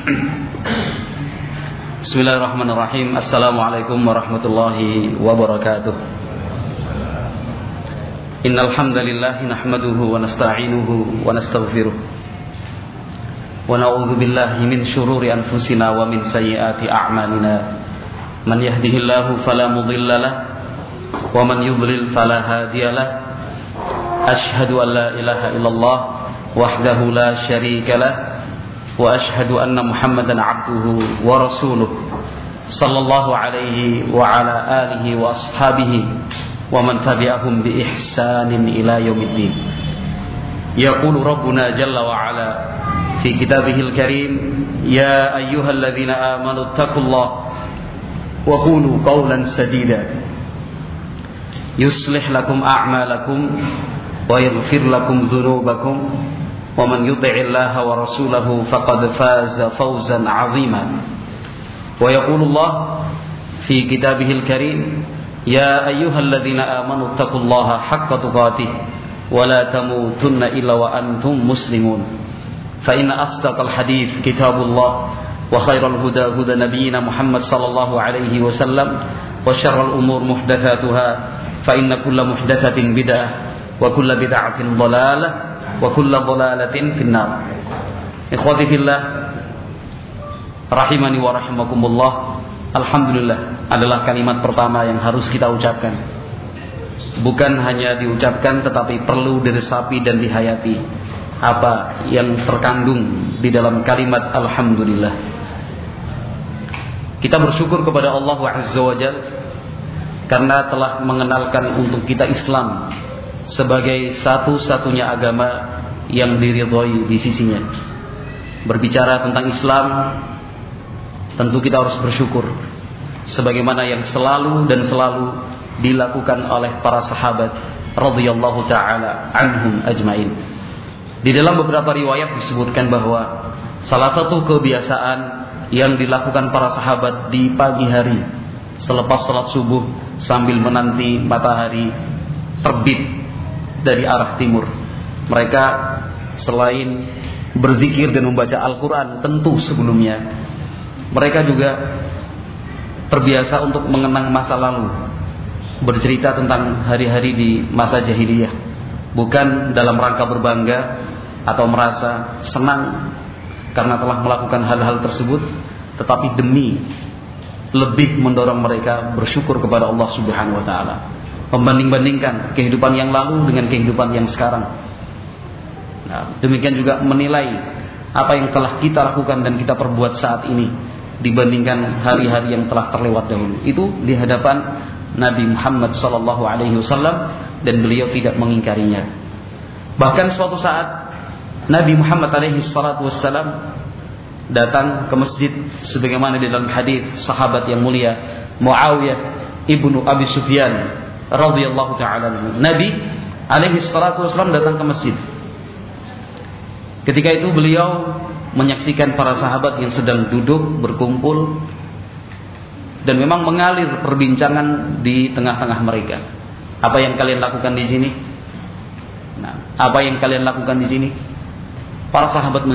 Bismillahirrahmanirrahim. Assalamualaikum warahmatullahi wabarakatuh. Innal hamdalillah nahmaduhu wa nasta'inuhu wa nastaghfiruh. Wa na'udzu billahi min shururi anfusina wa min sayyiati a'malina. Man yahdihillahu fala mudilla lahu wa man yudlil fala hadiya lahu. Ashhadu an la ilaha illallah wahdahu la syarika lahu wa ashhadu anna Muhammadan 'abduhu wa rasuluh sallallahu alaihi wa ala alihi wa ashabihi wa man tabi'ahum bi ihsanin ila yaumiddin. Yaqulu rabbuna jalla wa ala fi kitabihil karim, ya ayyuhalladzina amanu taqullaha wa qulu qawlan sadida yuslih lakum a'malakum wa yaghfir lakum dhunubakum wa man yuti'illaha wa rasulahu faqad faza fawzan 'azima. Wa yaqulullah fi kitabihil karim, ya ayyuhalladzina amanu taqullaha haqqa tuqatih wa la tamutunna illa wa antum muslimun. Fa inna asdaqal hadits kitabullah wa khairal huda huda nabiyyina Muhammad sallallahu alaihi wasallam wa syarrul umur muhdatsatuha fa inna kulla muhdatsatin bid'ah wa kulla bid'atin dhalalah wa kullu dhalalatin finnar. Ikhwati fillah rahimani wa rahimakumullah. Alhamdulillah adalah kalimat pertama yang harus kita ucapkan. Bukan hanya diucapkan tetapi perlu diresapi dan dihayati apa yang terkandung di dalam kalimat alhamdulillah. Kita bersyukur kepada Allah Azza wa Jalla karena telah mengenalkan untuk kita Islam sebagai satu-satunya agama yang diridhoi di sisinya. Berbicara tentang Islam, tentu kita harus bersyukur sebagaimana yang selalu dan selalu dilakukan oleh para sahabat radhiyallahu taala anhum ajmain. Di dalam beberapa riwayat disebutkan bahwa salah satu kebiasaan yang dilakukan para sahabat di pagi hari selepas salat subuh sambil menanti matahari terbit dari arah timur, mereka selain berzikir dan membaca Al-Quran tentu sebelumnya, mereka juga terbiasa untuk mengenang masa lalu, bercerita tentang hari-hari di masa jahiliyah, bukan dalam rangka berbangga atau merasa senang karena telah melakukan hal-hal tersebut, tetapi demi lebih mendorong mereka bersyukur kepada Allah Subhanahu wa taala, membanding-bandingkan kehidupan yang lalu dengan kehidupan yang sekarang. Nah, demikian juga menilai apa yang telah kita lakukan dan kita perbuat saat ini dibandingkan hari-hari yang telah terlewat dahulu. Itu di hadapan Nabi Muhammad SAW dan beliau tidak mengingkarinya. Bahkan suatu saat Nabi Muhammad SAW datang ke masjid sebagaimana di dalam hadis sahabat yang mulia Muawiyah ibnu Abi Sufyan radhiyallahu ta'ala. Nabi SAW datang ke masjid. Ketika itu beliau menyaksikan para sahabat yang sedang duduk berkumpul dan memang mengalir perbincangan di tengah-tengah mereka. Apa yang kalian lakukan di sini? Nah, apa yang kalian lakukan di sini? Para sahabat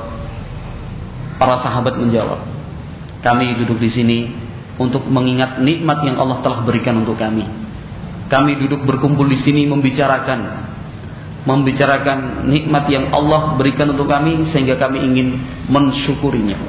menjawab, kami duduk di sini untuk mengingat nikmat yang Allah telah berikan untuk kami. Kami duduk berkumpul di sini membicarakan nikmat yang Allah berikan untuk kami sehingga kami ingin mensyukurinya.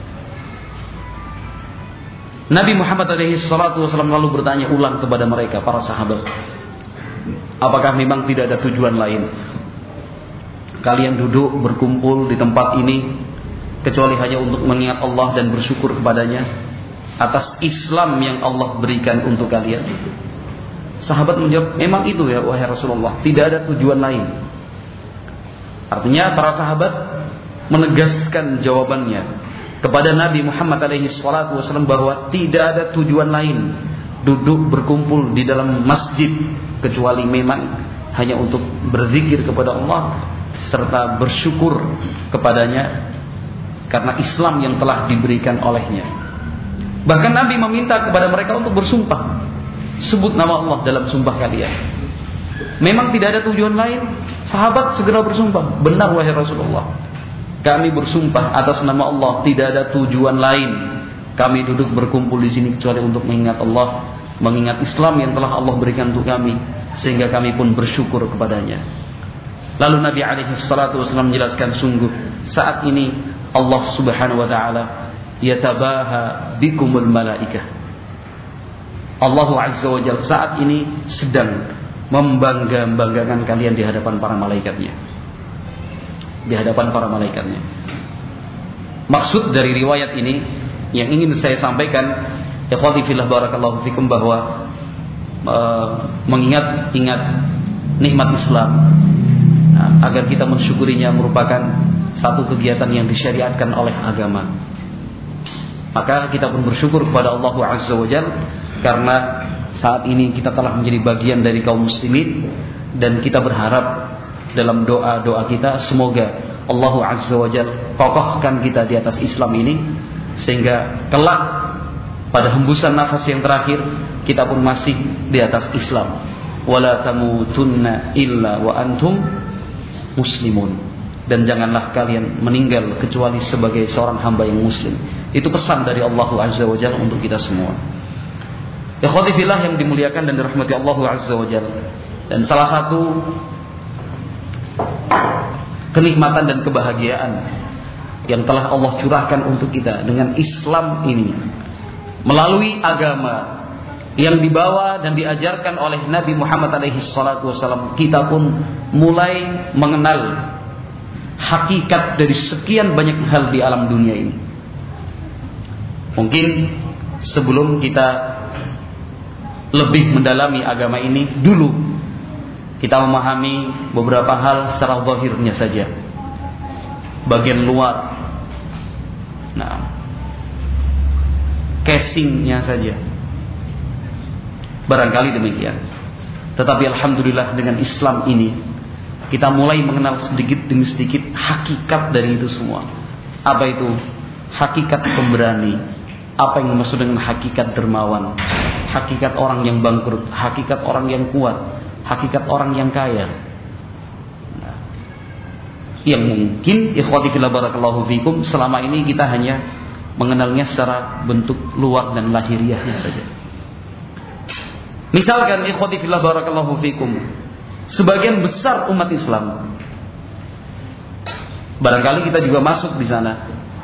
Nabi Muhammad SAW lalu bertanya ulang kepada mereka, para sahabat, apakah memang tidak ada tujuan lain kalian duduk berkumpul di tempat ini kecuali hanya untuk mengingat Allah dan bersyukur kepadanya atas Islam yang Allah berikan untuk kalian? Sahabat menjawab, memang itu ya wahai Rasulullah, tidak ada tujuan lain. Artinya para sahabat menegaskan jawabannya kepada Nabi Muhammad SAW bahwa tidak ada tujuan lain duduk berkumpul di dalam masjid kecuali memang hanya untuk berzikir kepada Allah serta bersyukur kepadanya karena Islam yang telah diberikan olehnya. Bahkan Nabi meminta kepada mereka untuk bersumpah, sebut nama Allah dalam sumpah kalian. Memang tidak ada tujuan lain. Sahabat segera bersumpah, benar wahai Rasulullah, kami bersumpah atas nama Allah tidak ada tujuan lain kami duduk berkumpul di sini kecuali untuk mengingat Allah, mengingat Islam yang telah Allah berikan untuk kami, sehingga kami pun bersyukur kepadanya. Lalu Nabi alaihi salatu wasallam menjelaskan, sungguh saat ini Allah subhanahu wa ta'ala yatabaha bikumul malaikah. Allah azza wa jalla saat ini sedang membanggakan kalian di hadapan para malaikatnya. Di hadapan para malaikatnya. Maksud dari riwayat ini yang ingin saya sampaikan, ikhwati fillah barakallahu fikum, bahwa mengingat nikmat Islam, agar kita mensyukurinya merupakan satu kegiatan yang disyariatkan oleh agama. Maka kita pun bersyukur kepada Allah azza wa jalla karena saat ini kita telah menjadi bagian dari kaum muslimin, dan kita berharap dalam doa-doa kita semoga Allah azza wa jalla kokohkan kita di atas Islam ini, sehingga kelak pada hembusan nafas yang terakhir kita pun masih di atas Islam. Wala tamutunna illa wa antum muslimun, dan janganlah kalian meninggal kecuali sebagai seorang hamba yang muslim. Itu pesan dari Allah azza wa jalla untuk kita semua. Ikhwati fillah yang dimuliakan dan dirahmati Allah azza wa jalla, dan salah satu kenikmatan dan kebahagiaan yang telah Allah curahkan untuk kita dengan Islam ini, melalui agama yang dibawa dan diajarkan oleh Nabi Muhammad alaihi salatu wasallam, kita pun mulai mengenal hakikat dari sekian banyak hal di alam dunia ini. Mungkin sebelum kita lebih mendalami agama ini, dulu kita memahami beberapa hal secara zahirnya saja, bagian luar, casingnya saja, barangkali demikian. Tetapi alhamdulillah dengan Islam ini kita mulai mengenal sedikit demi sedikit hakikat dari itu semua. Apa itu? Hakikat pemberani. Apa yang dimaksud dengan hakikat dermawan? Hakikat orang yang bangkrut, hakikat orang yang kuat, hakikat orang yang kaya. Yang mungkin ikhwati fillah barakallahu fikum selama ini kita hanya mengenalnya secara bentuk luar dan lahiriahnya saja. Misalkan ikhwati fillah barakallahu fikum, sebagian besar umat Islam, barangkali kita juga masuk di sana,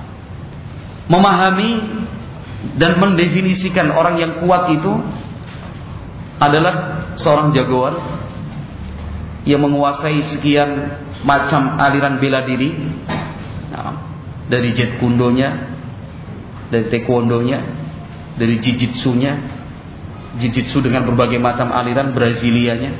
memahami dan mendefinisikan orang yang kuat itu adalah seorang jagoan yang menguasai sekian macam aliran bela diri, dari jet kundonya, dari taekwondonya, dari jiu-jitsu dengan berbagai macam aliran, Brazilianya,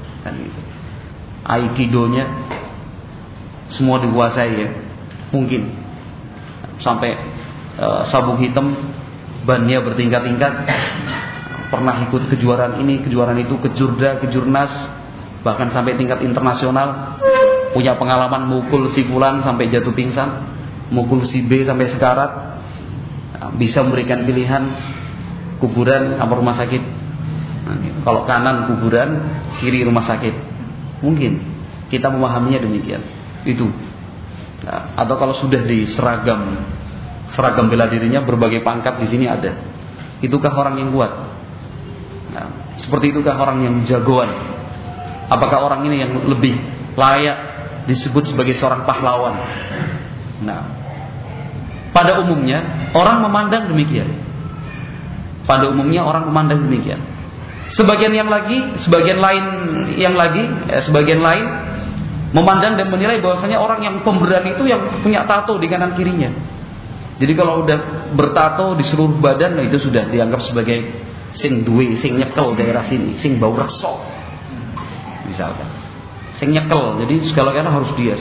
aikidonya, semua dikuasai ya. Mungkin sampai sabuk hitam, bannya bertingkat-tingkat, pernah ikut kejuaraan ini, kejuaraan itu, kejurda, kejurnas, bahkan sampai tingkat internasional, punya pengalaman mukul si fulan sampai jatuh pingsan, mukul si B sampai sekarat, bisa memberikan pilihan kuburan apa rumah sakit. Kalau kanan kuburan, kiri rumah sakit. Mungkin kita memahaminya demikian. Itu. Atau kalau sudah di seragam bela dirinya, berbagai pangkat di sini ada. Itukah orang yang kuat? Seperti itukah orang yang jagoan? Apakah orang ini yang lebih layak disebut sebagai seorang pahlawan? Pada umumnya orang memandang demikian. Sebagian lain memandang dan menilai bahwasanya orang yang pemberani itu yang punya tato di kanan kirinya. Jadi kalau udah bertato di seluruh badan, itu sudah dianggap sebagai sing duwe, sing nyekel daerah sini, sing bau rekso. Misalkan sing nyekel, jadi segala-galanya harus dia.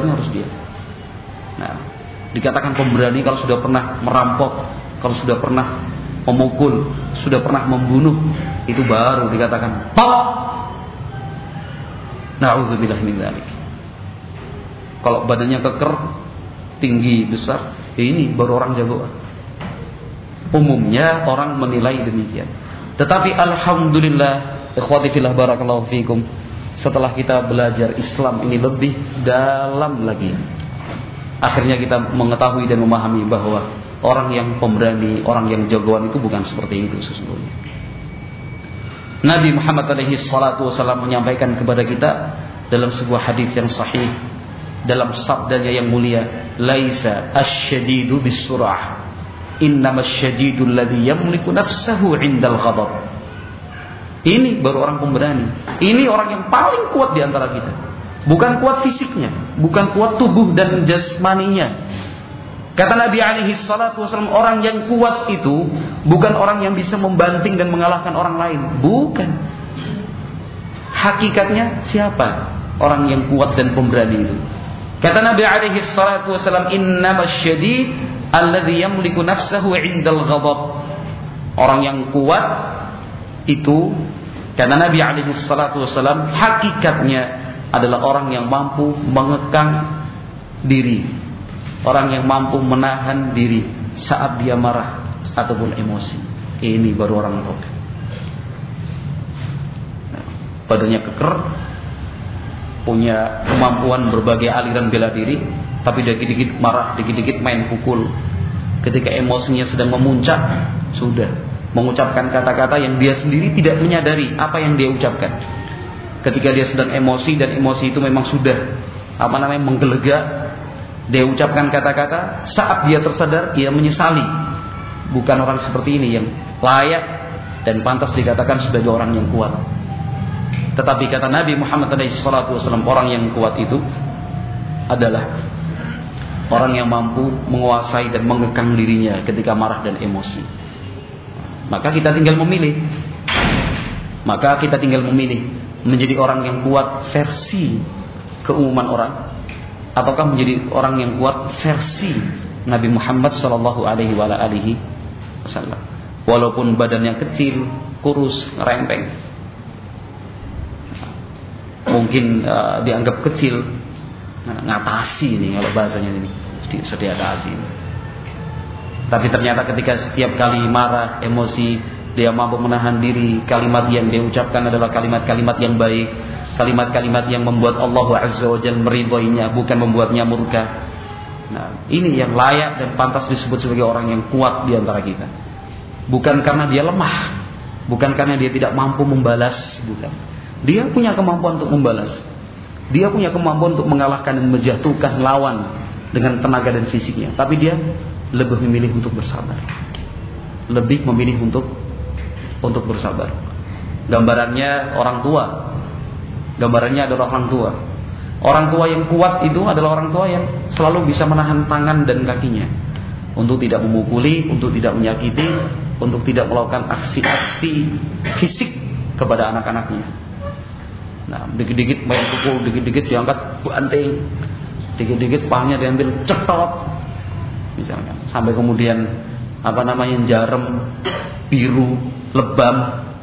Dikatakan pemberani kalau sudah pernah merampok, kalau sudah pernah memukul, sudah pernah membunuh, itu baru dikatakan pok. Na'udzubillah min dzalik. Kalau badannya keker, tinggi, besar, ini baru orang jagoan. Umumnya orang menilai demikian. Tetapi alhamdulillah, ikhwati fillah barakallahu fikum, setelah kita belajar Islam ini lebih dalam lagi, akhirnya kita mengetahui dan memahami bahwa orang yang pemberani, orang yang jagoan itu bukan seperti itu sesungguhnya. Nabi Muhammad alaihi salatu wasallam menyampaikan kepada kita dalam sebuah hadis yang sahih, dalam sabdanya yang mulia, laisa asyadidu bisur'ah, innamas syadidu alladhi yamliku nafsahu 'indal ghadab. Ini baru orang pemberani. Ini orang yang paling kuat di antara kita. Bukan kuat fisiknya, bukan kuat tubuh dan jasmaninya. Kata Nabi alaihi salatu wasallam, orang yang kuat itu bukan orang yang bisa membanting dan mengalahkan orang lain. Bukan. Hakikatnya siapa orang yang kuat dan pemberani itu? Kata Nabi alaihi salatu wasallam, innamas syadid alladhi yamliku nafsahu 'indal ghadab. Orang yang kuat itu, karena Nabi alaihi salatu wasallam, hakikatnya adalah orang yang mampu mengekang diri, orang yang mampu menahan diri saat dia marah ataupun emosi. Ini baru orang kuat. Badannya keker, punya kemampuan berbagai aliran bela diri, tapi dikit-dikit marah, dikit-dikit main pukul. Ketika emosinya sedang memuncak, sudah mengucapkan kata-kata yang dia sendiri tidak menyadari apa yang dia ucapkan. Ketika dia sedang emosi dan emosi itu memang sudah menggelegak, dia ucapkan kata-kata, saat dia tersadar dia menyesali. Bukan orang seperti ini yang layak dan pantas dikatakan sebagai orang yang kuat. Tetapi kata Nabi Muhammad SAW, orang yang kuat itu adalah orang yang mampu menguasai dan mengekang dirinya ketika marah dan emosi. Maka kita tinggal memilih. Menjadi orang yang kuat versi keumuman orang, ataukah menjadi orang yang kuat versi Nabi Muhammad sallallahu alaihi wasallam. Walaupun badannya kecil, kurus, rempeng, mungkin dianggap kecil, ngatasi nih kalau bahasanya ini, sedih atasi. Tapi ternyata ketika setiap kali marah, emosi, dia mampu menahan diri, kalimat yang dia ucapkan adalah kalimat-kalimat yang baik, kalimat-kalimat yang membuat Allah Azza wa Jalla meridhoinya, bukan membuatnya murka. Nah, ini yang layak dan pantas disebut sebagai orang yang kuat di antara kita. Bukan karena dia lemah, bukan karena dia tidak mampu membalas, bukan. Dia punya kemampuan untuk membalas. Dia punya kemampuan untuk mengalahkan dan menjatuhkan lawan dengan tenaga dan fisiknya, tapi dia lebih memilih untuk bersabar. Lebih memilih untuk bersabar. Gambarannya orang tua. Gambarannya adalah orang tua. Orang tua yang kuat itu adalah orang tua yang selalu bisa menahan tangan dan kakinya untuk tidak memukuli, untuk tidak menyakiti, untuk tidak melakukan aksi-aksi fisik kepada anak-anaknya. Nah, dikit-dikit main pukul, dikit-dikit diangkat banting, dikit-dikit pahanya diambil cetot, misalnya, sampai kemudian jarem, biru, lebam.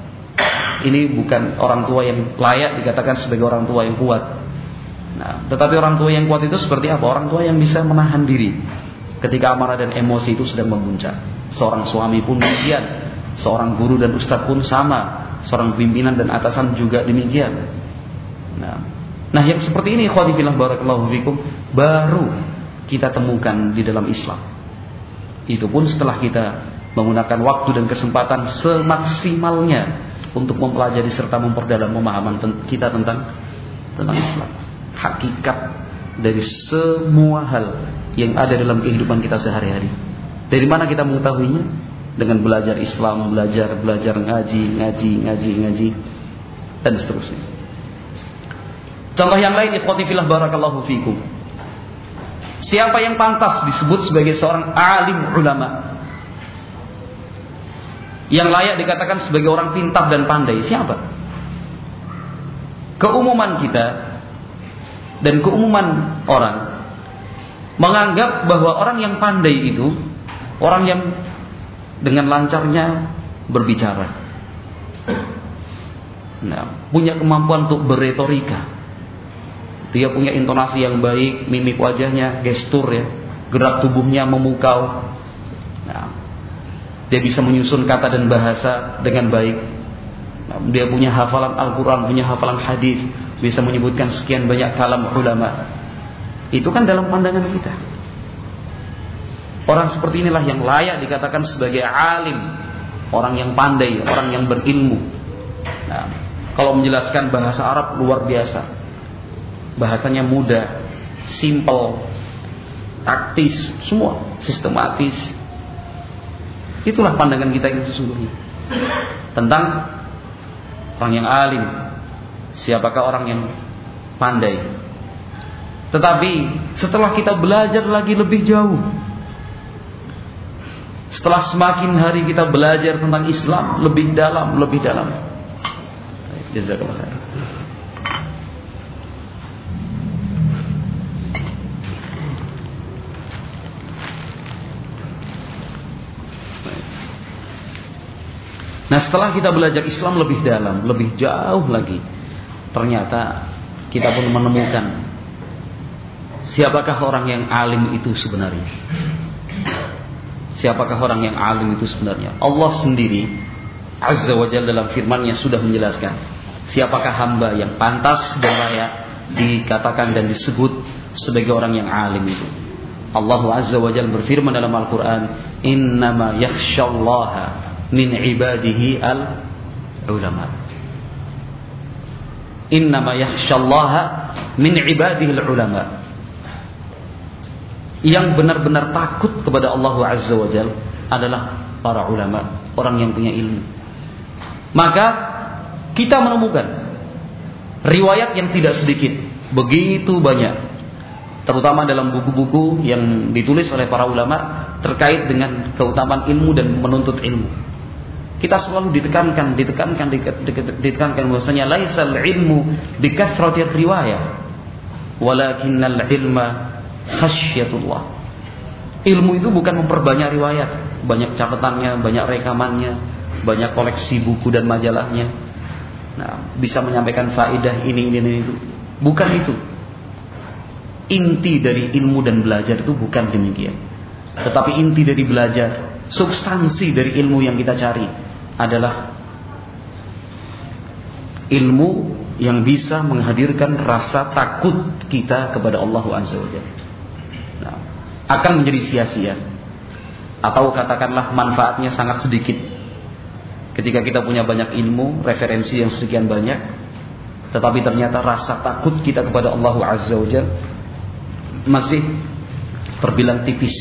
Ini bukan orang tua yang layak dikatakan sebagai orang tua yang kuat. Nah, tetapi orang tua yang kuat itu seperti apa? Orang tua yang bisa menahan diri ketika amarah dan emosi itu sedang memuncak. Seorang suami pun demikian, seorang guru dan ustadz pun sama, seorang pimpinan dan atasan juga demikian. Nah, yang seperti ini, ikhwati fillah barakallahu fikum, baru kita temukan di dalam Islam. Itu pun setelah kita menggunakan waktu dan kesempatan semaksimalnya untuk mempelajari serta memperdalam pemahaman kita tentang Islam. Hakikat dari semua hal yang ada dalam kehidupan kita sehari-hari. Dari mana kita mengetahuinya? Dengan belajar Islam, belajar ngaji, dan seterusnya. Contoh yang lain, ikhwati fillah barakallahu fikum. Siapa yang pantas disebut sebagai seorang alim ulama, yang layak dikatakan sebagai orang pintar dan pandai? Siapa? Keumuman kita dan keumuman orang menganggap bahwa orang yang pandai itu orang yang dengan lancarnya berbicara, punya kemampuan untuk berretorika, dia punya intonasi yang baik, mimik wajahnya, gestur ya, gerak tubuhnya memukau. Dia bisa menyusun kata dan bahasa dengan baik. Dia punya hafalan Al-Quran, punya hafalan hadis, bisa menyebutkan sekian banyak kalam ulama. Itu kan dalam pandangan kita. Orang seperti inilah yang layak dikatakan sebagai alim, orang yang pandai, orang yang berilmu. Nah, kalau menjelaskan bahasa Arab luar biasa, bahasanya mudah, simple, taktis, semua sistematis. Itulah pandangan kita yang sesungguhnya tentang orang yang alim, siapakah orang yang pandai. Tetapi setelah kita belajar lagi lebih jauh, setelah semakin hari kita belajar tentang Islam lebih dalam, jazakallah khair. Nah, setelah kita belajar Islam lebih dalam, lebih jauh lagi, ternyata kita pun menemukan siapakah orang yang alim itu sebenarnya. Siapakah orang yang alim itu sebenarnya? Allah sendiri Azza wa Jalla dalam firman-Nya sudah menjelaskan siapakah hamba yang pantas dan layak dikatakan dan disebut sebagai orang yang alim itu. Allah Azza wa Jalla berfirman dalam Al-Quran, innama yakhshallaha min ibadihi al-ulama. Innama yakhshallaha min ibadihi al-ulama. Yang benar-benar takut kepada Allah Azza wa Jalla adalah para ulama, orang yang punya ilmu. Maka kita menemukan riwayat yang tidak sedikit, begitu banyak, terutama dalam buku-buku yang ditulis oleh para ulama terkait dengan keutamaan ilmu dan menuntut ilmu. Kita selalu ditekankan bahwasanya laisal ilmu bikathratir riwayah, walakinnal ilma khasyatullah. Ilmu itu bukan memperbanyak riwayat, banyak catatannya, banyak rekamannya, banyak koleksi buku dan majalahnya. Nah, bisa menyampaikan faedah ini itu. Bukan itu. Inti dari ilmu dan belajar itu bukan demikian. Tetapi inti dari belajar, substansi dari ilmu yang kita cari adalah ilmu yang bisa menghadirkan rasa takut kita kepada Allah Azza wa Jalla. Nah, akan menjadi sia-sia, atau katakanlah manfaatnya sangat sedikit ketika kita punya banyak ilmu, referensi yang sekian banyak, tetapi ternyata rasa takut kita kepada Allah Azza wa Jalla masih terbilang tipis.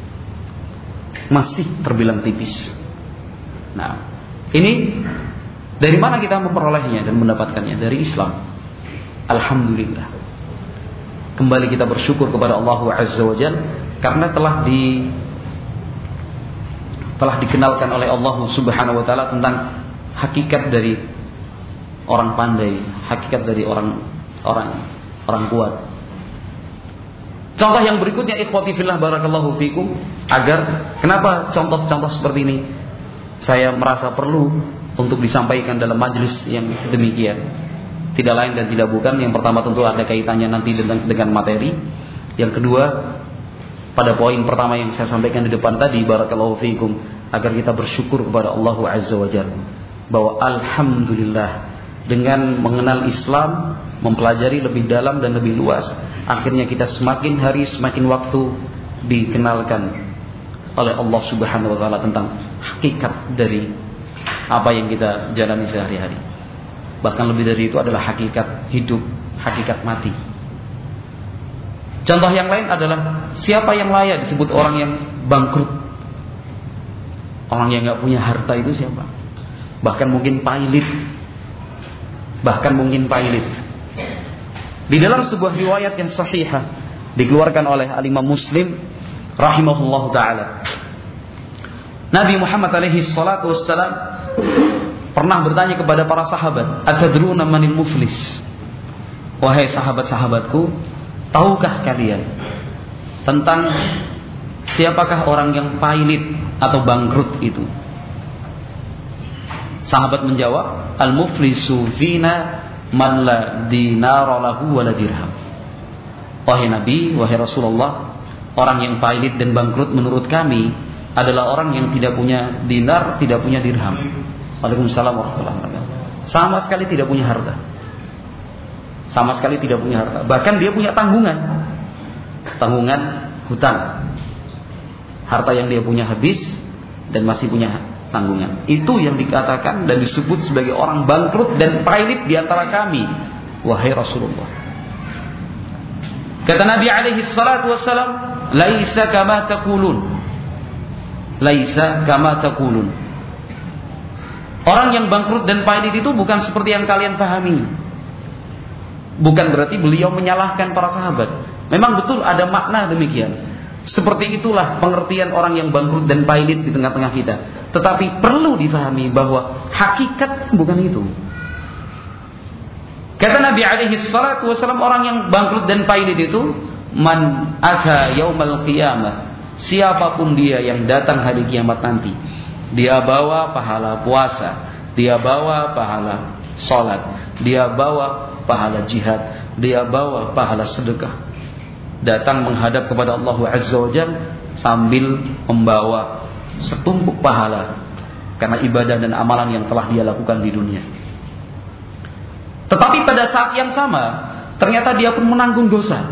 Nah, ini dari mana kita memperolehnya dan mendapatkannya? Dari Islam. Alhamdulillah. Kembali kita bersyukur kepada Allah Azza wa Jalla karena telah dikenalkan oleh Allah Subhanahu wa taala tentang hakikat dari orang pandai, hakikat dari orang kuat. Contoh yang berikutnya, ikhwati fillah barakallahu fikum, agar kenapa contoh-contoh seperti ini saya merasa perlu untuk disampaikan dalam majelis yang demikian. Tidak lain dan tidak bukan, yang pertama tentu ada kaitannya nanti dengan materi. Yang kedua, pada poin pertama yang saya sampaikan di depan tadi, barakallahu fikum, agar kita bersyukur kepada Allah Azza wa Jalla bahwa alhamdulillah dengan mengenal Islam, mempelajari lebih dalam dan lebih luas, akhirnya kita semakin hari semakin waktu dikenalkan oleh Allah Subhanahu wa taala tentang hakikat dari apa yang kita jalani sehari-hari. Bahkan lebih dari itu adalah hakikat hidup, hakikat mati. Contoh yang lain adalah siapa yang layak disebut orang yang bangkrut. Orang yang gak punya harta itu siapa? Bahkan mungkin pailit. Di dalam sebuah riwayat yang sahihah dikeluarkan oleh Al-Imam Muslim rahimahullahu taala, Nabi Muhammad alaihi salatu wassalam pernah bertanya kepada para sahabat, "Atadruna manil muflis?" Wahai sahabat-sahabatku, tahukah kalian tentang siapakah orang yang pailit atau bangkrut itu? Sahabat menjawab, "Al-muflisu fina man la dinara lahu wa la dirham." Wahai Nabi, wahai Rasulullah, orang yang pailit dan bangkrut menurut kami adalah orang yang tidak punya dinar, tidak punya dirham. Waalaikumsalam warahmatullahi wabarakatuh. Sama sekali tidak punya harta. Bahkan dia punya tanggungan hutang. Harta yang dia punya habis dan masih punya tanggungan. Itu yang dikatakan dan disebut sebagai orang bangkrut dan pailit di antara kami, wahai Rasulullah. Kata Nabi alaihi salatu wassalam, laisa kama taqulun. Laisa kama taqulun. Orang yang bangkrut dan pailit itu bukan seperti yang kalian pahami. Bukan berarti beliau menyalahkan para sahabat. Memang betul ada makna demikian. Seperti itulah pengertian orang yang bangkrut dan pailit di tengah-tengah kita. Tetapi perlu difahami bahwa hakikat bukan itu. Kata Nabi alaihi salatu wasallam, orang yang bangkrut dan pailit itu, man ata yaumal qiyamah, siapapun dia yang datang hari kiamat nanti, dia bawa pahala puasa, dia bawa pahala salat, dia bawa pahala jihad, dia bawa pahala sedekah, datang menghadap kepada Allah Azza wa Jalla sambil membawa setumpuk pahala karena ibadah dan amalan yang telah dia lakukan di dunia. Tetapi pada saat yang sama ternyata dia pun menanggung dosa.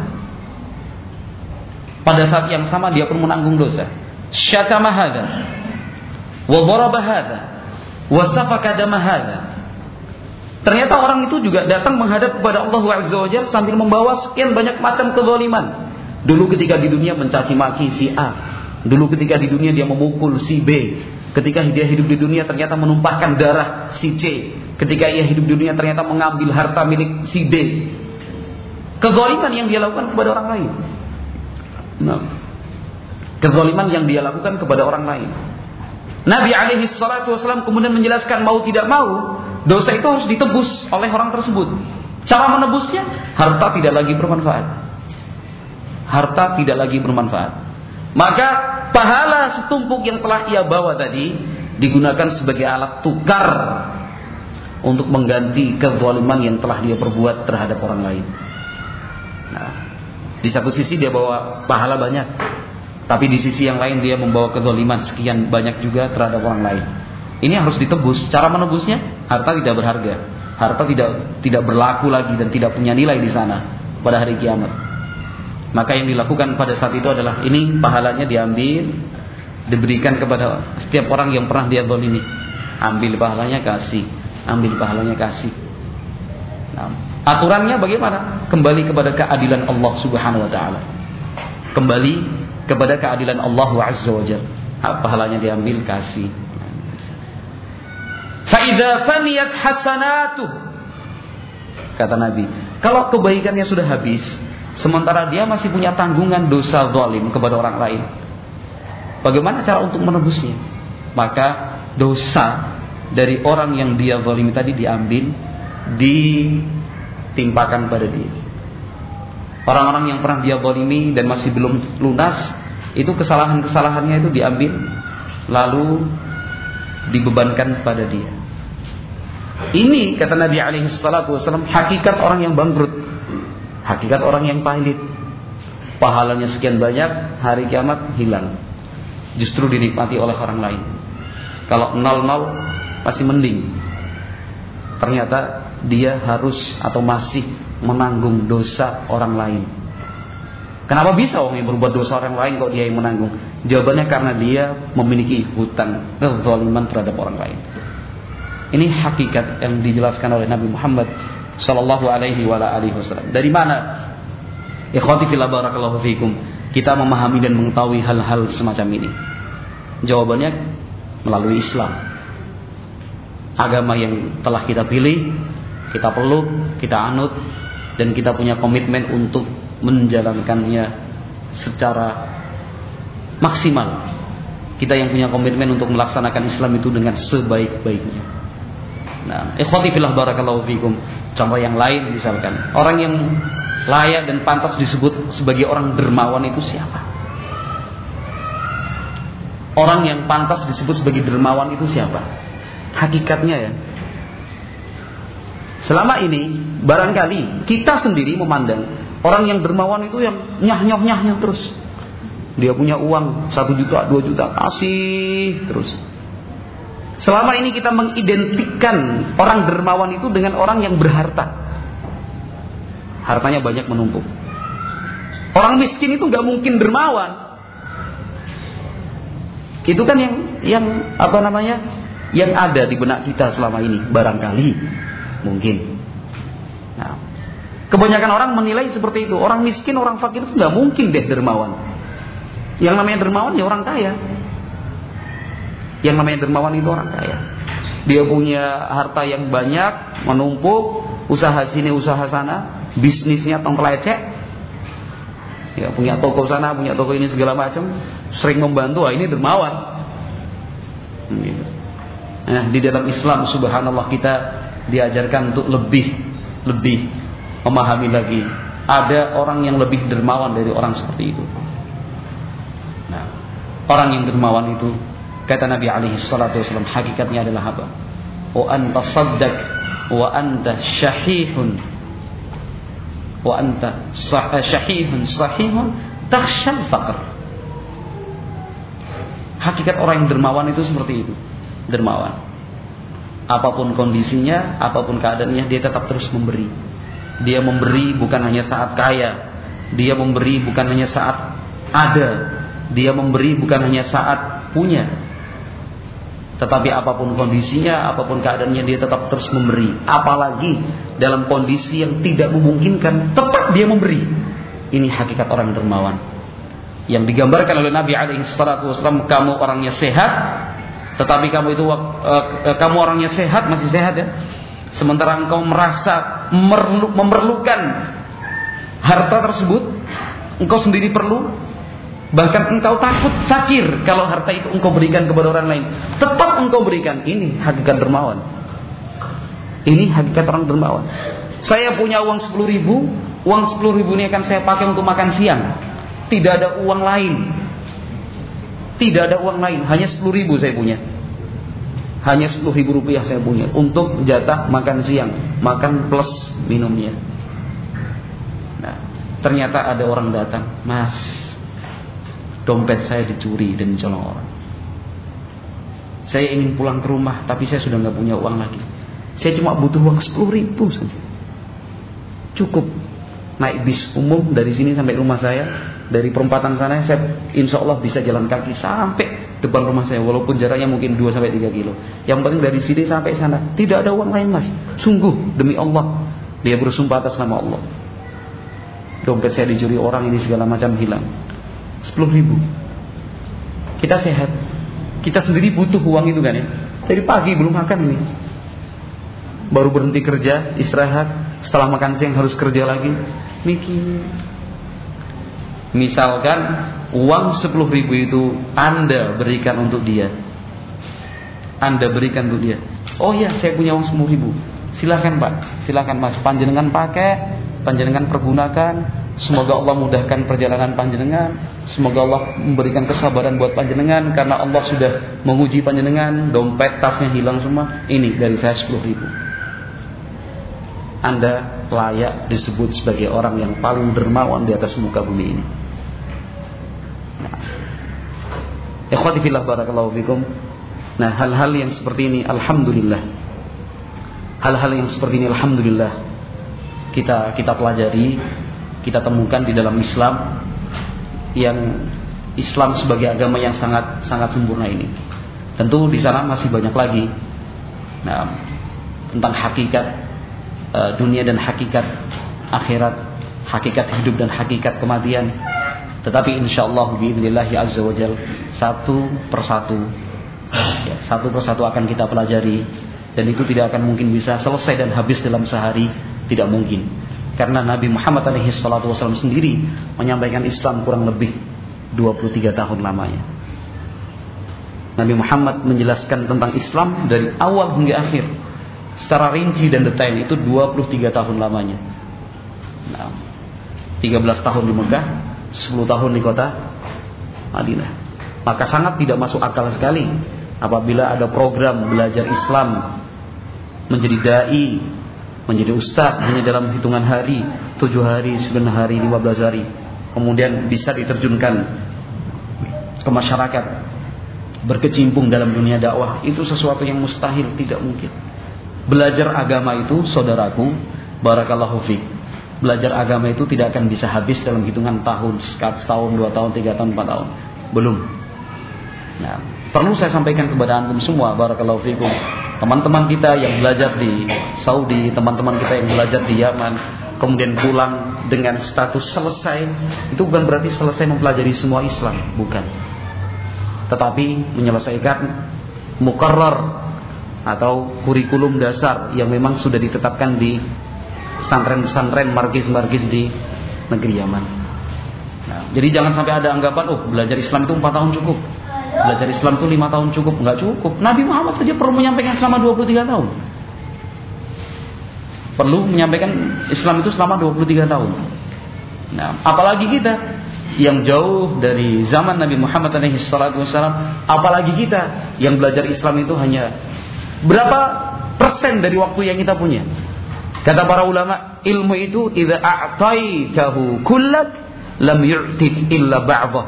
Pada saat yang sama dia pun menanggung dosa. Syatama hadza wa daraba hadza wa safaka dama hadza. Ternyata orang itu juga datang menghadap kepada Allah Azza wa Jalla sambil membawa sekian banyak macam kezaliman. Dulu ketika di dunia mencaci maki si A, dulu ketika di dunia dia memukul si B, ketika dia hidup di dunia ternyata menumpahkan darah si C, ketika ia hidup di dunia ternyata mengambil harta milik si D. Kezaliman yang dia lakukan kepada orang lain. Nah, kezaliman yang dia lakukan kepada orang lain. Nabi alaihi salatu wasallam kemudian menjelaskan, mau tidak mau dosa itu harus ditebus oleh orang tersebut. Cara menebusnya, harta tidak lagi bermanfaat. Harta tidak lagi bermanfaat. Maka pahala setumpuk yang telah ia bawa tadi digunakan sebagai alat tukar untuk mengganti kezaliman yang telah dia perbuat terhadap orang lain. Nah, di satu sisi dia bawa pahala banyak, tapi di sisi yang lain dia membawa kezaliman sekian banyak juga terhadap orang lain. Ini harus ditebus. Cara menebusnya, harta tidak berharga, harta tidak berlaku lagi dan tidak punya nilai di sana pada hari kiamat. Maka yang dilakukan pada saat itu adalah ini pahalanya diambil, diberikan kepada setiap orang yang pernah dia zalimi. Ambil pahalanya kasih, ambil pahalanya kasih. Nah, aturannya bagaimana? Kembali kepada keadilan Allah Subhanahu wa taala. Kembali kepada keadilan Allah Azza wa Jalla. Pahalanya diambil, kasih. Fa idza faniyat hasanatuh, kata Nabi, kalau kebaikannya sudah habis, sementara dia masih punya tanggungan dosa zalim kepada orang lain, bagaimana cara untuk menebusnya? Maka dosa dari orang yang dia zalimi tadi diambil, ditimpakan pada dia. Orang-orang yang pernah dia zalimi dan masih belum lunas, itu kesalahan-kesalahannya itu diambil, lalu dibebankan pada dia. Ini kata Nabi alaihi salatu wasallam hakikat orang yang bangkrut, hakikat orang yang pailit. Pahalanya sekian banyak, hari kiamat hilang, justru dinikmati oleh orang lain. Kalau 0-0 masih mending, ternyata dia harus atau masih menanggung dosa orang lain. Kenapa bisa orang yang berbuat dosa orang lain kok dia yang menanggung? Jawabannya karena dia memiliki hutang kezaliman terhadap orang lain. Ini hakikat yang dijelaskan oleh Nabi Muhammad sallallahu alaihi wasallam. Dari mana? Ikhwati fillah barakallahu fikum, kita memahami dan mengetahui hal-hal semacam ini. Jawabannya melalui Islam. Agama yang telah kita pilih, kita peluk, kita anut, dan kita punya komitmen untuk menjalankannya secara maksimal. Kita yang punya komitmen untuk melaksanakan Islam itu dengan sebaik-baiknya. Nah, ikhwati fillah barakallahu fikum, contoh yang lain misalkan, orang yang layak dan pantas disebut sebagai orang dermawan itu siapa? Orang yang pantas disebut sebagai dermawan itu siapa? Hakikatnya ya, selama ini barangkali kita sendiri memandang orang yang dermawan itu yang nyah terus. Dia punya uang 1 juta, 2 juta, kasih terus. Selama ini kita mengidentikan orang dermawan itu dengan orang yang berharta, hartanya banyak, menumpuk. Orang miskin itu gak mungkin dermawan. Itu kan yang apa namanya? Yang ada di benak kita selama ini, barangkali mungkin. Nah, kebanyakan orang menilai seperti itu. Orang miskin, orang fakir itu nggak mungkin deh dermawan. Yang namanya dermawan ya orang kaya. Yang namanya dermawan itu orang kaya. Dia punya harta yang banyak, menumpuk, usaha sini, usaha sana, bisnisnya tenggelecek. Ya, punya toko sana, punya toko ini segala macam, sering membantu, ini dermawan. Nah, di dalam Islam subhanallah kita diajarkan untuk lebih memahami lagi. Ada orang yang lebih dermawan dari orang seperti itu. Nah, orang yang dermawan itu kata Nabi alaihi salatu wasallam hakikatnya adalah apa? Wa anta saddaq wa anta syahihun wa anta syahihun sahihun takhshal faqr. Hakikat orang yang dermawan itu seperti itu. Dermawan. Apapun kondisinya, apapun keadaannya, dia tetap terus memberi. Dia memberi bukan hanya saat kaya, dia memberi bukan hanya saat ada, dia memberi bukan hanya saat punya. Tetapi apapun kondisinya, apapun keadaannya, dia tetap terus memberi. Apalagi dalam kondisi yang tidak memungkinkan, tetap dia memberi. Ini hakikat orang dermawan. Yang digambarkan oleh Nabi SAW, kamu orangnya sehat, tetapi kamu itu kamu orangnya sehat, masih sehat ya. Sementara engkau merasa memerlukan harta tersebut, engkau sendiri perlu. Bahkan engkau takut fakir kalau harta itu engkau berikan kepada orang lain, tetap engkau berikan. Ini hakikat dermawan. Ini hakikat orang dermawan. Saya punya uang 10.000, uang 10.000 ini akan saya pakai untuk makan siang. Tidak ada uang lain. Tidak ada uang lain, hanya 10.000 saya punya. Hanya 10.000 rupiah saya punya untuk jatah makan siang, makan plus minumnya. Nah, ternyata ada orang datang, Mas, dompet saya dicuri dan dicolong orang. Saya ingin pulang ke rumah, tapi saya sudah nggak punya uang lagi. Saya cuma butuh uang 10.000 saja. Cukup naik bis umum dari sini sampai rumah saya. Dari perempatan sana saya insya Allah bisa jalan kaki sampai depan rumah saya, walaupun jaraknya mungkin 2-3 kilo. Yang penting dari sini sampai sana tidak ada uang lain, Mas. Sungguh demi Allah, dia bersumpah atas nama Allah. Dompet saya dicuri orang, ini segala macam hilang. 10.000. Kita sehat, kita sendiri butuh uang itu kan ya. Dari pagi belum makan ini, baru berhenti kerja, istirahat, setelah makan siang harus kerja lagi, mikir. Misalkan uang 10.000 itu Anda berikan untuk dia, Anda berikan untuk dia. Oh ya, saya punya uang 10.000. Silakan Pak, silakan Mas, panjenengan pakai, panjenengan pergunakan. Semoga Allah mudahkan perjalanan panjenengan. Semoga Allah memberikan kesabaran buat panjenengan, karena Allah sudah menguji panjenengan. Dompet, tasnya hilang semua. Ini dari saya 10.000. Anda layak disebut sebagai orang yang paling dermawan di atas muka bumi ini. Ikhwati fillah barakallahu fikum. Nah, hal-hal yang seperti ini alhamdulillah. Hal-hal yang seperti ini alhamdulillah kita pelajari, kita temukan di dalam Islam, yang Islam sebagai agama yang sangat sempurna ini. Tentu di sana masih banyak lagi. Nah, tentang hakikat dunia dan hakikat akhirat, hakikat hidup dan hakikat kematian. Tetapi insyaallah biidznillah azza wajal satu persatu akan kita pelajari, dan itu tidak akan mungkin bisa selesai dan habis dalam sehari, tidak mungkin. Karena Nabi Muhammad SAW sendiri menyampaikan Islam kurang lebih 23 tahun lamanya. Nabi Muhammad menjelaskan tentang Islam dari awal hingga akhir secara rinci dan detail, itu 23 tahun lamanya. Nah, 13 tahun di Mekah, 10 tahun di kota Madinah. Maka sangat tidak masuk akal sekali apabila ada program belajar Islam, menjadi dai, menjadi ustaz hanya dalam hitungan hari, 7 hari, 9 hari, 15 hari, kemudian bisa diterjunkan ke masyarakat, berkecimpung dalam dunia dakwah. Itu sesuatu yang mustahil, tidak mungkin. Belajar agama itu, saudaraku, barakallahu fiik, belajar agama itu tidak akan bisa habis dalam hitungan tahun, setahun, 2 tahun, 3 tahun, 4 tahun. Belum. Nah, perlu saya sampaikan kepada antum semua, barakallahu fikum, teman-teman kita yang belajar di Saudi, teman-teman kita yang belajar di Yaman, kemudian pulang dengan status selesai, itu bukan berarti selesai mempelajari semua Islam, bukan. Tetapi menyelesaikan muqarrar atau kurikulum dasar yang memang sudah ditetapkan di pesantren-pesantren, markis-markis di negeri Yaman. Nah, jadi jangan sampai ada anggapan, oh belajar Islam itu 4 tahun cukup, belajar Islam itu 5 tahun cukup. Enggak cukup. Nabi Muhammad saja perlu menyampaikan selama 23 tahun. Perlu menyampaikan Islam itu selama 23 tahun. Nah, apalagi kita yang jauh dari zaman Nabi Muhammad SAW, apalagi kita yang belajar Islam itu hanya berapa persen dari waktu yang kita punya. Kata para ulama, ilmu itu idza a'taitahu kullak lam yu'tik illa ba'dhah.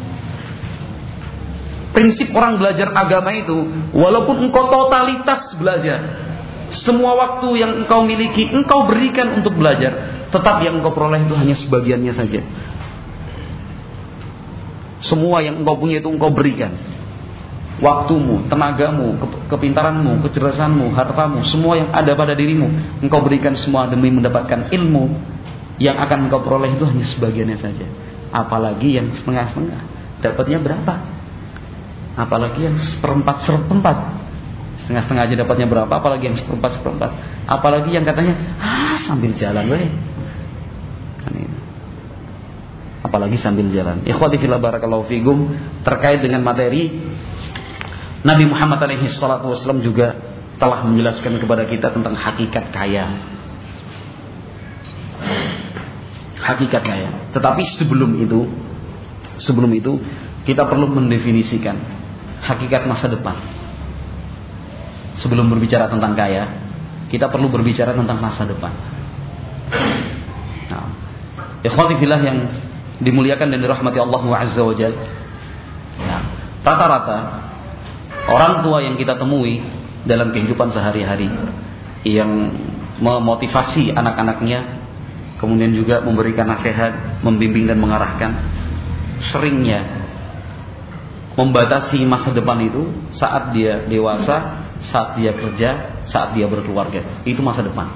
Prinsip orang belajar agama itu, walaupun engkau totalitas belajar, semua waktu yang engkau miliki engkau berikan untuk belajar, tetap yang engkau peroleh itu hanya sebagiannya saja. Semua yang engkau punya itu engkau berikan. Waktumu, tenagamu, kepintaranmu, kecerdasanmu, hartamu, semua yang ada pada dirimu engkau berikan semua demi mendapatkan ilmu. Yang akan engkau peroleh itu hanya sebagiannya saja. Apalagi yang setengah-setengah, dapatnya berapa? Apalagi yang seperempat, setengah-setengah aja dapatnya berapa? Apalagi yang seperempat. Apalagi yang katanya sambil jalan weh. Apalagi sambil jalan. Ikhwati fillah, barakallahu fikum. Terkait dengan materi, Nabi Muhammad SAW juga telah menjelaskan kepada kita tentang hakikat kaya. Hakikat kaya. Tetapi sebelum itu kita perlu mendefinisikan hakikat masa depan. Sebelum berbicara tentang kaya, kita perlu berbicara tentang masa depan. Nah, ikhwati fillah yang dimuliakan dan dirahmati Allah Azza wa Jalla. Nah, rata-rata orang tua yang kita temui dalam kehidupan sehari-hari yang memotivasi anak-anaknya, kemudian juga memberikan nasihat, membimbing dan mengarahkan, seringnya membatasi masa depan itu saat dia dewasa, saat dia kerja, saat dia berkeluarga. Itu masa depan.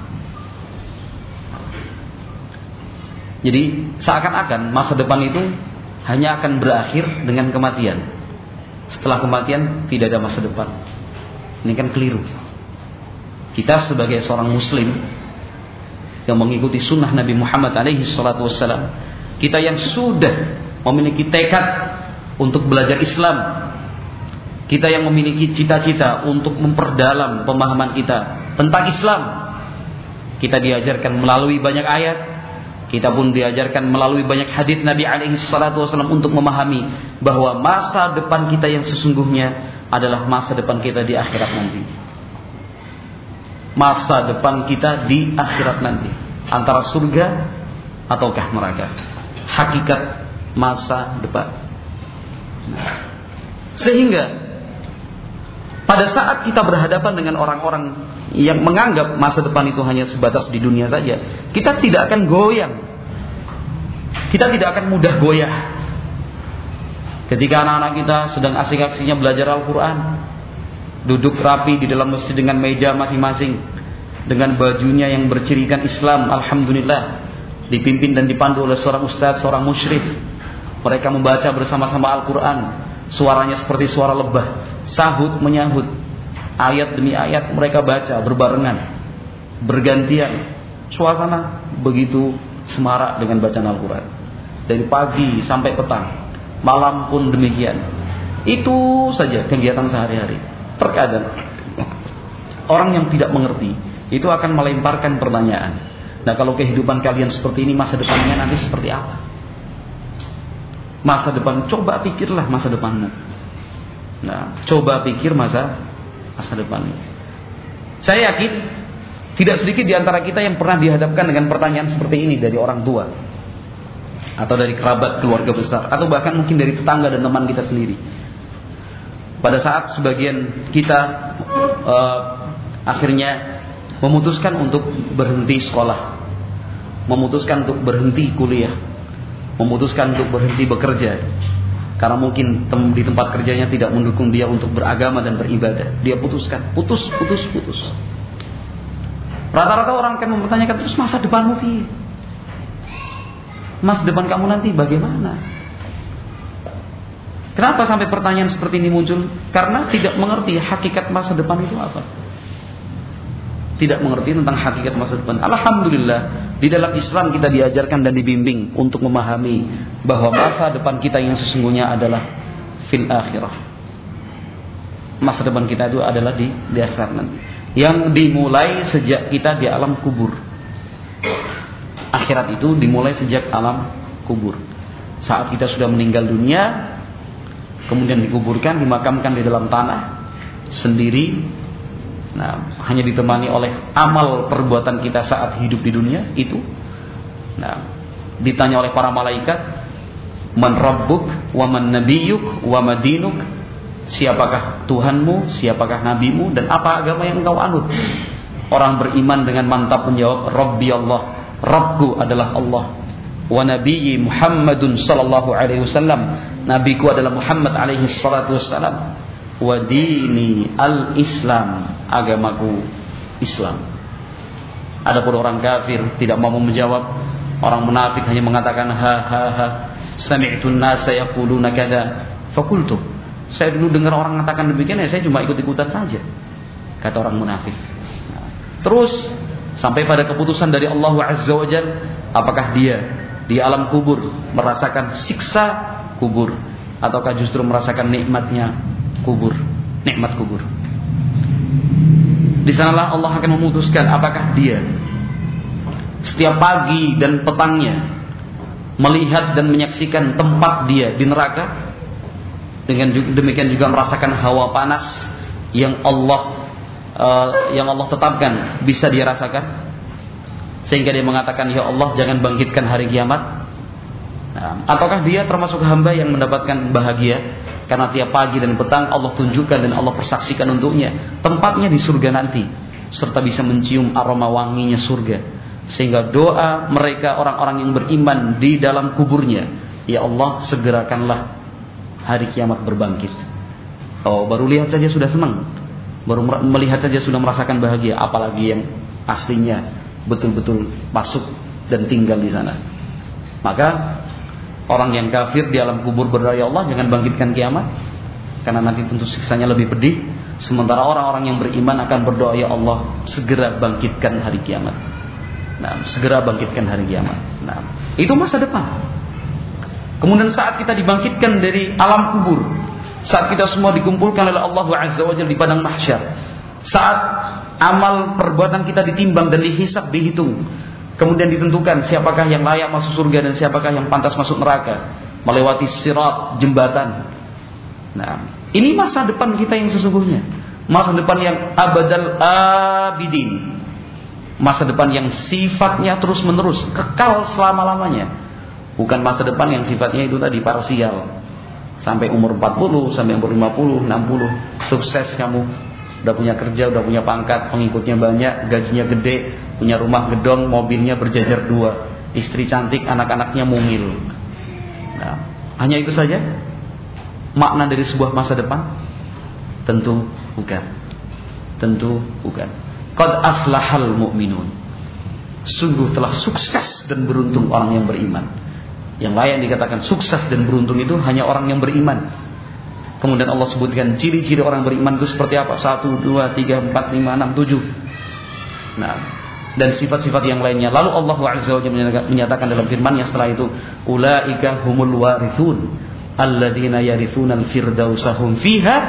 Jadi seakan-akan masa depan itu hanya akan berakhir dengan kematian. Setelah kematian tidak ada masa depan. Ini kan keliru. Kita sebagai seorang muslim yang mengikuti sunnah Nabi Muhammad SAW, kita yang sudah memiliki tekad untuk belajar Islam, kita yang memiliki cita-cita untuk memperdalam pemahaman kita tentang Islam, kita diajarkan melalui banyak ayat, kita pun diajarkan melalui banyak hadis Nabi SAW untuk memahami bahwa masa depan kita yang sesungguhnya adalah masa depan kita di akhirat nanti. Masa depan kita di akhirat nanti, antara surga ataukah neraka. Hakikat masa depan. Sehingga pada saat kita berhadapan dengan orang-orang yang menganggap masa depan itu hanya sebatas di dunia saja, kita tidak akan goyang. Kita tidak akan mudah goyah. Ketika anak-anak kita sedang asik-asiknya belajar Al-Quran, duduk rapi di dalam masjid dengan meja masing-masing, dengan bajunya yang bercirikan Islam, alhamdulillah, dipimpin dan dipandu oleh seorang ustaz, seorang musyrif. Mereka membaca bersama-sama Al-Quran, suaranya seperti suara lebah, sahut menyahut, ayat demi ayat mereka baca berbarengan, bergantian. Suasana begitu semarak dengan bacaan Al-Quran, dari pagi sampai petang, malam pun demikian. Itu saja kegiatan sehari-hari. Terkadang orang yang tidak mengerti itu akan melemparkan pertanyaan, nah kalau kehidupan kalian seperti ini, masa depannya nanti seperti apa? Masa depan, coba pikirlah masa depanmu. Nah, coba pikir masa depanmu. Saya yakin tidak sedikit di antara kita yang pernah dihadapkan dengan pertanyaan seperti ini dari orang tua, atau dari kerabat keluarga besar, atau bahkan mungkin dari tetangga dan teman kita sendiri. Pada saat sebagian kita akhirnya memutuskan untuk berhenti sekolah, memutuskan untuk berhenti kuliah, memutuskan untuk berhenti bekerja, Karena mungkin di tempat kerjanya tidak mendukung dia untuk beragama dan beribadah. Dia putuskan, putus. Rata-rata orang akan mempertanyakan, terus masa depanmu piye? Masa depan kamu nanti bagaimana? Kenapa sampai pertanyaan seperti ini muncul? Karena tidak mengerti hakikat masa depan itu apa. Tidak mengerti tentang hakikat masa depan. Alhamdulillah, di dalam Islam kita diajarkan dan dibimbing untuk memahami bahwa masa depan kita yang sesungguhnya adalah fil akhirah. Masa depan kita itu adalah di akhirat nanti, yang dimulai sejak kita di alam kubur. Akhirat itu dimulai sejak alam kubur. Saat kita sudah meninggal dunia, kemudian dikuburkan, dimakamkan di dalam tanah sendiri. Nah, hanya ditemani oleh amal perbuatan kita saat hidup di dunia itu. Nah, ditanya oleh para malaikat, man rabbuk wa man nabiyyuk wa madinuk, siapakah Tuhanmu, siapakah nabimu, dan apa agama yang engkau anut? Orang beriman dengan mantap menjawab, Rabbi Allah, Rabbku adalah Allah, wa nabiyyi Muhammadun sallallahu alaihi wasallam, nabiku adalah Muhammad alaihi salatu wassalam, wa dini al-Islam, agamaku Islam. Adapun orang kafir tidak mau menjawab, orang munafik hanya mengatakan sami'tu an-nasa yaquluna kadza faqultu, saya dulu dengar orang mengatakan demikian, ya saya cuma ikut-ikutan saja, kata orang munafik. Terus sampai pada keputusan dari Allah Azza wa Jalla, apakah dia di alam kubur merasakan siksa kubur ataukah justru merasakan nikmatnya kubur, nikmat kubur. Di sanalah Allah akan memutuskan apakah dia setiap pagi dan petangnya melihat dan menyaksikan tempat dia di neraka, dengan demikian juga merasakan hawa panas yang Allah tetapkan bisa dia rasakan, sehingga dia mengatakan, ya Allah jangan bangkitkan hari kiamat. Ataukah dia termasuk hamba yang mendapatkan bahagia karena tiap pagi dan petang Allah tunjukkan dan Allah persaksikan untuknya tempatnya di surga nanti, serta bisa mencium aroma wanginya surga, sehingga doa mereka orang-orang yang beriman di dalam kuburnya, ya Allah segerakanlah hari kiamat berbangkit. Oh, baru lihat saja sudah senang, baru melihat saja sudah merasakan bahagia, apalagi yang aslinya betul-betul masuk dan tinggal di sana. Maka orang yang kafir di alam kubur berdoa, ya Allah jangan bangkitkan kiamat, karena nanti tentu siksanya lebih pedih. Sementara orang-orang yang beriman akan berdoa, ya Allah segera bangkitkan hari kiamat. Nah, segera bangkitkan hari kiamat. Nah, itu masa depan. Kemudian saat kita dibangkitkan dari alam kubur, saat kita semua dikumpulkan oleh Allah Azza wa Jalla di padang mahsyar, saat amal perbuatan kita ditimbang dan dihisab, dihitung, kemudian ditentukan siapakah yang layak masuk surga dan siapakah yang pantas masuk neraka, melewati sirat, jembatan. Nah, ini masa depan kita yang sesungguhnya, masa depan yang abadal abidin, masa depan yang sifatnya terus menerus, kekal selama-lamanya. Bukan masa depan yang sifatnya itu tadi parsial, sampai umur 40, sampai umur 50, 60, sukses kamu, udah punya kerja, udah punya pangkat, pengikutnya banyak, gajinya gede, punya rumah gedong, mobilnya berjajar 2, istri cantik, anak-anaknya mungil. Nah, hanya itu saja makna dari sebuah masa depan? Tentu bukan. Tentu bukan. Qad aflahal mu'minun, sungguh telah sukses dan beruntung orang yang beriman. Yang layak dikatakan sukses dan beruntung itu hanya orang yang beriman. Kemudian Allah sebutkan ciri-ciri orang beriman itu seperti apa? 1, 2, 3, 4, 5, 6, 7. Nah, dan sifat-sifat yang lainnya. Lalu Allah Azza wa Jalla menyatakan dalam firman-Nya setelah itu, ulaika humul warithun alladzina yarithuna al-firdausa hum fiha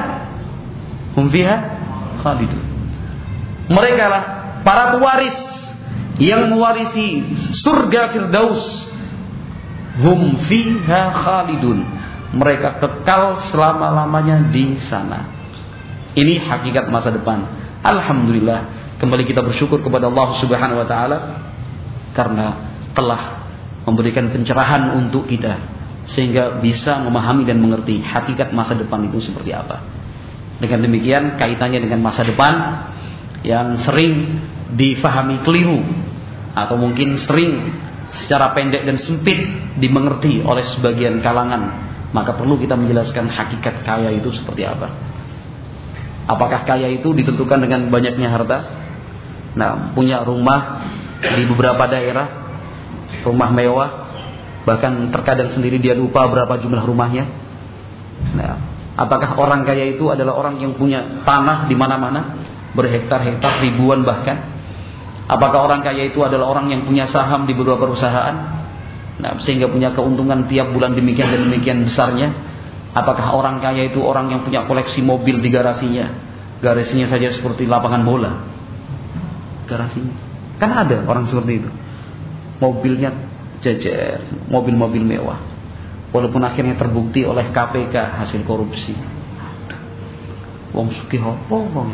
khalidun. Mereka lah para pewaris yang mewarisi surga Firdaus. Hum fiha khalidun, mereka kekal selama-lamanya di sana. Ini hakikat masa depan. Alhamdulillah, kembali kita bersyukur kepada Allah Subhanahu wa taala karena telah memberikan pencerahan untuk kita sehingga bisa memahami dan mengerti hakikat masa depan itu seperti apa. Dengan demikian kaitannya dengan masa depan yang sering difahami keliru atau mungkin sering secara pendek dan sempit dimengerti oleh sebagian kalangan Maka perlu kita menjelaskan hakikat kaya itu seperti apa. Apakah kaya itu ditentukan dengan banyaknya harta? Nah, punya rumah di beberapa daerah, rumah mewah, bahkan terkadang sendiri dia lupa berapa jumlah rumahnya. Nah, apakah orang kaya itu adalah orang yang punya tanah di mana-mana, berhektar-hektar, ribuan bahkan? Apakah orang kaya itu adalah orang yang punya saham di beberapa perusahaan? Nah, sehingga punya keuntungan tiap bulan demikian dan demikian besarnya. Apakah orang kaya itu orang yang punya koleksi mobil di garasinya? Garasinya saja seperti lapangan bola. Garasinya. Kan ada orang seperti itu. Mobilnya jejer, mobil-mobil mewah. Walaupun akhirnya terbukti oleh KPK hasil korupsi. Wong sugih apa wong?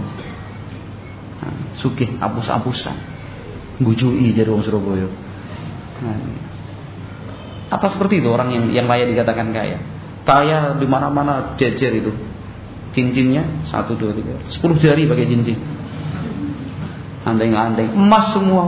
Sugih apus-apusan. Bujui jadi wong Surabaya. Apa seperti itu orang yang layak dikatakan kaya? Kaya di mana-mana jejer itu. Cincinnya 1 2 3 10 jari pakai cincin. Andeng-andeng emas semua.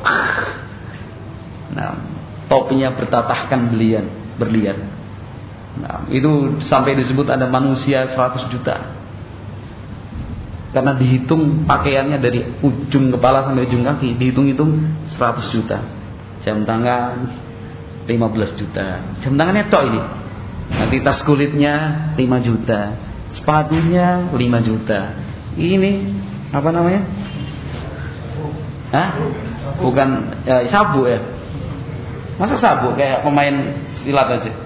Nah, topinya bertatahkan berlian. Nah, itu sampai disebut ada manusia 100 juta. Karena dihitung pakaiannya dari ujung kepala sampai ujung kaki, dihitung-hitung 100 juta. Jam tangan 15 juta. Jam tangannya tok ini. Nanti tas kulitnya 5 juta. Sepatunya 5 juta. Ini apa namanya? Hah? Bukan sabu ya? Masa sabu kayak pemain silat aja?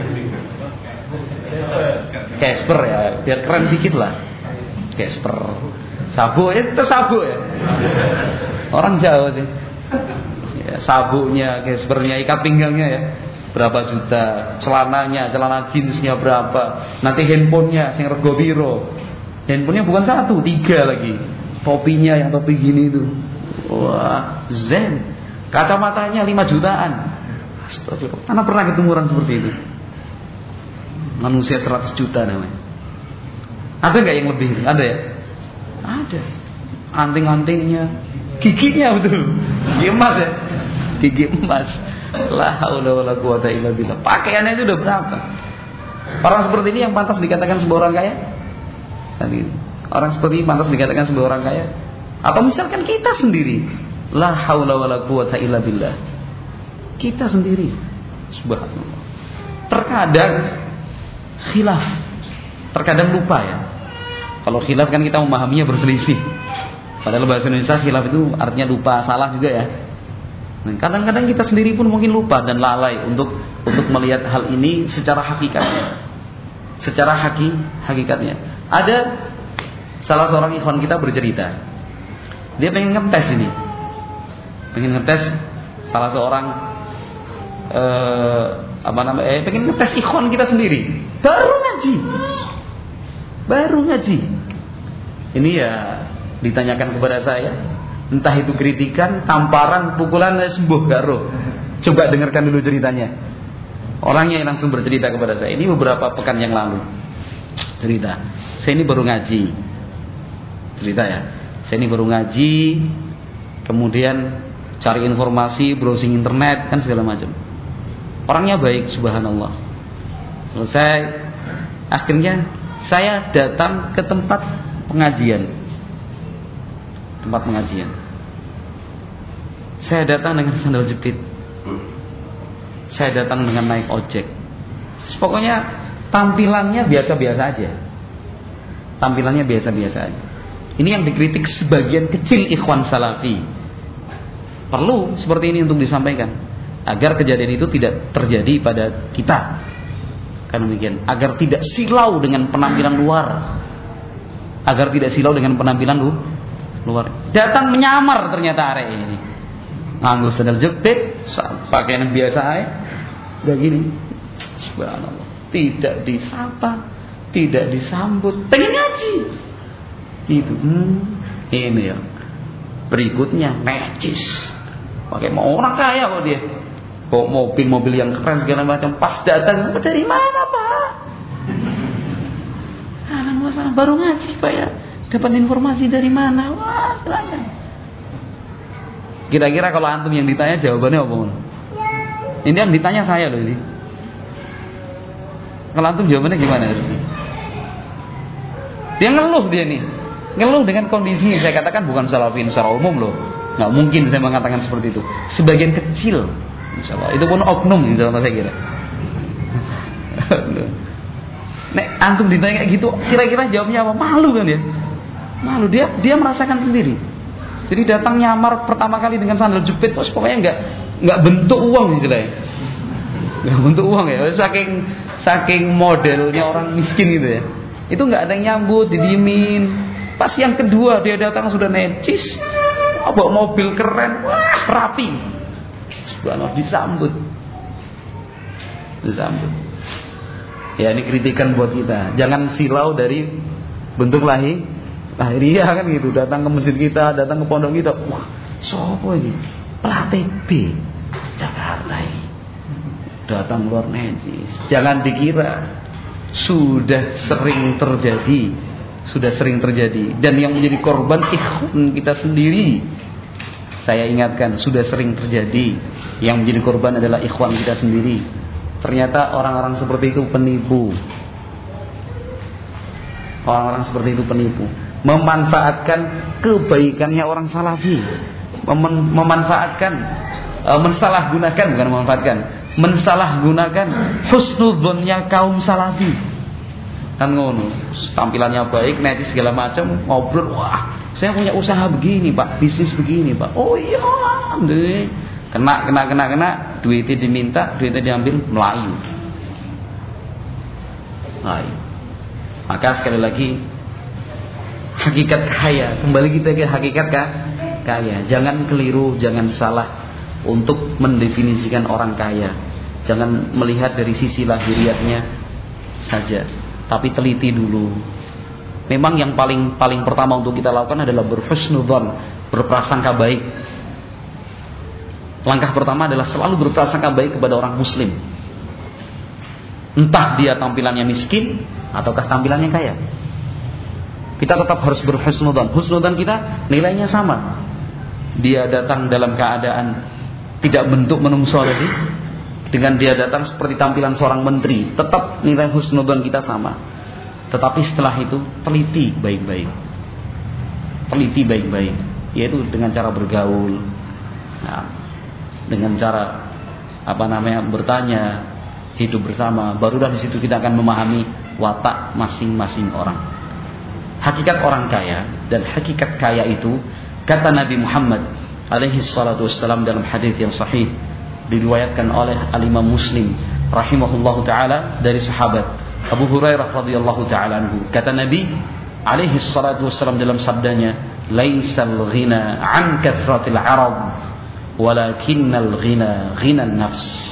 Casper ya, biar keren dikit lah. Casper. Sabu itu sabu ya. Orang Jawa sih. Ya, sabunya, Caspernya, ikat pinggangnya ya. Berapa juta? Celananya, celana jeansnya berapa? Nanti handphonenya sing rego piro? Handphonenya bukan 1, 3 lagi. Topinya yang topi gini itu. Wah, zen. Kacamatanya 5 jutaan. Astagfirullah. Karena pernah ketemu orang seperti itu. Manusia 100 juta namanya. Ada nggak yang lebih? Ada ya? Ada. Anting-antingnya, giginya betul. Gigi emas ya? Gigi emas. La haula wala quwata illa billah. Pakaiannya itu udah berapa? Orang seperti ini yang pantas dikatakan sebuah orang kaya? Tadi orang seperti ini pantas dikatakan sebuah orang kaya? Atau misalkan kita sendiri? La haula wala quwata illa billah. Kita sendiri. Subhanallah. Terkadang khilaf. Terkadang lupa ya. Kalau khilaf kan kita memahaminya berselisih. Padahal bahasa Indonesia khilaf itu artinya lupa, salah juga ya. Nah, kadang-kadang kita sendiri pun mungkin lupa dan lalai untuk melihat hal ini secara hakikatnya. Secara hakikatnya. Ada salah seorang ikhwan kita bercerita. Dia pengen ngetes ini. Pengen ngetes salah seorang pengen ngetes ikhwan kita sendiri. Baru ngaji. Ini ya ditanyakan kepada saya. Entah itu kritikan, tamparan, pukulan, sembuh gak roh. Coba dengarkan dulu ceritanya. Orangnya yang langsung bercerita kepada saya. Ini beberapa pekan yang lalu. Cerita. Saya ini baru ngaji. Cerita ya. Saya ini baru ngaji. Kemudian cari informasi, browsing internet, kan segala macam. Orangnya baik, subhanallah. Selesai. Akhirnya saya datang ke tempat pengajian. Saya datang dengan sandal jepit. Saya datang dengan naik ojek. Pokoknya tampilannya biasa-biasa aja. Ini yang dikritik sebagian kecil ikhwan salafi. Perlu seperti ini untuk disampaikan agar kejadian itu tidak terjadi pada kita. Kan demikian. Agar tidak silau dengan penampilan luar. Datang menyamar ternyata arek ini. Nganggo sandal jepit, pakaian biasa aja. Udah gini. Subhanallah. Tidak disapa, tidak disambut. Pengen ngaji. Gitu. Ini ya. Berikutnya necis. Pakai mau orang kaya kok dia. Bawa mobil-mobil yang keren segala macam. Pas datang, dari mana Pak? Masalah baru ngaji Pak ya. Dapat informasi dari mana? Wah, silakan. Kira-kira kalau antum yang ditanya jawabannya apa? Ini yang ditanya saya loh ini. Kalau antum jawabannya gimana? Dia ngeluh dia nih. Ngeluh dengan kondisi saya katakan bukan salafin secara umum loh. Nggak mungkin saya mengatakan seperti itu. Sebagian kecil, insyaallah. Itu pun oknum, insyaallah saya kira. Nek antum ditanya kayak gitu, kira-kira jawabnya apa? Malu kan ya? Malu, dia merasakan sendiri. Jadi datang nyamar pertama kali dengan sandal jepit, pokoknya nggak bentuk uang istilahnya. Nggak bentuk uang ya, saking modelnya orang miskin gitu ya. Itu nggak ada yang nyambut, didiemin. Pas yang kedua dia datang sudah necis, bawa mobil keren, wah rapi. Subhanallah, disambut. Ya ini kritikan buat kita. Jangan silau dari bentuk lahiriah kan gitu. Datang ke masjid kita, datang ke pondok kita. Wah, sopo ini? Pelatih B Jakarta ini. Datang luar necis. Jangan dikira sudah sering terjadi. Dan yang menjadi korban ikhwan kita sendiri. Saya ingatkan, sudah sering terjadi. Yang menjadi korban adalah ikhwan kita sendiri. Ternyata orang-orang seperti itu penipu. Memanfaatkan kebaikannya orang salafi. Mensalahgunakan husnudzonnya kaum salafi. Kan ngono, tampilannya baik, netis segala macam, ngobrol, wah, saya punya usaha begini, Pak, bisnis begini, Pak. Oh iya, deh. Kena, duitnya diminta, duitnya diambil, melayu. Maka sekali lagi, hakikat kaya, kembali kita ke hakikat kaya. Jangan keliru, jangan salah untuk mendefinisikan orang kaya. Jangan melihat dari sisi lahiriatnya saja, tapi teliti dulu. Memang yang paling pertama untuk kita lakukan adalah berhusnudzon, berprasangka baik. Langkah pertama adalah selalu berprasangka baik kepada orang muslim. Entah dia tampilannya miskin ataukah tampilannya kaya. Kita tetap harus berhusnudzon. Husnudzon kita nilainya sama. Dia datang dalam keadaan tidak bentuk menungso tadi, dengan dia datang seperti tampilan seorang menteri, tetap nilai husnudzon kita sama. Tetapi setelah itu teliti baik-baik, yaitu dengan cara bergaul, dengan cara bertanya, hidup bersama. Barulah di situ kita akan memahami watak masing-masing orang. Hakikat orang kaya dan hakikat kaya itu, kata Nabi Muhammad alaihi salatu wassalam dalam hadis yang sahih, diriwayatkan oleh al-Imam Muslim rahimahullahu taala dari sahabat Abu Hurairah radhiyallahu taala anhu. Kata Nabi alaihi salatu wassalam dalam sabdanya, laisal ghina an kathratil arab walakinnal ghina ghinan nafs.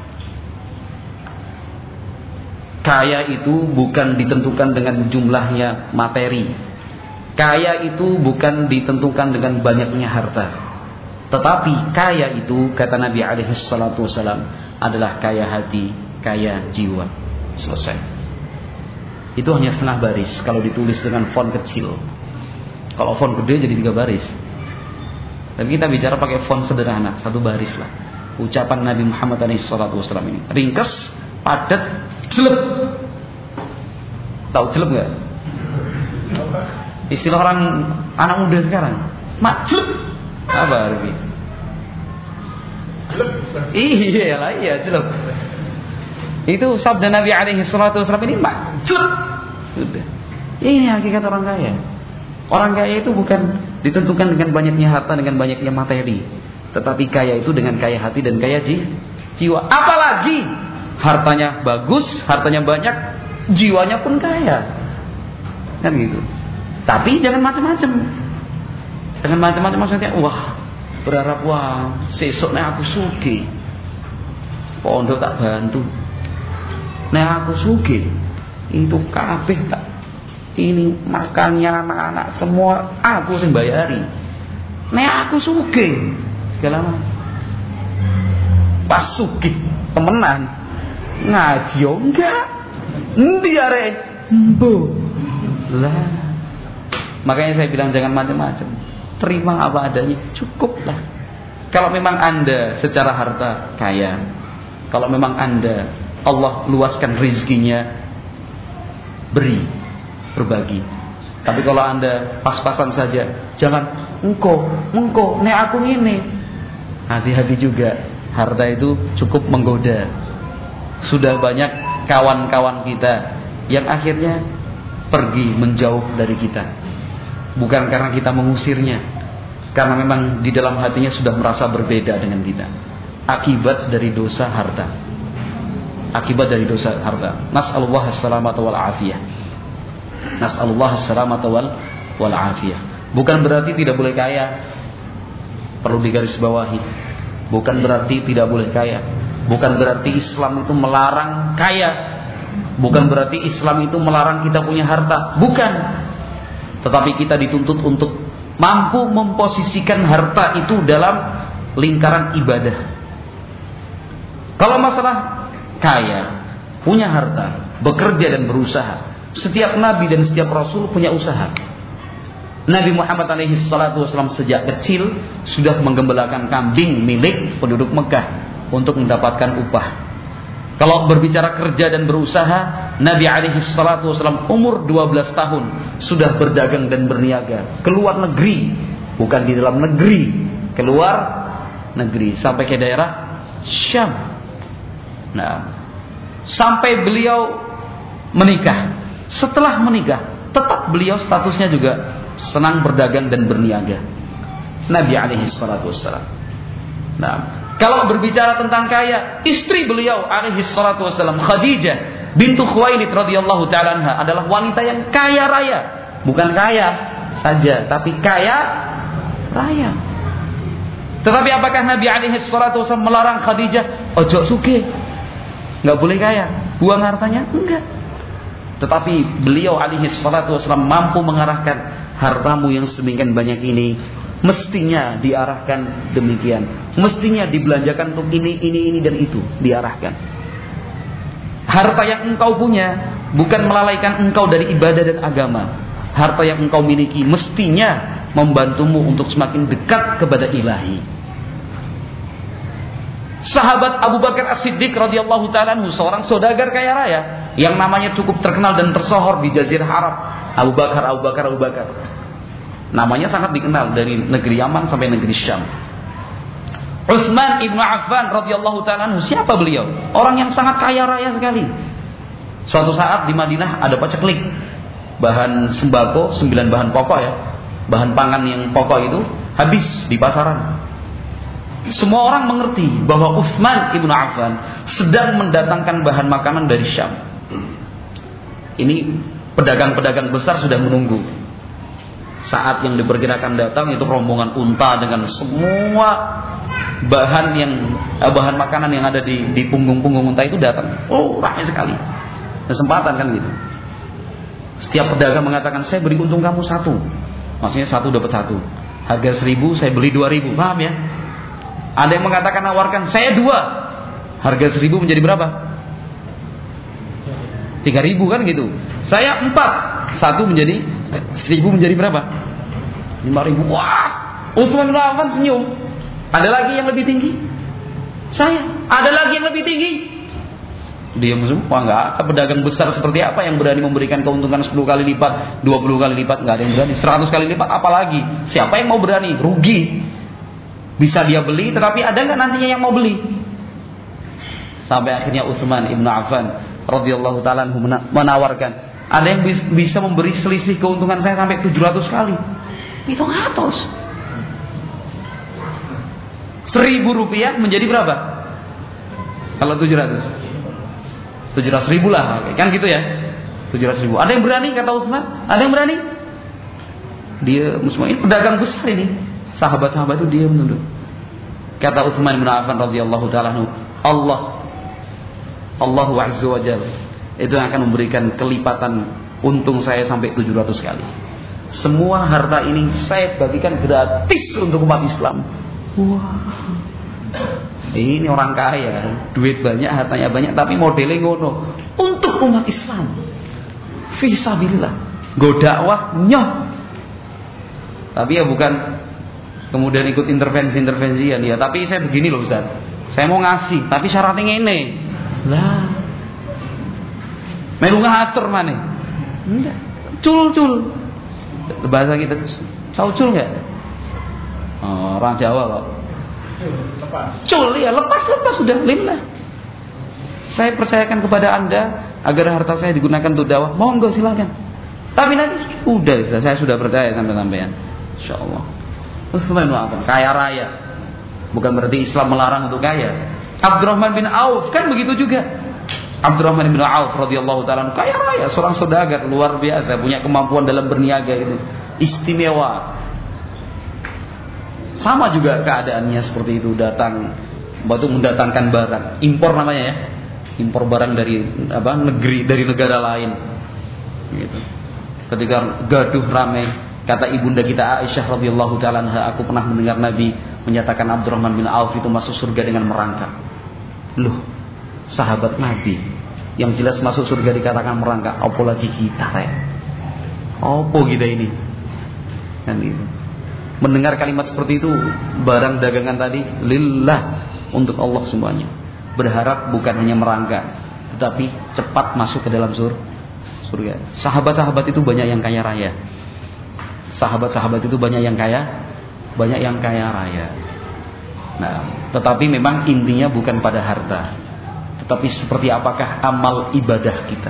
Kaya itu bukan ditentukan dengan jumlahnya materi. Kaya itu bukan ditentukan dengan banyaknya harta. Tetapi kaya itu, kata Nabi alaihi salatu wasallam, adalah kaya hati, kaya jiwa. Selesai. Itu hanya setengah baris kalau ditulis dengan font kecil. Kalau font gede jadi 3 baris. Tapi kita bicara pakai font sederhana, 1 baris lah. Ucapan Nabi Muhammad SAW ini ringkas, padat, jelek. Tahu jelek nggak? Istilah orang anak muda sekarang, mak jelek. Apa arti? Jelek. Iya, jelek. Itu sabda Nabi SAW ini, mak jelek. Sudah. Ini hakikat orang kaya. Orang kaya itu bukan ditentukan dengan banyaknya harta, dengan banyaknya materi, tetapi kaya itu dengan kaya hati dan kaya jiwa. Apalagi hartanya bagus, hartanya banyak, jiwanya pun kaya. Kan gitu. Tapi jangan macam-macam. Jangan macam-macam maksudnya, wah, berharap wah, sesuknya aku sugih. Pondok tak bantu. Nah aku sugih. Itu kabeh tak. Ini makannya anak-anak semua aku sing bayari. Nek aku sugih segala macam. Pas sugih temenan ngaji yo enggak. Endi arek? Mbo. Lah. Makanya saya bilang jangan macam-macam. Terima apa adanya, cukuplah. Kalau memang Anda secara harta kaya, kalau memang Anda Allah luaskan rizkinya, beri, berbagi. Tapi kalau Anda pas-pasan saja, jangan engkau, nek aku ini. Hati-hati juga, harta itu cukup menggoda. Sudah banyak kawan-kawan kita yang akhirnya pergi menjauh dari kita. Bukan karena kita mengusirnya, karena memang di dalam hatinya sudah merasa berbeda dengan kita. Akibat dari dosa harta. Akibat dari dosa harta. Nas'alullah as-salamata wal afiyah. Nas'alullah as-salamata wal afiyah. Bukan berarti tidak boleh kaya. Perlu digarisbawahi. Bukan berarti tidak boleh kaya. Bukan berarti Islam itu melarang kaya. Bukan berarti Islam itu melarang kita punya harta. Bukan. Tetapi kita dituntut untuk mampu memposisikan harta itu dalam lingkaran ibadah. Kalau masalah kaya, punya harta, bekerja dan berusaha, setiap nabi dan setiap rasul punya usaha. Nabi Muhammad SAW sejak kecil sudah menggembalakan kambing milik penduduk Mekah untuk mendapatkan upah. Kalau berbicara kerja dan berusaha, Nabi SAW umur 12 tahun sudah berdagang dan berniaga keluar negeri, bukan di dalam negeri, keluar negeri sampai ke daerah Syam. Nah, sampai beliau menikah. Setelah menikah, tetap beliau statusnya juga senang berdagang dan berniaga. Nabi SAW. Nah, kalau berbicara tentang kaya, istri beliau SAW, Khadijah bintu Khuwailid radhiyallahu taala anha adalah wanita yang kaya raya. Bukan kaya saja, tapi kaya raya. Tetapi apakah Nabi SAW melarang Khadijah ojo sugih? Enggak boleh kaya, buang hartanya? Enggak. Tetapi beliau SAW mampu mengarahkan hartamu yang sedemikian banyak ini mestinya diarahkan demikian, mestinya dibelanjakan untuk ini dan itu, diarahkan. Harta yang engkau punya bukan melalaikan engkau dari ibadah dan agama. Harta yang engkau miliki mestinya membantumu untuk semakin dekat kepada Ilahi. Sahabat Abu Bakar As-Siddiq radhiyallahu ta'ala anhu, seorang saudagar kaya raya yang namanya cukup terkenal dan tersohor di Jazirah Arab. Abu Bakar. Namanya sangat dikenal dari negeri Yaman sampai negeri Syam. Utsman ibnu Affan radhiyallahu ta'ala anhu, siapa beliau? Orang yang sangat kaya raya sekali. Suatu saat di Madinah ada paceklik, bahan sembako, 9 bahan pokok ya, bahan pangan yang pokok itu habis di pasaran. Semua orang mengerti bahwa Utsman ibnu Affan sedang mendatangkan bahan makanan dari Syam. Ini pedagang-pedagang besar sudah menunggu. Saat yang diperkirakan datang itu rombongan unta dengan semua bahan makanan yang ada di punggung-punggung unta itu datang. Oh, ramai sekali. Kesempatan kan gitu. Setiap pedagang mengatakan, saya beri untung kamu 1. Maksudnya 1 dapat 1. Harga 1.000 saya beli 2.000. Paham ya? Ada yang mengatakan nawarkan, saya 2. Harga 1.000 menjadi berapa? 3.000 kan gitu. Saya 4. 1 menjadi 1.000 menjadi berapa? 5.000. Wah, Utsman bin Affan senyum. Ada lagi yang lebih tinggi? Saya. Ada lagi yang lebih tinggi? Dia semua. Enggak ada pedagang besar seperti apa yang berani memberikan keuntungan 10 kali lipat, 20 kali lipat? Enggak ada yang berani. 100 kali lipat apalagi? Siapa yang mau berani? Rugi. Bisa dia beli, tetapi ada nggak nantinya yang mau beli? Sampai akhirnya Utsman ibnu Affan radhiyallahu ta'ala menawarkan, ada yang bisa memberi selisih keuntungan saya sampai 700 kali. Itu ngatos. 1.000 rupiah menjadi berapa? Kalau 700? 700.000 lah, kan gitu ya? 700.000. Ada yang berani kata Utsman? Ada yang berani? Dia semua ini pedagang besar ini. Sahabat-sahabat itu dia menunduk. Kata Utsman bin Affan radhiyallahu ta'ala anhu, Allahu azza wa jalla itu akan memberikan kelipatan untung saya sampai 700 kali. Semua harta ini saya bagikan gratis untuk umat Islam. Wah. Ini orang kaya, duit banyak, hartanya banyak, tapi modelnya ngono. Untuk umat Islam. Fisabilillah. Go dakwah nyoh. Tapi ya bukan kemudian ikut intervensi-intervensian ya. Tapi saya begini loh Ustaz, saya mau ngasih, tapi syaratnya ini. Lah, Melu ngatur maneh. Enggak. Cul. Bahasa kita tahu cul enggak? Oh, orang Jawa kok. Cul ya, lepas sudah lillah. Saya percayakan kepada Anda agar harta saya digunakan untuk dakwah. Monggo silakan. Tapi nanti saya sudah percaya sampai-sampean. Insyaallah. Utsman bin Affan kaya raya. Bukan berarti Islam melarang untuk kaya. Abdurrahman bin Auf kan begitu juga. Abdurrahman bin Auf radhiyallahu taala kaya raya, seorang saudagar luar biasa, punya kemampuan dalam berniaga itu istimewa. Sama juga keadaannya seperti itu, datang untuk mendatangkan barang, impor namanya ya. Impor barang dari dari negara lain. Gitu. Ketika gaduh ramai, kata ibunda kita Aisyah radhiyallahu taala anha, aku pernah mendengar Nabi menyatakan Abdurrahman bin Auf itu masuk surga dengan merangkak. Loh, sahabat Nabi yang jelas masuk surga dikatakan merangkak, apalagi kita ya. Apa kita ini? Kan itu. Mendengar kalimat seperti itu, barang dagangan tadi lillah, untuk Allah semuanya. Berharap bukan hanya merangkak, tetapi cepat masuk ke dalam surga. Sahabat-sahabat itu banyak yang kaya raya. Sahabat-sahabat itu banyak yang kaya raya. Nah, tetapi memang intinya bukan pada harta, tetapi seperti apakah amal ibadah kita.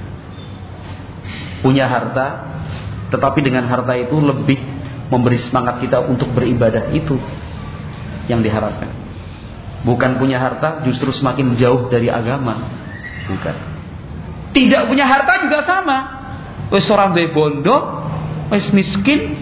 Punya harta, tetapi dengan harta itu lebih memberi semangat kita untuk beribadah, itu yang diharapkan. Bukan punya harta justru semakin jauh dari agama. Bukan. Tidak punya harta juga sama. Wis ora duwe bondo, wis miskin,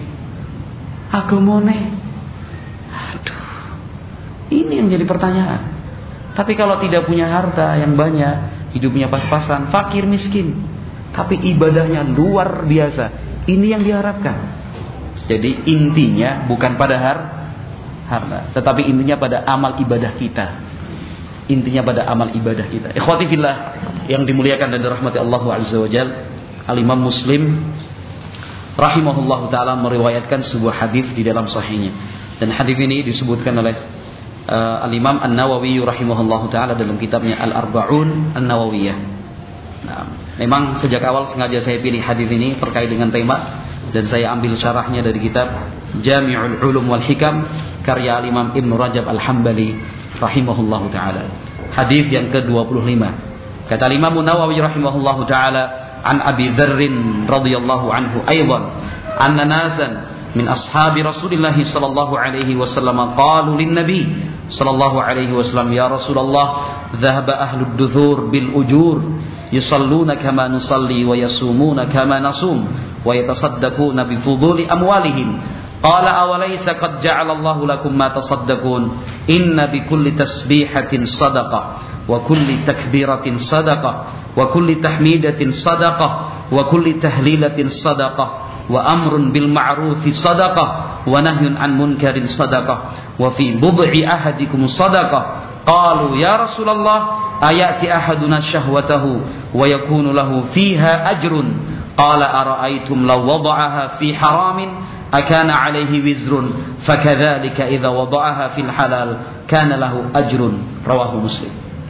agamane. Aduh. Ini yang jadi pertanyaan. Tapi kalau tidak punya harta yang banyak, hidupnya pas-pasan, fakir miskin, tapi ibadahnya luar biasa, ini yang diharapkan. Jadi intinya bukan pada harta, tetapi intinya pada amal ibadah kita. Intinya pada amal ibadah kita. Ikhwati fillah yang dimuliakan dan dirahmati Allah Azza wa Jalla, Al-Imam Muslim rahimahullahu taala meriwayatkan sebuah hadis di dalam sahihnya. Dan hadis ini disebutkan oleh Al-Imam An-Nawawi rahimahullahu taala dalam kitabnya Al-Arba'un An-Nawawiyah. Nah, memang sejak awal sengaja saya pilih hadis ini terkait dengan tema, dan saya ambil syarahnya dari kitab Jami'ul Ulum wal Hikam karya Al-Imam Ibn Rajab Al-Hambali rahimahullahu taala. Hadis yang ke-25. Kata Imam Nawawi rahimahullahu taala, an Abi Dzarr radhiyallahu anhu aidan anna nasan min ashabi Rasulillah sallallahu alaihi wasallam qalu lin nabi sallallahu alaihi wasallam, ya Rasulullah, dhahaba ahlud duthur bil ujur yusalluna kama nusalli wa yasumuna kama nasum wa yatasaddaquna bi fuduli amwalihim. Qala awalaysa qad ja'ala Allahu lakum ma tasaddaqun, inna bi kulli tasbihatin sadaqah wa kulli takbiratin sadaqah wa kulli tahmidatin sadaqah wa kulli tahlilatin sadaqah wa amrun bil ma'rufi sadaqah wa nahyun an munkarin sadaqah wa fi bud'i ahadikum sadaqah. Qalu ya Rasulullah, ayati ahaduna syahwatahu wa yakunu lahu fiha ajrun. Qala ara'aytum law wada'aha fi haramin akana alaihi wizrun fakadzalika idza wada'aha fil halal kana lahu ajrun. Rawahu Muslim.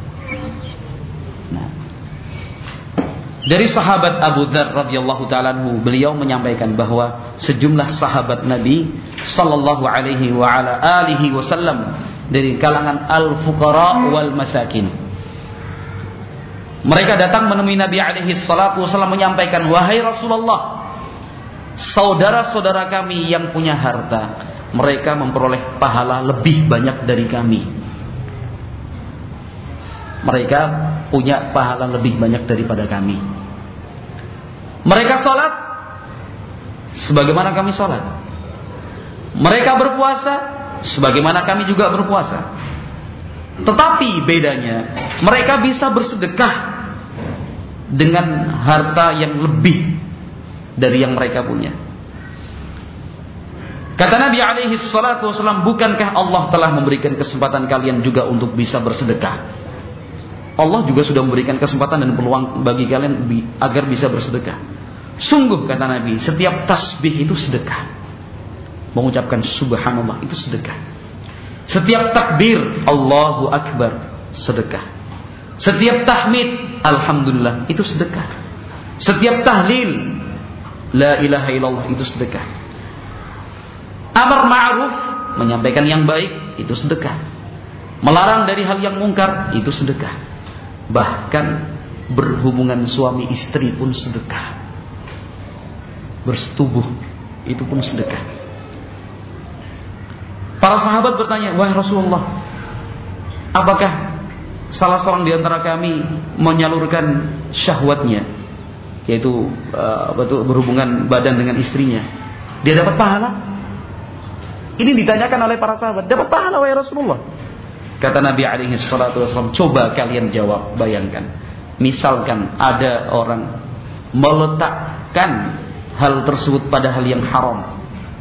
Nah, dari sahabat Abu Dzar radhiyallahu taala anhu, beliau menyampaikan bahwa sejumlah sahabat Nabi sallallahu alaihi wa ala alihi wasallam dari kalangan al-fuqara wal masakin, mereka datang menemui Nabi alaihi salatu wasallam menyampaikan, wahai Rasulullah, saudara-saudara kami yang punya harta, mereka memperoleh pahala lebih banyak dari kami. Mereka punya pahala lebih banyak daripada kami. Mereka sholat sebagaimana kami sholat. Mereka berpuasa sebagaimana kami juga berpuasa. Tetapi bedanya, mereka bisa bersedekah dengan harta yang lebih dari yang mereka punya. Kata Nabi alaihi salatu wasallam, bukankah Allah telah memberikan kesempatan kalian juga untuk bisa bersedekah? Allah juga sudah memberikan kesempatan dan peluang bagi kalian agar bisa bersedekah. Sungguh, kata Nabi, setiap tasbih itu sedekah. Mengucapkan subhanallah itu sedekah. Setiap takbir Allahu Akbar sedekah. Setiap tahmid, alhamdulillah, itu sedekah. Setiap tahlil, la ilaha illallah, itu sedekah. Amar ma'ruf, menyampaikan yang baik, itu sedekah. Melarang dari hal yang mungkar, itu sedekah. Bahkan berhubungan suami istri pun sedekah. Bersetubuh, itu pun sedekah. Para sahabat bertanya, wahai Rasulullah, apakah salah seorang di antara kami menyalurkan syahwatnya, yaitu berhubungan badan dengan istrinya, dia dapat pahala? Ini ditanyakan oleh para sahabat, dapat pahala wahai Rasulullah? Kata Nabi alaihi salatu wasallam, coba kalian jawab, bayangkan, misalkan ada orang meletakkan hal tersebut pada hal yang haram,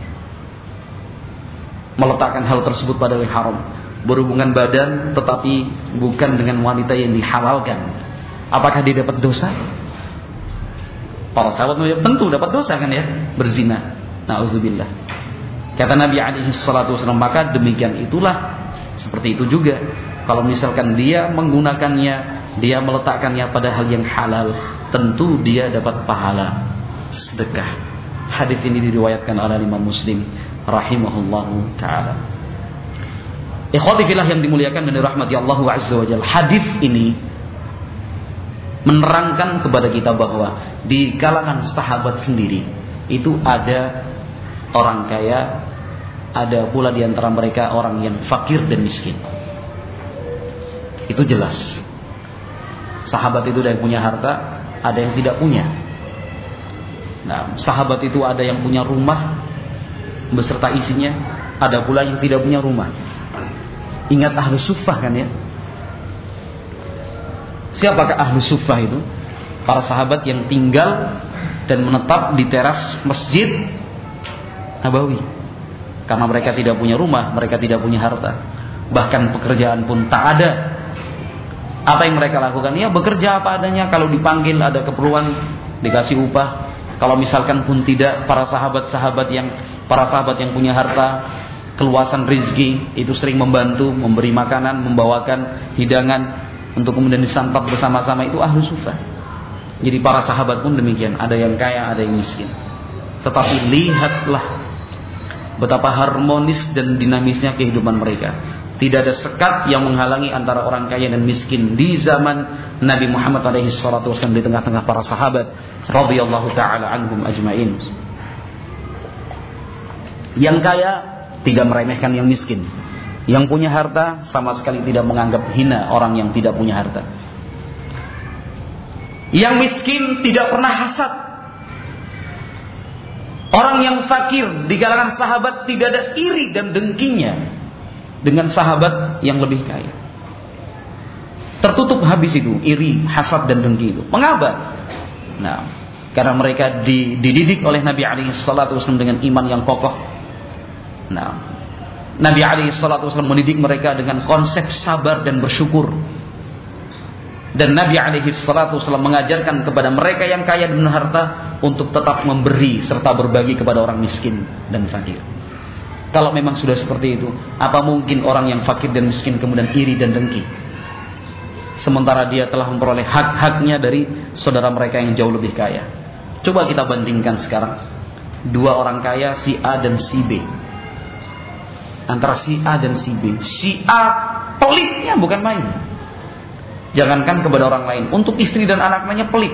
meletakkan hal tersebut pada hal yang haram, berhubungan badan tetapi bukan dengan wanita yang dihalalkan, apakah dia dapat dosa? Para sahabat menjawab, tentu dapat dosa kan ya, berzina. Na'udzubillah. Kata Nabi alaihi salatu wasallam, maka demikian itulah, seperti itu juga kalau misalkan dia menggunakannya, dia meletakkannya pada hal yang halal, tentu dia dapat pahala sedekah. Hadis ini diriwayatkan oleh Imam Muslim rahimahullahu taala. Ikhwati fillah yang dimuliakan dan dirahmati Allah azza wa jalla, hadis ini menerangkan kepada kita bahwa di kalangan sahabat sendiri itu ada orang kaya, ada pula di antara mereka orang yang fakir dan miskin. Itu jelas. Sahabat itu ada yang punya harta, ada yang tidak punya. Nah, sahabat itu ada yang punya rumah beserta isinya, ada pula yang tidak punya rumah. Ingat ahlu suffah kan ya? Siapakah ahlu suffah itu? Para sahabat yang tinggal dan menetap di teras masjid Nabawi. Karena mereka tidak punya rumah, mereka tidak punya harta, bahkan pekerjaan pun tak ada. Apa yang mereka lakukan? Ya bekerja apa adanya. Kalau dipanggil ada keperluan, dikasih upah. Kalau misalkan pun tidak, para sahabat yang punya harta, keluasan rizki, itu sering membantu, memberi makanan, membawakan hidangan untuk kemudian disantap bersama-sama. Itu ahlu suffah. Jadi para sahabat pun demikian, ada yang kaya, ada yang miskin. Tetapi lihatlah betapa harmonis dan dinamisnya kehidupan mereka. Tidak ada sekat yang menghalangi antara orang kaya dan miskin di zaman Nabi Muhammad SAW, di tengah-tengah para sahabat radhiyallahu taala anhum ajmain. Yang kaya tidak meremehkan yang miskin. Yang punya harta sama sekali tidak menganggap hina orang yang tidak punya harta. Yang miskin tidak pernah hasad. Orang yang fakir di kalangan sahabat tidak ada iri dan dengkinya dengan sahabat yang lebih kaya. Tertutup habis itu iri, hasad dan dengki itu. Mengapa? Nah, karena mereka dididik oleh Nabi alaihi salatu wasallam dengan iman yang kokoh. Nah, Nabi alaihi salatu wasallam mendidik mereka dengan konsep sabar dan bersyukur. Dan Nabi alaihi salatu wasallam mengajarkan kepada mereka yang kaya dan harta untuk tetap memberi serta berbagi kepada orang miskin dan fakir. Kalau memang sudah seperti itu, apa mungkin orang yang fakir dan miskin kemudian iri dan dengki, sementara dia telah memperoleh hak-haknya dari saudara mereka yang jauh lebih kaya. Coba kita bandingkan sekarang dua orang kaya, si A dan si B. Antara si A dan si B, si A pelitnya bukan main. Jangankan kepada orang lain, untuk istri dan anak-anaknya pelit.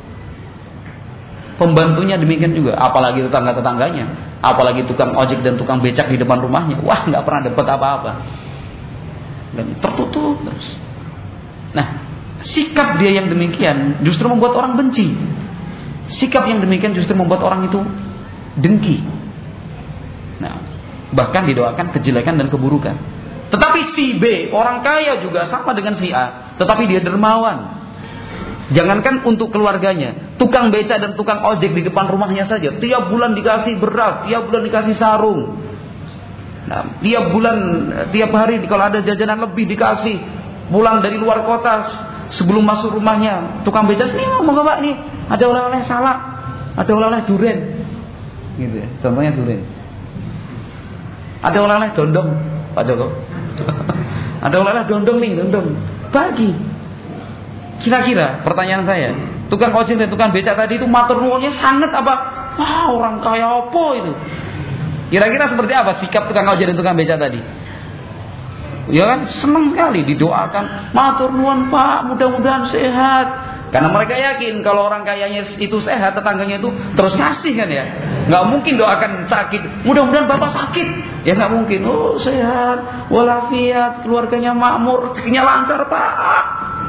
Pembantunya demikian juga, apalagi tetangga-tetangganya, apalagi tukang ojek dan tukang becak di depan rumahnya. Wah, nggak pernah dapat apa-apa. Dan tertutup terus. Nah, sikap dia yang demikian justru membuat orang benci. Sikap yang demikian justru membuat orang itu dengki. Nah, bahkan didoakan kejelekan dan keburukan. Tetapi si B, orang kaya juga sama dengan si A, tetapi dia dermawan. Jangankan untuk keluarganya, tukang beca dan tukang ojek di depan rumahnya saja tiap bulan dikasih beras, tiap bulan dikasih sarung. Nah, tiap hari kalau ada jajanan lebih dikasih. Pulang dari luar kota sebelum masuk rumahnya, tukang beca sini ngomong ke Pak nih, ada oleh-oleh salak, ada oleh-oleh durian. Gitu ya. Contohnya durian. Ada oleh-oleh dondong, Pak Joko. Ada oleh-oleh dondong nih, dondong. Bagi. Kira-kira pertanyaan saya, tukang ojek dan tukang becak tadi itu matur nuwunnya sangat apa? Wah, orang kaya apa itu? Kira-kira seperti apa sikap tukang ojek dan tukang becak tadi? Ya kan, senang sekali didoakan, matur nuwun Pak, mudah-mudahan sehat. Karena mereka yakin kalau orang kayanya itu sehat, tetangganya itu terus ngasih kan ya. Nggak mungkin doakan sakit, mudah-mudahan Bapak sakit. Ya nggak mungkin. Oh sehat, walafiat, keluarganya makmur, rezekinya lancar Pak.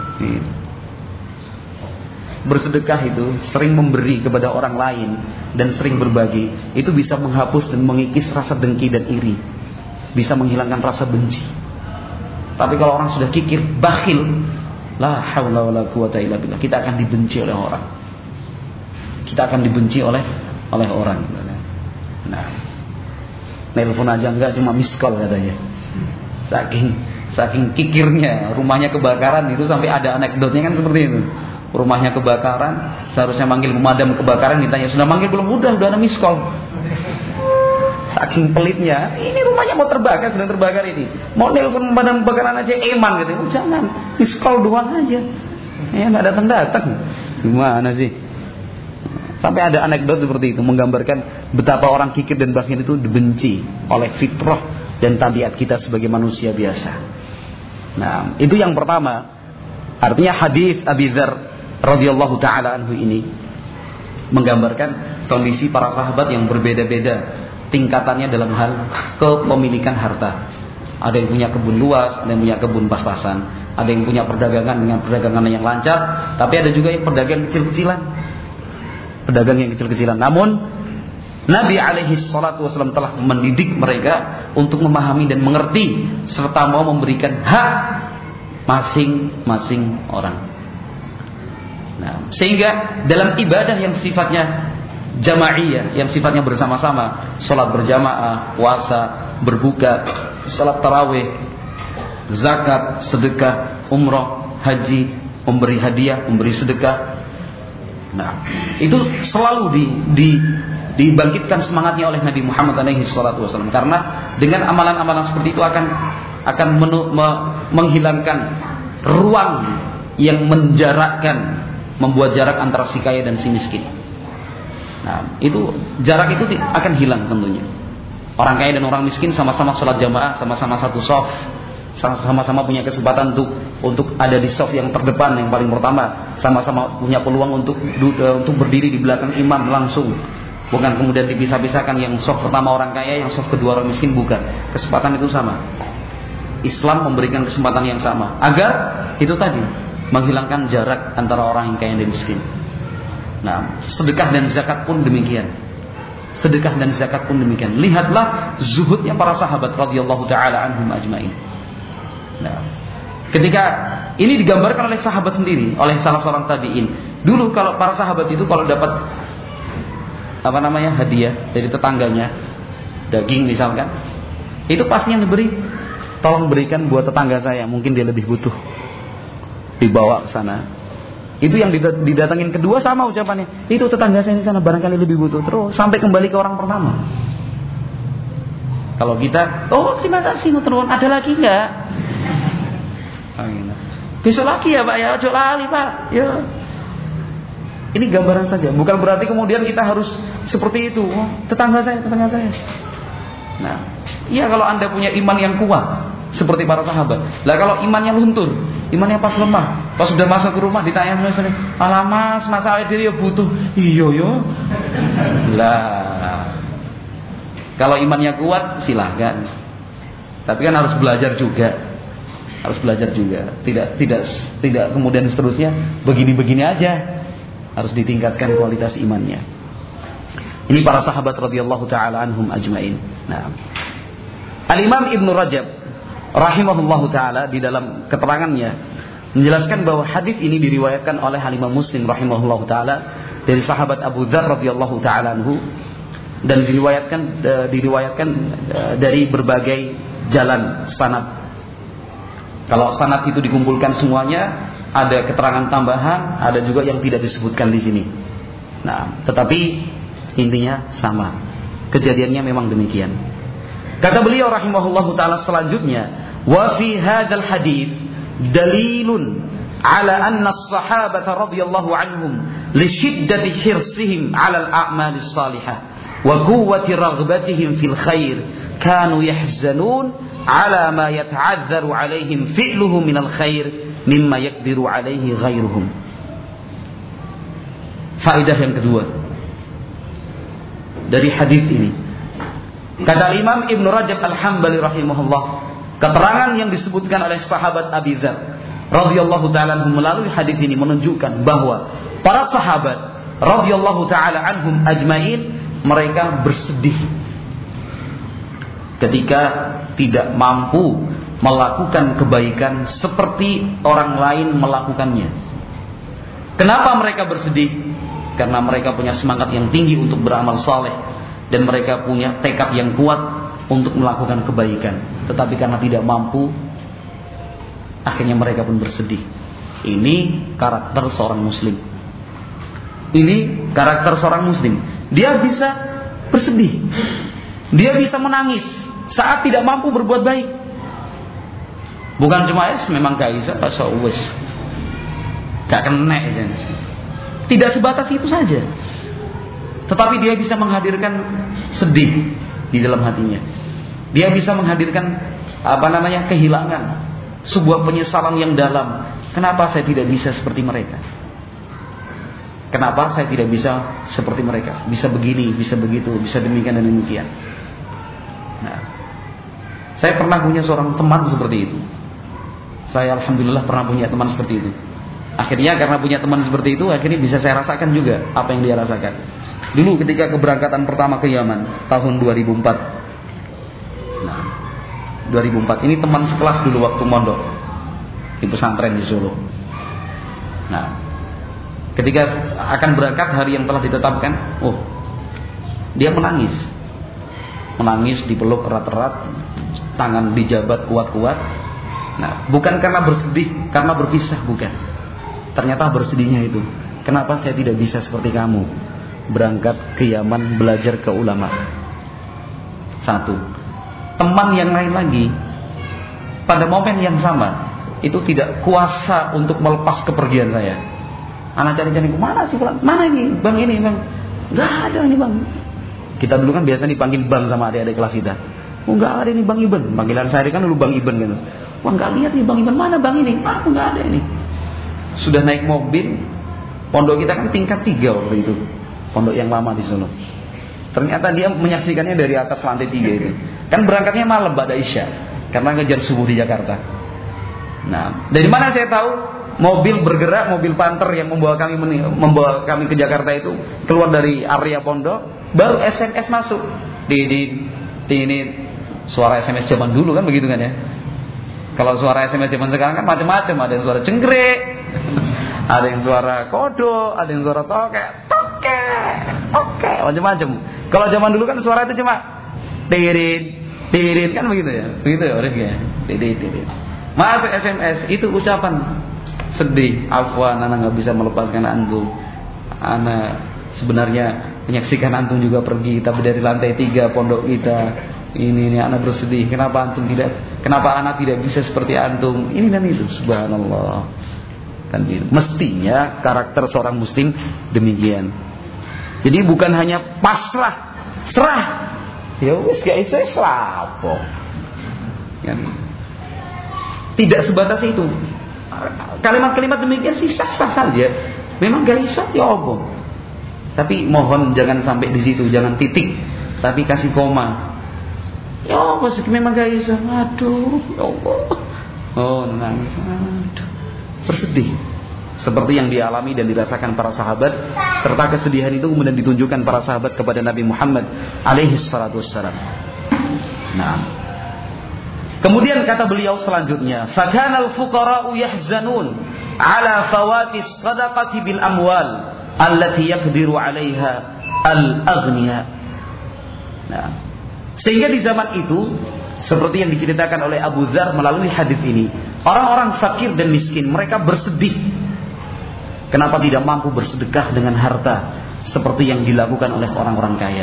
Bersedekah itu sering memberi kepada orang lain dan sering berbagi, itu bisa menghapus dan mengikis rasa dengki dan iri, bisa menghilangkan rasa benci. Tapi kalau orang sudah kikir, bakhil, la haula wala quwata illa billah, kita akan dibenci oleh orang. Kita akan dibenci oleh orang. Nah, nelpon aja enggak, cuma miss call katanya. Saking kikirnya, rumahnya kebakaran itu sampai ada anekdotnya kan seperti itu. Rumahnya kebakaran, seharusnya manggil pemadam kebakaran, ditanya sudah manggil belum? Udah ada miss call. Saking pelitnya, ini rumahnya mau terbakar, sedang terbakar ini. Mau nelpon pemadam kebakaran aja eman gitu. Oh, jangan, miss call doang aja. Ya nggak datang. Gimana sih? Sampai ada anekdot seperti itu menggambarkan betapa orang kikir dan bakhil itu dibenci oleh fitrah dan tabiat kita sebagai manusia biasa. Nah, itu yang pertama. Artinya hadis Abi Dzar radhiyallahu taala anhu ini menggambarkan kondisi para sahabat yang berbeda-beda tingkatannya dalam hal kepemilikan harta. Ada yang punya kebun luas, ada yang punya kebun pas-pasan, ada yang punya perdagangan dengan perdagangan yang lancar, tapi ada juga yang pedagang kecil-kecilan. Namun Nabi alaihi salatu wasallam telah mendidik mereka untuk memahami dan mengerti serta mau memberikan hak masing-masing orang. Nah, sehingga dalam ibadah yang sifatnya jamaiyah, yang sifatnya bersama-sama, sholat berjamaah, puasa, berbuka, sholat tarawih, zakat, sedekah, umroh, haji, memberi hadiah, memberi sedekah. Nah, itu selalu dibangkitkan semangatnya oleh Nabi Muhammad SAW, karena dengan amalan-amalan seperti itu akan menghilangkan ruang yang membuat jarak antara si kaya dan si miskin. Nah, itu jarak itu akan hilang tentunya. Orang kaya dan orang miskin sama-sama sholat jamaah, sama-sama satu shaf, sama-sama punya kesempatan untuk ada di shaf yang terdepan, yang paling pertama, sama-sama punya peluang untuk berdiri di belakang imam langsung. Bukan kemudian dipisah-pisahkan, yang shaf pertama orang kaya, yang shaf kedua orang miskin, bukan. Kesempatan itu sama. Islam memberikan kesempatan yang sama agar itu tadi menghilangkan jarak antara orang yang kaya dan miskin. Nah, sedekah dan zakat pun demikian. Lihatlah zuhudnya para sahabat radhiyallahu taala anhum ajmain. Nah, ketika ini digambarkan oleh sahabat sendiri, oleh salah seorang tabi'in. Dulu kalau para sahabat itu kalau dapat hadiah dari tetangganya, daging misalkan, itu pasti yang diberi, tolong berikan buat tetangga saya, mungkin dia lebih butuh. Dibawa ke sana. Itu yang didatangin kedua sama ucapannya. Itu tetangga saya di sana barangkali lebih butuh, terus sampai kembali ke orang pertama. Kalau kita, oh terima kasih nutrun, ada lagi enggak? Besok lagi ya Pak ya, ojo lali Pak. Ya. Ini gambaran saja, bukan berarti kemudian kita harus seperti itu. Oh, tetangga saya. Nah, iya kalau Anda punya iman yang kuat seperti para sahabat. Lah kalau imannya luntur, imannya pas lemah, pas sudah masuk ke rumah ditanya misalnya, "Alah Mas, awake dhewe ya butuh." Iya yo. Lah. Kalau imannya kuat silahkan. Tapi kan harus belajar juga. Tidak kemudian seterusnya begini-begini aja. Harus ditingkatkan kualitas imannya. Ini para sahabat radhiyallahu taala anhum ajmain. Nah, Al-Imam Ibnu Rajab rahimahullahu taala di dalam keterangannya menjelaskan bahwa hadis ini diriwayatkan oleh Imam Muslim rahimahullahu taala dari sahabat Abu Dzar radhiyallahu taala anhu, dan diriwayatkan dari berbagai jalan sanad. Kalau sanad itu dikumpulkan semuanya, ada keterangan tambahan, ada juga yang tidak disebutkan di sini. Nah, tetapi intinya sama. Kejadiannya memang demikian. Kata beliau rahimahullahu taala selanjutnya, wa fi hadzal hadits dalilun ala anna as-sahabata radhiyallahu anhum li shiddati hirsihim 'ala al-a'mal as-salihah wa quwwati raghbatihim fil khair kanu yahzanun 'ala ma yata'adzaru 'alaihim fi'luhu min al-khair mimma yaqdiru 'alaihi ghairuhum. Faedah yang kedua dari hadis ini, kata Imam Ibn Rajab Al-Hambali rahimahullah, keterangan yang disebutkan oleh sahabat Abi Dzar radhiyallahu ta'ala anhum melalui hadis ini menunjukkan bahwa para sahabat radhiyallahu ta'ala anhum ajmain, mereka bersedih ketika tidak mampu melakukan kebaikan seperti orang lain melakukannya. Kenapa mereka bersedih? Karena mereka punya semangat yang tinggi untuk beramal saleh dan mereka punya tekad yang kuat untuk melakukan kebaikan. Tetapi karena tidak mampu, akhirnya mereka pun bersedih. Ini karakter seorang muslim. Ini karakter seorang muslim. Dia bisa bersedih. Dia bisa menangis saat tidak mampu berbuat baik. Bukan cuma memang gak bisa, pas wes gak kena aja. Tidak sebatas itu saja. Tetapi dia bisa menghadirkan sedih di dalam hatinya. Dia bisa menghadirkan kehilangan, sebuah penyesalan yang dalam. Kenapa saya tidak bisa seperti mereka? Kenapa saya tidak bisa seperti mereka? Bisa begini, bisa begitu, bisa demikian dan demikian. Nah, saya pernah punya seorang teman seperti itu. Saya alhamdulillah pernah punya teman seperti itu. Akhirnya karena punya teman seperti itu, akhirnya bisa saya rasakan juga apa yang dia rasakan. Dulu ketika keberangkatan pertama ke Yaman tahun 2004. Nah, 2004 ini teman sekelas dulu waktu mondok di pesantren di Solo. Nah, ketika akan berangkat hari yang telah ditetapkan, dia menangis. Menangis, dipeluk erat-erat, tangan dijabat kuat-kuat. Nah, bukan karena bersedih, karena berpisah, bukan. Ternyata bersedihnya itu, kenapa saya tidak bisa seperti kamu berangkat ke Yaman belajar ke ulama. Satu, teman yang lain lagi pada momen yang sama itu tidak kuasa untuk melepas kepergian saya. Anak cari-cari, mana sih pulang? Mana ini bang, ini bang? Gak ada ini bang. Kita dulu kan biasa dipanggil bang sama adik-adik kelas kita. Gak ada ini bang Iben. Panggilan saya kan dulu bang Iben gitu. Wah gak lihat nih bang Iben, mana bang ini? Gak ada ini. Sudah naik mobil, pondok kita kan tingkat 3 waktu itu, pondok yang lama di Solo. Ternyata dia menyaksikannya dari atas lantai 3 itu. Kan berangkatnya malam pada Isya, karena ngejar subuh di Jakarta. Nah, dari mana saya tahu? Mobil bergerak, mobil Panther yang membawa kami ke Jakarta itu keluar dari area pondok, baru SMS masuk. Di ini suara SMS zaman dulu kan begitu kan ya. Kalau suara SMS zaman sekarang kan macam-macam, ada yang suara cengkrek, ada yang suara kodok, ada yang suara toke, macam-macam. Kalau zaman dulu kan suara itu cuma tirit kan begitu ya, begitu ya orangnya, tirit. Masuk SMS itu ucapan sedih, afwan, anak nggak bisa melepaskan antum, anak sebenarnya menyaksikan antum juga pergi, tapi dari lantai 3 pondok kita. Ini anak bersedih. Kenapa anak tidak bisa seperti antum? Ini dan itu, subhanallah. Kan gitu. Mestinya karakter seorang muslim demikian. Jadi bukan hanya pasrah, serah. Ya wis gak iso slapo. Kan. Tidak sebatas itu. Kalimat-kalimat demikian sih sah-sah saja. Memang gak iso ya apa. Tapi mohon jangan sampai di situ, jangan titik, tapi kasih koma. Ya Allah, memang gak bisa. Aduh, ya Allah. Nangis. Aduh. Bersedih. Seperti yang dialami dan dirasakan para sahabat, serta kesedihan itu kemudian ditunjukkan para sahabat kepada Nabi Muhammad alaihi salatu wassalam. Nah. Kemudian kata beliau selanjutnya, "Fakanal fuqara'u yahzanun 'ala fawatis shadaqati bil amwal allati yaqdiru 'alaiha al-aghniya." Nah, sehingga di zaman itu, seperti yang diceritakan oleh Abu Dzar melalui hadis ini, orang-orang fakir dan miskin mereka bersedih. Kenapa tidak mampu bersedekah dengan harta seperti yang dilakukan oleh orang-orang kaya?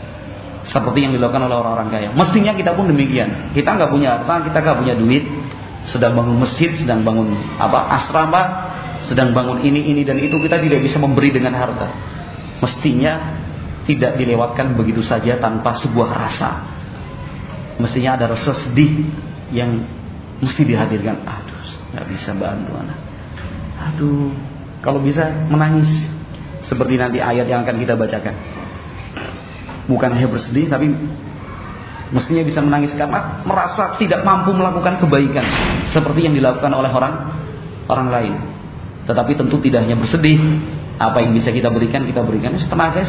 Seperti yang dilakukan oleh orang-orang kaya. Mestinya kita pun demikian. Kita nggak punya harta, kita nggak punya duit, sedang bangun masjid, sedang bangun asrama, sedang bangun ini dan itu, kita tidak bisa memberi dengan harta. Mestinya tidak dilewatkan begitu saja tanpa sebuah rasa. Mestinya ada rasa sedih yang mesti dihadirkan. Aduh, nggak bisa bantu anak. Aduh, kalau bisa menangis seperti nanti ayat yang akan kita bacakan. Bukan hanya bersedih, tapi mestinya bisa menangis karena merasa tidak mampu melakukan kebaikan seperti yang dilakukan oleh orang lain. Tetapi tentu tidak hanya bersedih. Apa yang bisa kita berikan tenaga.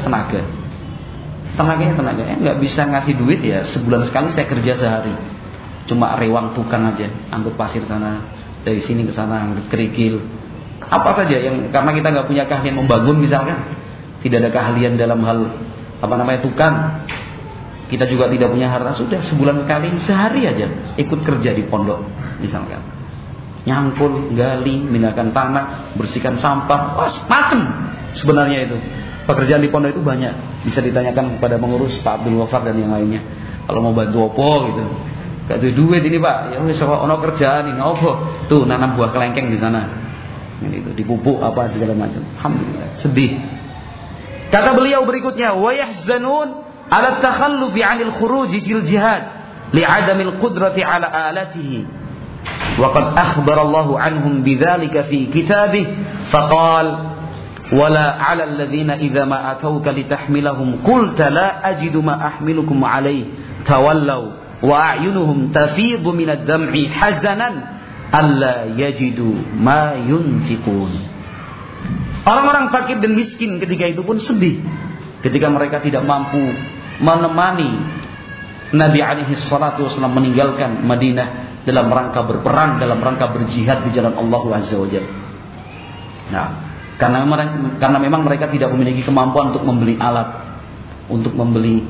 Tenaganya nggak bisa ngasih duit ya, sebulan sekali saya kerja sehari, cuma rewang tukang aja, angkut pasir sana, dari sini ke sana, angkut kerikil, apa saja yang, karena kita nggak punya keahlian membangun misalkan, tidak ada keahlian dalam hal tukang, kita juga tidak punya harta, sudah sebulan sekali sehari aja ikut kerja di pondok misalkan, nyangkul, gali, mindakan tanah, bersihkan sampah, macam sebenarnya itu. Pekerjaan di pondok itu banyak, bisa ditanyakan kepada pengurus Pak Abdul Wafar dan yang lainnya. Kalau mau bantu opo gitu, gak ada duit ini Pak, ya wis ono kerjaan ini opo, tuh nanam buah kelengkeng di sana, gitu, dipupuk apa segala macam. Alhamdulillah, sedih. Kata beliau berikutnya, wa yahzanun ala takhallufi 'anil khuruj fil jihad li'adamil qudrati 'ala alatihi. Wa qad akhbara Allahu 'anhum bidzalika fi kitabih faqala wala 'ala alladhina idza ma atauka litahmilahum qulta la ajidu ma ahmilukum 'alayhi tawallaw wa a'yunuhum tafidu minad dam'i hazanan alla yajidu ma yunfiqun. Orang-orang fakir dan miskin ketika itu pun sedih ketika mereka tidak mampu menemani Nabi alaihi salatu wasallam meninggalkan Madinah dalam rangka berperang, dalam rangka berjihad di jalan Allah azza wajalla. Nah, karena memang mereka tidak memiliki kemampuan untuk membeli alat, untuk membeli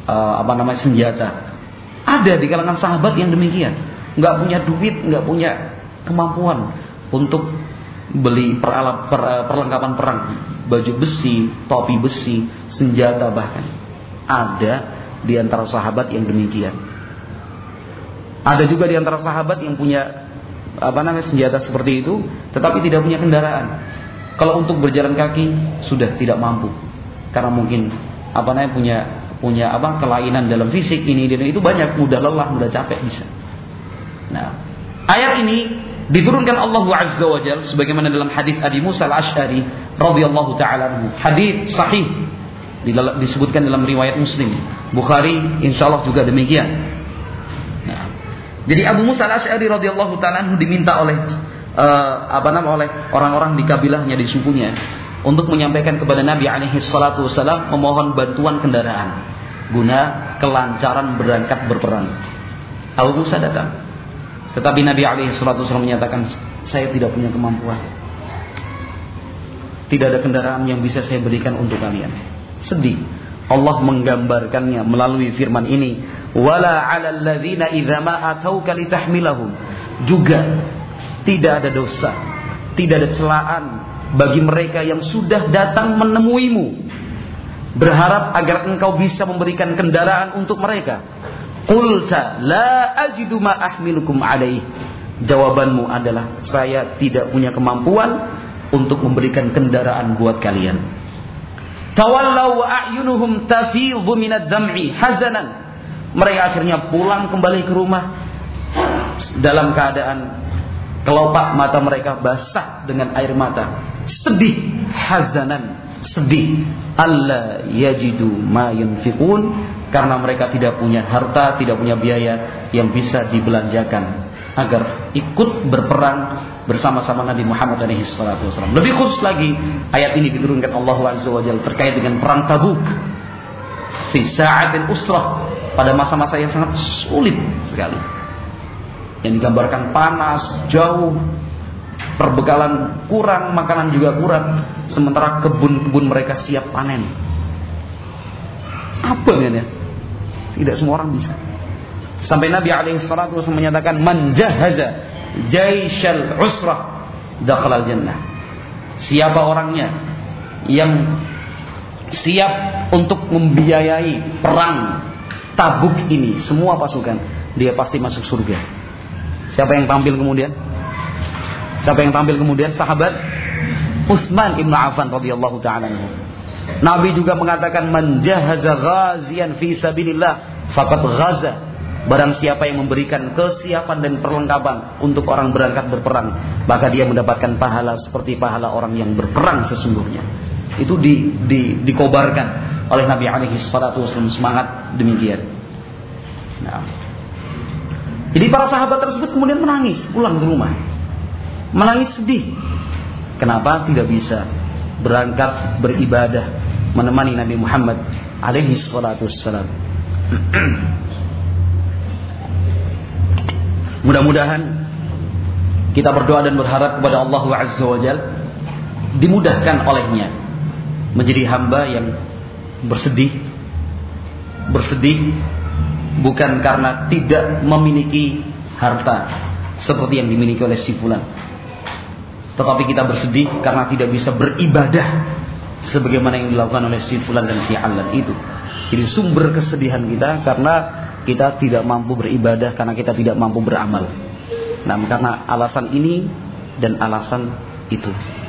senjata. Ada di kalangan sahabat yang demikian, nggak punya duit, nggak punya kemampuan untuk beli perlengkapan perang, baju besi, topi besi, senjata bahkan. Ada di antara sahabat yang demikian. Ada juga di antara sahabat yang punya senjata seperti itu, tetapi tidak punya kendaraan. Kalau untuk berjalan kaki sudah tidak mampu, karena mungkin punya kelainan dalam fisik ini dan itu banyak, mudah lelah, mudah capek bisa. Nah, ayat ini diturunkan Allah Azza wa Jalla sebagaimana dalam hadis Abi Musa Al-Asy'ari radhiyallahu taala anhu. Hadis sahih disebutkan dalam riwayat Muslim, Bukhari insyaallah juga demikian. Nah, jadi Abu Musa Al-Asy'ari radhiyallahu taala anhu diminta oleh oleh orang-orang di kabilahnya, di sukunya, untuk menyampaikan kepada Nabi alaihi salatu wasallam memohon bantuan kendaraan guna kelancaran berangkat berperang. Abu Musa datang, tetapi Nabi alaihi salatu wasallam menyatakan, saya tidak punya kemampuan, tidak ada kendaraan yang bisa saya berikan untuk kalian. Sedih. Allah menggambarkannya melalui firman ini, wala 'alal ladzina idza ma atauka litahmilahum. Juga tidak ada dosa, tidak ada celaan bagi mereka yang sudah datang menemuimu, berharap agar engkau bisa memberikan kendaraan untuk mereka. Qulta la ajidu ma ahmilukum alaih. Jawabanmu adalah, saya tidak punya kemampuan untuk memberikan kendaraan buat kalian. Tawallaw wa a'yunuhum tafidhu minad dam'i hazanan. Mereka akhirnya pulang kembali ke rumah dalam keadaan kelopak mata mereka basah dengan air mata, sedih, hazanan, sedih, alla yajidu ma yunfiqun, karena mereka tidak punya harta, tidak punya biaya yang bisa dibelanjakan agar ikut berperang bersama-sama Nabi Muhammad SAW. Lebih khusus lagi, ayat ini diturunkan Allah Azza wa Jalla terkait dengan perang Tabuk, fi sa'atil usrah, pada masa-masa yang sangat sulit sekali, yang digambarkan panas, jauh, perbekalan kurang, makanan juga kurang, sementara kebun-kebun mereka siap panen. Apa ya? Tidak semua orang bisa. Sampai Nabi SAW menyatakan, man jahaza jaisyal usrah dakhalal jannah. Siapa orangnya yang siap untuk membiayai perang Tabuk ini, semua pasukan, dia pasti masuk surga. Siapa yang tampil kemudian? Sahabat Utsman ibn Affan radhiyallahu taala anhu. Nabi juga mengatakan, man jahaza ghaziyan fi sabilillah faqad ghaza. Barang siapa yang memberikan kesiapan dan perlengkapan untuk orang berangkat berperang, maka dia mendapatkan pahala seperti pahala orang yang berperang sesungguhnya. Itu dikobarkan oleh Nabi alaihi salatu wasallam, semangat demikian. Nah, jadi para sahabat tersebut kemudian menangis pulang ke rumah. Menangis sedih. Kenapa tidak bisa berangkat beribadah menemani Nabi Muhammad alaihi salatu wassalam. Mudah-mudahan kita berdoa dan berharap kepada Allah Azza wa Jalla dimudahkan olehnya menjadi hamba yang bersedih bukan karena tidak memiliki harta seperti yang dimiliki oleh si fulan, tetapi kita bersedih karena tidak bisa beribadah sebagaimana yang dilakukan oleh si fulan dan si alan itu. Jadi sumber kesedihan kita karena kita tidak mampu beribadah, karena kita tidak mampu beramal. Nah, karena alasan ini dan alasan itu.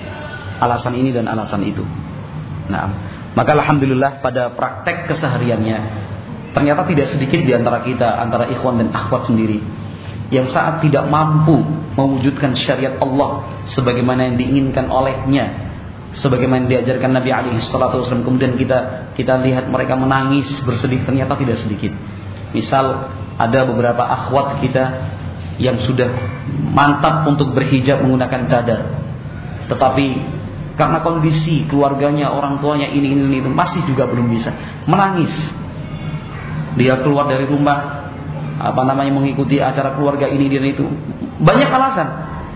Nah, maka alhamdulillah pada praktek kesehariannya ternyata tidak sedikit di antara kita, antara ikhwan dan akhwat sendiri, yang saat tidak mampu mewujudkan syariat Allah sebagaimana yang diinginkan olehnya, sebagaimana yang diajarkan Nabi alaihi salatu wasallam, kemudian kita lihat mereka menangis bersedih, ternyata tidak sedikit. Misal ada beberapa akhwat kita yang sudah mantap untuk berhijab menggunakan cadar, tetapi karena kondisi keluarganya, orang tuanya ini itu masih juga belum bisa, menangis. Dia keluar dari rumah, mengikuti acara keluarga ini dan itu, banyak alasan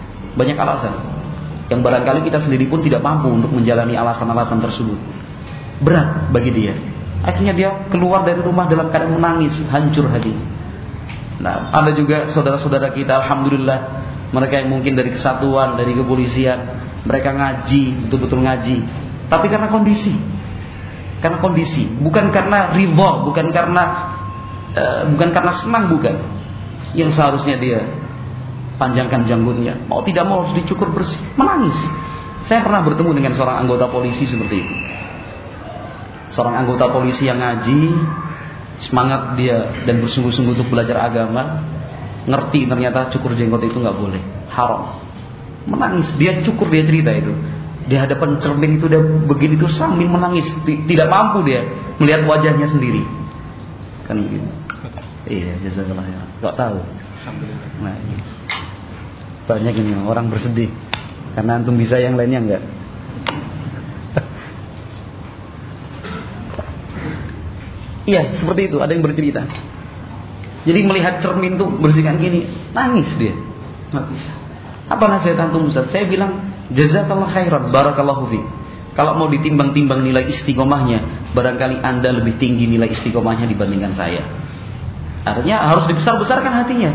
yang barangkali kita sendiri pun tidak mampu untuk menjalani alasan-alasan tersebut. Berat bagi dia. Akhirnya dia keluar dari rumah dalam keadaan menangis, hancur hati. Nah, ada juga saudara-saudara kita, alhamdulillah, mereka yang mungkin dari kesatuan, dari kepolisian, mereka ngaji, betul-betul ngaji, tapi karena kondisi, bukan karena ridha, bukan karena senang, bukan. Yang seharusnya dia panjangkan janggutnya, mau tidak mau harus dicukur bersih, menangis. Saya pernah bertemu dengan seorang anggota polisi seperti itu. Seorang anggota polisi yang ngaji, semangat dia dan bersungguh-sungguh untuk belajar agama, ngerti ternyata cukur jenggot itu nggak boleh, haram. Menangis, dia cukur, dia cerita itu di hadapan cermin itu, dia begini tuh sambil menangis, tidak mampu dia melihat wajahnya sendiri. Kan gitu. Iya, jazakallah ya. Enggak tahu. Nah, banyak ini orang bersedih karena antum bisa, yang lainnya enggak. Iya, seperti itu. Ada yang bercerita. Jadi melihat cermin tuh bersihkan gini, nangis dia. Nggak bisa. Apa nasihat antum Ustaz? Saya bilang, jazakallah khairan, barakallahu fiik. Kalau mau ditimbang-timbang nilai istiqomahnya, barangkali Anda lebih tinggi nilai istiqomahnya dibandingkan saya. Artinya harus dibesar-besarkan hatinya.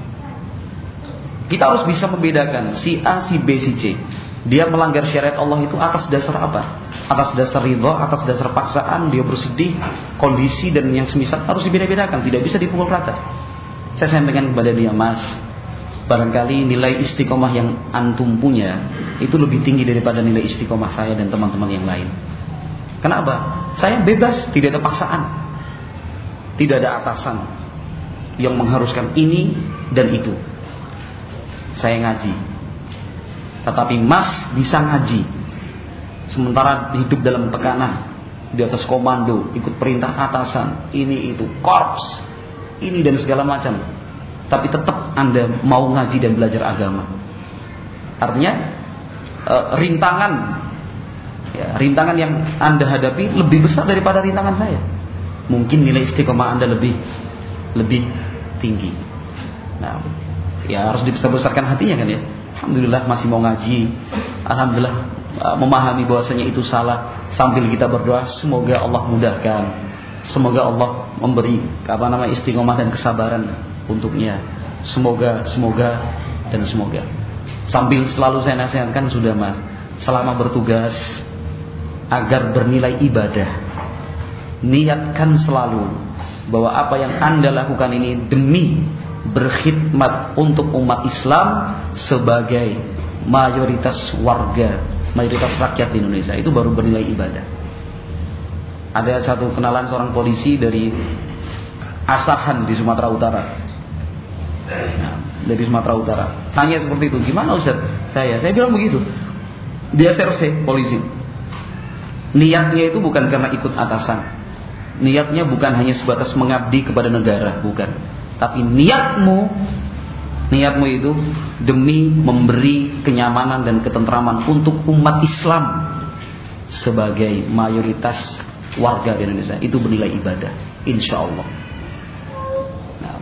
Kita harus bisa membedakan si A, si B, si C. Dia melanggar syariat Allah itu atas dasar apa? Atas dasar ridha, atas dasar paksaan, dia bersedih, kondisi dan yang semisal harus dibeda-bedakan, tidak bisa dipukul rata. Saya sampaikan kepada dia, Mas, barangkali nilai istiqomah yang antum punya itu lebih tinggi daripada nilai istiqomah saya dan teman-teman yang lain. Kenapa? Saya bebas, tidak ada paksaan, tidak ada atasan yang mengharuskan ini dan itu. Saya ngaji, tetapi Mas bisa ngaji sementara hidup dalam tekanan, di atas komando, ikut perintah atasan, ini itu, korps, ini dan segala macam. Tapi tetap Anda mau ngaji dan belajar agama. Artinya rintangan yang Anda hadapi lebih besar daripada rintangan saya. Mungkin nilai istiqomah Anda lebih tinggi. Nah, ya harus dibesar-besarkan hatinya kan ya. Alhamdulillah masih mau ngaji. Alhamdulillah memahami bahwasanya itu salah, sambil kita berdoa semoga Allah mudahkan, semoga Allah memberi istiqomah dan kesabaran untuknya, semoga sambil selalu saya nasihatkan, sudah Mas, selama bertugas agar bernilai ibadah, niatkan selalu bahwa apa yang Anda lakukan ini demi berkhidmat untuk umat Islam sebagai mayoritas warga, mayoritas rakyat di Indonesia, itu baru bernilai ibadah. Ada satu kenalan seorang polisi dari Asahan di Sumatera Utara. Dari Sumatera Utara. Tanya seperti itu, gimana Ustaz? Saya bilang begitu. Dia serse polisi. Niatnya itu bukan karena ikut atasan. Niatnya bukan hanya sebatas mengabdi kepada negara, bukan. Tapi niatmu itu demi memberi kenyamanan dan ketentraman untuk umat Islam sebagai mayoritas warga di Indonesia. Itu bernilai ibadah, insya Allah. Nah,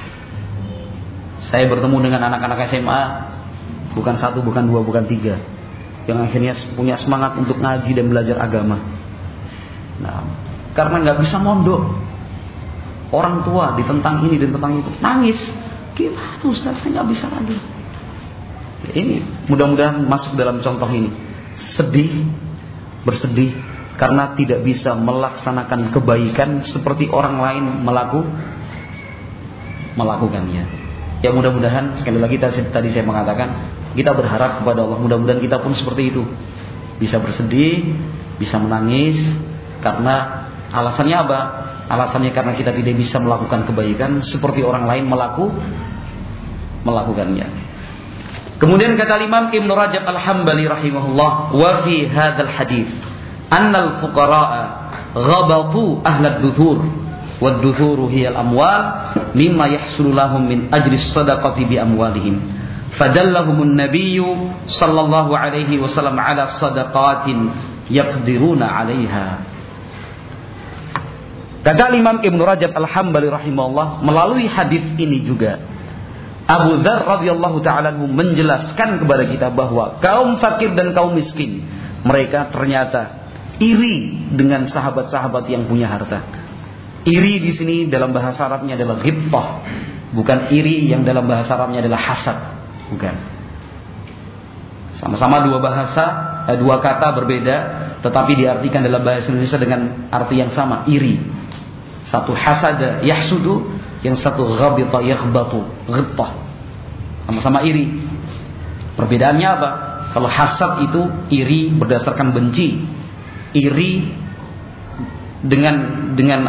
saya bertemu dengan anak-anak SMA, bukan satu, bukan dua, bukan tiga, yang akhirnya punya semangat untuk ngaji dan belajar agama. Nah, karena nggak bisa mondok, orang tua ditentang ini dan tentang itu, nangis. Gimana Ustaz, saya nggak bisa lagi. Ini mudah-mudahan masuk dalam contoh ini. Bersedih karena tidak bisa melaksanakan kebaikan seperti orang lain melakukannya. Ya mudah-mudahan, sekali lagi tadi saya mengatakan, kita berharap kepada Allah, mudah-mudahan kita pun seperti itu, bisa bersedih, bisa menangis. Karena alasannya apa? Alasannya karena kita tidak bisa melakukan kebaikan seperti orang lain melakukannya. Kemudian kata Imam Ibn Rajab Al-Hambali rahimahullah, wa fi hadzal hadits annal fuqara'a ghabatu ahlad duthur wad duthuru hiya al-amwal mimma yahsulu lahum min ajri as-sadaqati bi amwalihim fadallahumun nabiyyu sallallahu alaihi wasallam ala sadaqatin yaqdiruna 'alaiha. Kata Imam Ibn Rajab Al-Hambali rahimahullah, melalui hadis ini juga Abu Dzar radhiyallahu ta'ala menjelaskan kepada kita bahwa kaum fakir dan kaum miskin, mereka ternyata iri dengan sahabat-sahabat yang punya harta. Iri di sini dalam bahasa Arabnya adalah ghibtah, bukan iri yang dalam bahasa Arabnya adalah hasad, bukan. Sama-sama dua kata berbeda, tetapi diartikan dalam bahasa Indonesia dengan arti yang sama, iri. Satu hasada yahsudu, yang satu ghabita yaghbatu, ghibtah. Sama-sama iri. Perbedaannya apa? Kalau hasad itu iri berdasarkan benci. Iri dengan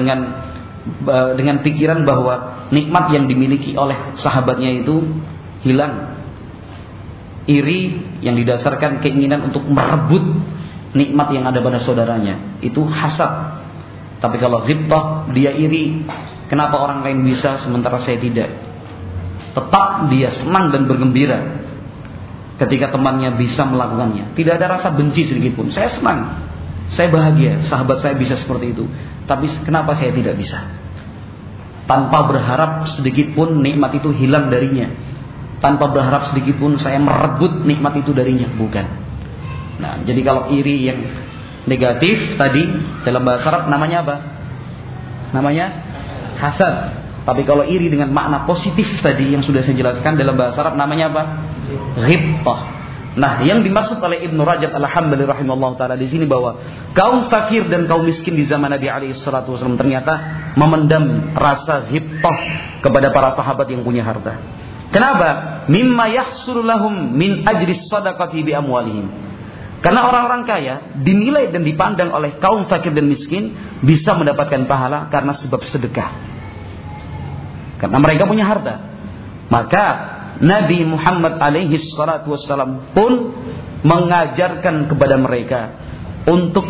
pikiran bahwa nikmat yang dimiliki oleh sahabatnya itu hilang. Iri yang didasarkan keinginan untuk merebut nikmat yang ada pada saudaranya, itu hasad. Tapi kalau ghibtah, dia iri, kenapa orang lain bisa sementara saya tidak. Tetap dia senang dan bergembira ketika temannya bisa melakukannya. Tidak ada rasa benci sedikit pun. Saya senang, saya bahagia, sahabat saya bisa seperti itu. Tapi kenapa saya tidak bisa? Tanpa berharap sedikit pun nikmat itu hilang darinya. Tanpa berharap sedikit pun saya merebut nikmat itu darinya. Bukan. Nah, jadi kalau iri yang negatif tadi dalam bahasa Arab namanya apa? Namanya hasad. Tapi kalau iri dengan makna positif tadi yang sudah saya jelaskan dalam bahasa Arab namanya apa? Ghibtah. Nah, yang dimaksud oleh Ibn Rajab Al-Hambali rahimahullah taala di sini bahwa kaum fakir dan kaum miskin di zaman Nabi alaihi salatu wasallam ternyata memendam rasa ghibtah kepada para sahabat yang punya harta. Kenapa? Mimma yahsulu lahum min ajri sadaqati bi amwalihim. Karena orang-orang kaya dinilai dan dipandang oleh kaum fakir dan miskin bisa mendapatkan pahala karena sebab sedekah. Karena mereka punya harta. Maka Nabi Muhammad alaihi salatu wassalam pun mengajarkan kepada mereka untuk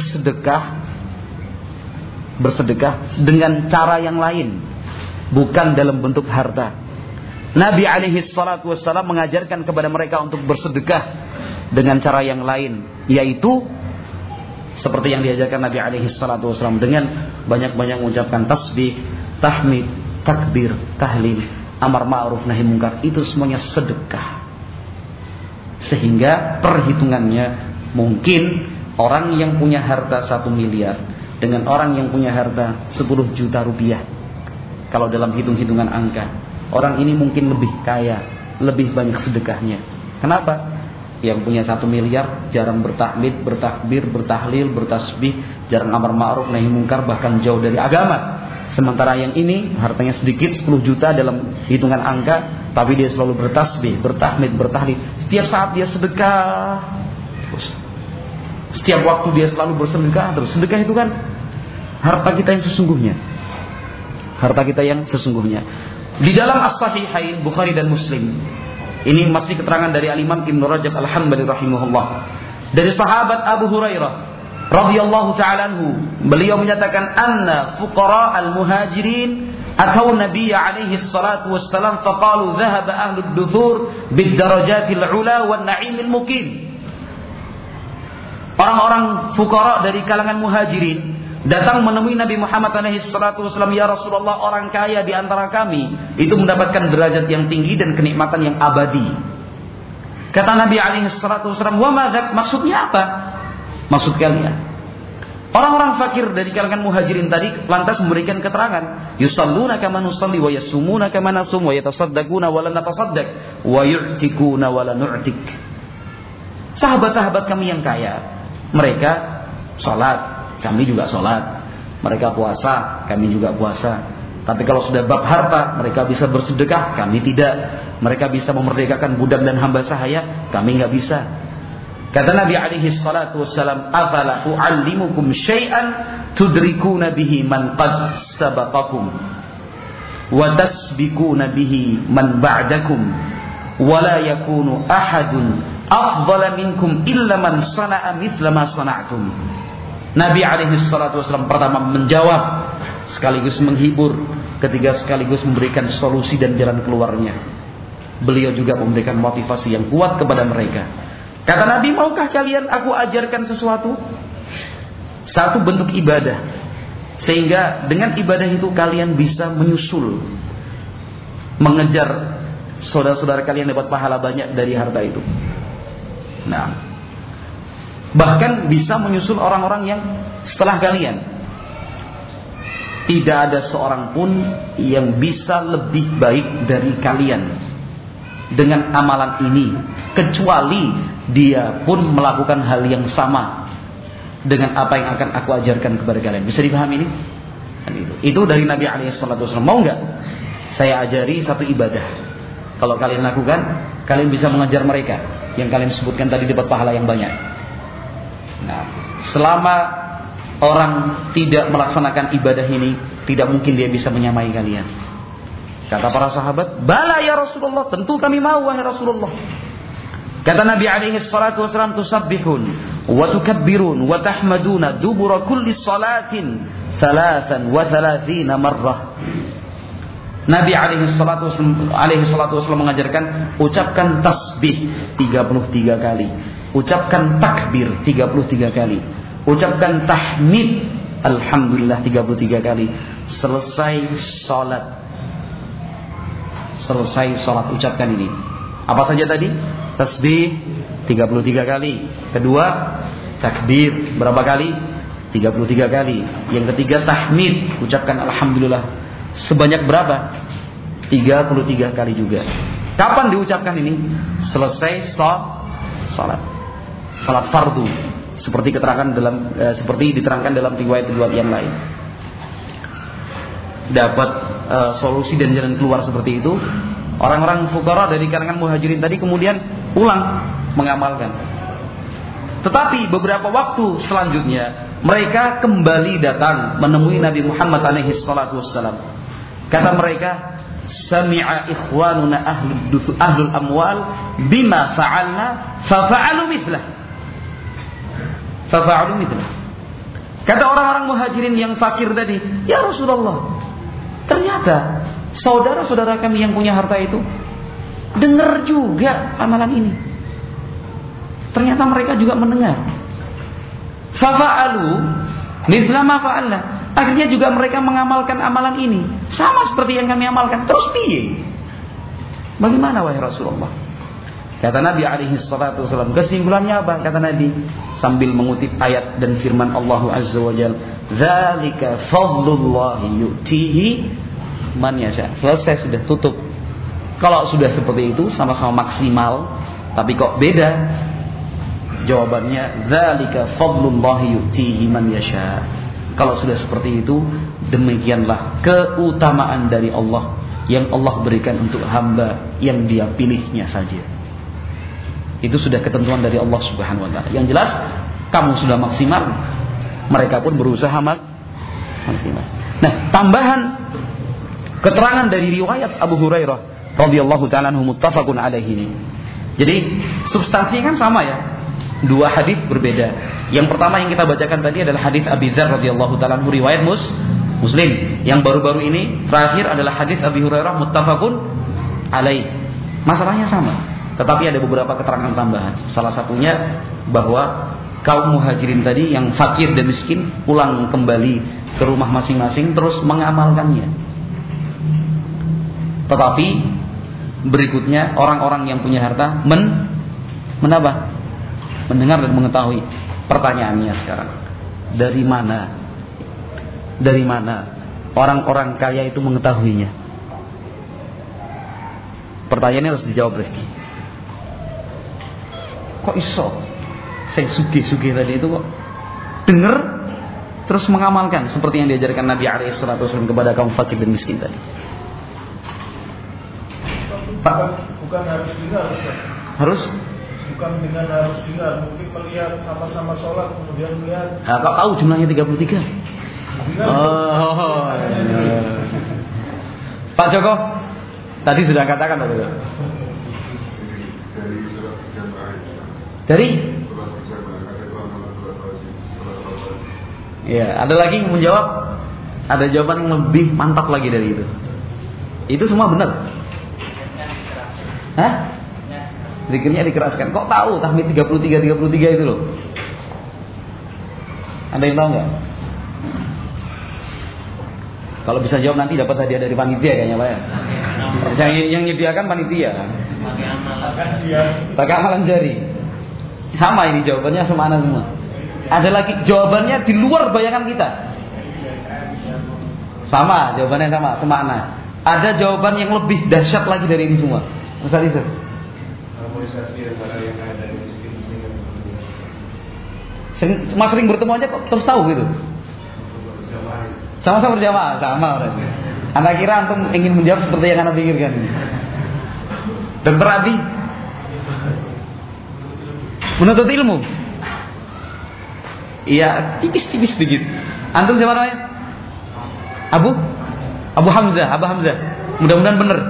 bersedekah dengan cara yang lain, bukan dalam bentuk harta. Nabi alaihi salatu wassalam mengajarkan kepada mereka untuk bersedekah dengan cara yang lain, yaitu seperti yang diajarkan Nabi alaihi salatu wassalam, dengan banyak-banyak mengucapkan tasbih, tahmid, takbir, tahlil, amar ma'ruf nahi munkar. Itu semuanya sedekah. Sehingga perhitungannya mungkin orang yang punya harta 1 miliar dengan orang yang punya harta 10 juta rupiah, kalau dalam hitung-hitungan angka, orang ini mungkin lebih kaya, lebih banyak sedekahnya. Kenapa? Yang punya 1 miliar jarang bertahmid, bertakbir, bertahlil, bertasbih, jarang amar ma'ruf nahi munkar, bahkan jauh dari agama. Sementara yang ini hartanya sedikit, 10 juta dalam hitungan angka, tapi dia selalu bertasbih, bertahmid, bertahlil. Setiap saat dia sedekah terus. Setiap waktu dia selalu bersedekah terus. Sedekah itu kan harta kita yang sesungguhnya. Harta kita yang sesungguhnya. Di dalam As-Sahihain Bukhari dan Muslim, ini masih keterangan dari Al-Imam Ibnu Rajab Al-Hanbali rahimahullah, dari sahabat Abu Hurairah radhiyallahu ta'ala anhu, beliau menyatakan anna fuqara al-muhajirin atau Nabi alaihi salatu wassalam faqalu dhahaba ahlud duthur bid darajatil ula wan na'imil muqim. Orang-orang fuqara dari kalangan muhajirin datang menemui Nabi Muhammad alaihi salatu wasallam, ya Rasulullah, orang kaya di antara kami itu mendapatkan derajat yang tinggi dan kenikmatan yang abadi. Kata Nabi alaihi salatu wasallam, wa madzak, maksudnya apa? Maksud kalian? Orang-orang fakir dari kalangan muhajirin tadi lantas memberikan keterangan, yusalluna kama nusalli wa yasumuna kama nasum wa yatasaddaquna wa la natasaddaq wa yu'tikuna wa la nu'tik. Sahabat-sahabat kami yang kaya, mereka salat, kami juga sholat. Mereka puasa, kami juga puasa. Tapi kalau sudah bab harta, mereka bisa bersedekah, kami tidak. Mereka bisa memerdekakan budak dan hamba sahaya, kami nggak bisa. Kata Nabi alaihi salatu wassalam, afala u'allimukum syai'an tudrikuna bihi man qad sabaqakum wa tasbikuna bihi man ba'dakum wa la yakunu ahadun afdala minkum illa man sana'a mithla ma sana'tum. Nabi alaihi salatu wasallam pertama menjawab sekaligus menghibur, ketiga sekaligus memberikan solusi dan jalan keluarnya. Beliau juga memberikan motivasi yang kuat kepada mereka. Kata Nabi, maukah kalian aku ajarkan sesuatu? Satu bentuk ibadah, sehingga dengan ibadah itu kalian bisa menyusul, mengejar saudara-saudara kalian dapat pahala banyak dari harta itu. Nah, bahkan bisa menyusul orang-orang yang setelah kalian. Tidak ada seorang pun yang bisa lebih baik dari kalian dengan amalan ini, kecuali dia pun melakukan hal yang sama dengan apa yang akan aku ajarkan kepada kalian. Bisa dipahami ini? Itu dari Nabi SAW. Mau nggak saya ajari satu ibadah? Kalau kalian lakukan, kalian bisa mengajar mereka yang kalian sebutkan tadi, dapat pahala yang banyak. Nah, selama orang tidak melaksanakan ibadah ini, tidak mungkin dia bisa menyamai kalian. Kata para sahabat, bala ya Rasulullah, tentu kami mau wahai Rasulullah. Kata Nabi alaihi salatu wasallam, tusabbihun wa tukabbirun wa tahmaduna dubura kulli salatin 33 marrah. Nabi alaihi salatu wasallam mengajarkan, ucapkan tasbih 33 kali. Ucapkan takbir 33 kali. Ucapkan tahmid alhamdulillah 33 kali. Selesai salat ucapkan ini. Apa saja tadi? Tasbih 33 kali. Kedua, takbir berapa kali? 33 kali. Yang ketiga, tahmid, ucapkan alhamdulillah sebanyak berapa? 33 kali juga. Kapan diucapkan ini? Selesai salat fardu, seperti diterangkan dalam riwayat-riwayat yang lain. Dapat solusi dan jalan keluar seperti itu. Orang-orang fuqara dari kalangan muhajirin tadi kemudian pulang mengamalkan. Tetapi beberapa waktu selanjutnya mereka kembali datang menemui Nabi Muhammad alaihi salatu wassalam. Kata mereka, sami'a ikhwanuna ahlul amwal bima fa'alna fafa'alu mithlah. Kata orang-orang muhajirin yang fakir tadi, ya Rasulullah, ternyata saudara-saudara kami yang punya harta itu dengar juga amalan ini. Ternyata mereka juga mendengar. Fafa'alu mithla ma fa'alna. Akhirnya juga mereka mengamalkan amalan ini sama seperti yang kami amalkan. Terus piye? Bagaimana wahai Rasulullah? Kata Nabi alaihi salatu wasallam, kesimpulannya apa? Kata Nabi sambil mengutip ayat dan firman Allah Azza wa Jalla, "Dzalika fadlullahi yu'tihi man yasha." Selesai, sudah tutup. Kalau sudah seperti itu sama-sama maksimal, tapi kok beda? Jawabannya, "Dzalika fadlullahi yu'tihi man yasha." Kalau sudah seperti itu, Demikianlah keutamaan dari Allah yang Allah berikan untuk hamba yang Dia pilihnya saja. Itu sudah ketentuan dari Allah Subhanahu wa taala. Yang jelas kamu sudah maksimal, mereka pun berusaha maksimal. Nah, tambahan keterangan dari riwayat Abu Hurairah radhiyallahu taala anhu muttafaqun alaihi ini. Jadi substansinya kan sama ya. Dua hadis berbeda. Yang pertama yang kita bacakan tadi adalah hadis Abi Dzar radhiyallahu taala anhu riwayat Muslim. Yang baru-baru ini terakhir adalah hadis Abi Hurairah muttafaqun alaih. Masalahnya sama, tetapi ada beberapa keterangan tambahan. Salah satunya bahwa kaum muhajirin tadi yang fakir dan miskin pulang kembali ke rumah masing-masing terus mengamalkannya. Tetapi berikutnya orang-orang yang punya harta mendengar dan mengetahui. Pertanyaannya sekarang, dari mana orang-orang kaya itu mengetahuinya? Pertanyaannya harus dijawab, Rifki. Kok iso saya sugih-sugih tadi itu kok dengar terus mengamalkan seperti yang diajarkan Nabi SAW kepada kaum fakir dan miskin tadi? Pak, bukan harus dengar, harus bukan dengan harus dengar, mungkin melihat sama-sama sholat kemudian melihat. Nah, kau tahu jumlahnya 33? Oh, ya. Pak Joko tadi sudah katakan Pak Joko. Dari? Ya, ada lagi yang menjawab? Ada jawaban yang lebih mantap lagi dari itu. Itu semua benar. Hah? Zikirnya dikeraskan. Kok tahu tahmid 33 itu loh? Ada yang tahu nggak? Kalau bisa jawab nanti dapat hadiah dari panitia kayaknya Pak ya. Yang menyediakan panitia. Pakai amalan jari. Sama ini jawabannya semana semua. Ada lagi jawabannya di luar bayangan kita. Sama, jawabannya sama, semana. Ada jawaban yang lebih dahsyat lagi dari ini semua. Ustaz Isra. Harmonisasi antara yang kaya dan miskin. Mas sering bertemu aja kok terus tahu gitu. Sama-sama berjamaah, sama berarti. Anda kira antum ingin menjawab seperti yang Anda pikirkan ini? Dokter Abi menuntut ilmu. Iya, tipis-tipis sedikit. Antum siapa namanya? Abu Hamzah. Mudah-mudahan benar.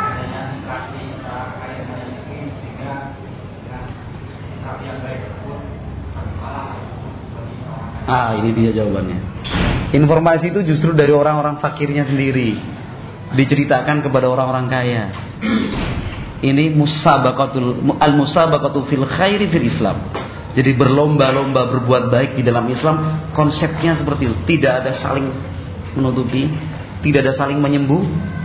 Ini dia jawabannya. Informasi itu justru dari orang-orang fakirnya sendiri diceritakan kepada orang-orang kaya. Ini al-musabaqatu fil khairi fil Islam. Jadi berlomba-lomba berbuat baik di dalam Islam, konsepnya seperti itu. Tidak ada saling menutupi, tidak ada saling menyembuh.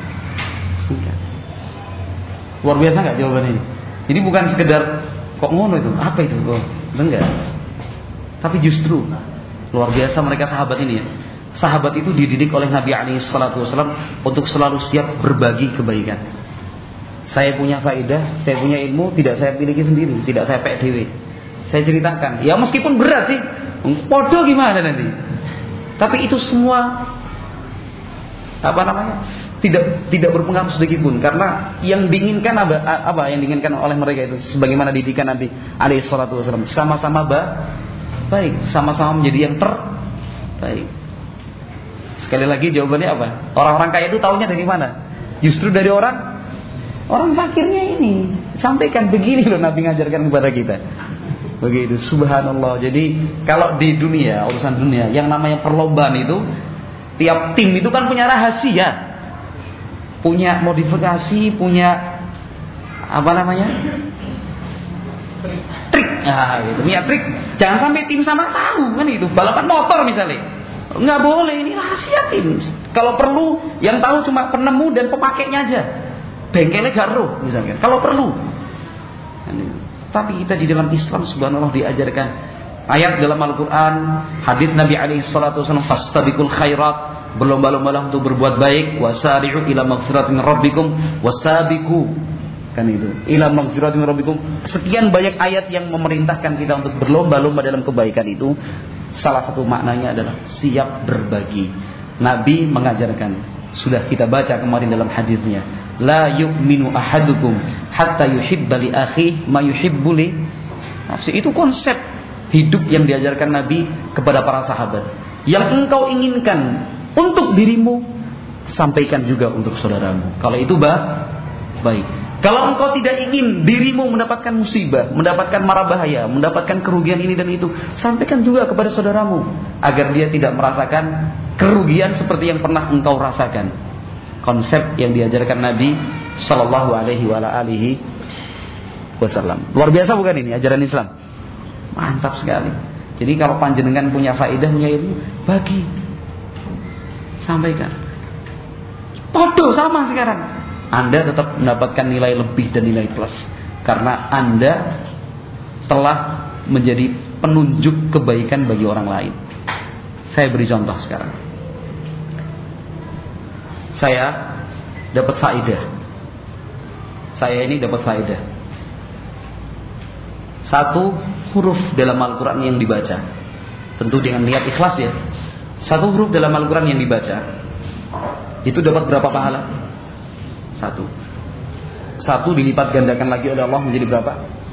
Luar biasa nggak jawaban ini? Jadi bukan sekedar kok ngono itu, apa itu? Oh, enggak. Tapi justru luar biasa mereka sahabat ini ya. Sahabat itu dididik oleh Nabi SAW untuk selalu siap berbagi kebaikan. Saya punya faedah, saya punya ilmu, tidak saya miliki sendiri, tidak saya PDW. Saya ceritakan. Ya meskipun berat sih, podo gimana nanti? Tapi itu semua tidak berpengaruh sedikit pun, karena yang diinginkan apa yang diinginkan oleh mereka itu sebagaimana didikan Nabi SAW, sama-sama baik, sama-sama menjadi yang terbaik. Sekali lagi jawabannya apa? Orang-orang kaya itu taunya dari mana? Justru dari orang fakirnya ini. Sampaikan begini loh Nabi ngajarkan kepada kita. Begitu, subhanallah. Jadi kalau di dunia, urusan dunia, yang namanya perlombaan itu, tiap tim itu kan punya rahasia, punya modifikasi, punya trik. Gitu. Punya trik. Jangan sampai tim sama tahu kan itu. Balapan motor misalnya, nggak boleh, ini rahasia tim. Kalau perlu yang tahu cuma penemu dan pemakainya aja. Bengkelnya garuh misalnya. Kalau perlu. Tapi kita di dalam Islam subhanallah diajarkan ayat dalam Al-Quran, hadis Nabi SAW, fastabiqul khairat, berlomba-lomba untuk berbuat baik, wasari'u ila maghfiratin rabbikum, wasabiqu, kan itu, ila maghfiratin rabbikum. Sekian banyak ayat yang memerintahkan kita untuk berlomba-lomba dalam kebaikan itu. Salah satu maknanya adalah siap berbagi. Nabi mengajarkan, sudah kita baca kemarin dalam hadisnya, la yu'minu ahadukum hatta yuhibba li akhihi ma yuhibbu li nafsihi. Itu konsep hidup yang diajarkan Nabi kepada para sahabat. Yang engkau inginkan untuk dirimu, sampaikan juga untuk saudaramu. Kalau itu baik. Kalau engkau tidak ingin dirimu mendapatkan musibah, mendapatkan mara bahaya, mendapatkan kerugian ini dan itu, sampaikan juga kepada saudaramu agar dia tidak merasakan kerugian seperti yang pernah engkau rasakan. Konsep yang diajarkan Nabi Sallallahu Alaihi Wasallam. Luar biasa bukan ini ajaran Islam? Mantap sekali. Jadi kalau panjenengan punya faedah, punya ilmu, bagi, sampaikan. Podo sama sekarang. Anda tetap mendapatkan nilai lebih dan nilai plus karena Anda telah menjadi penunjuk kebaikan bagi orang lain. Saya beri contoh sekarang. Saya dapat faedah. Saya ini dapat faedah. Satu huruf dalam Al-Quran yang dibaca, tentu dengan niat ikhlas ya. Satu huruf dalam Al-Quran yang dibaca, itu dapat berapa pahala? Satu dilipat gandakan lagi oleh Allah menjadi berapa?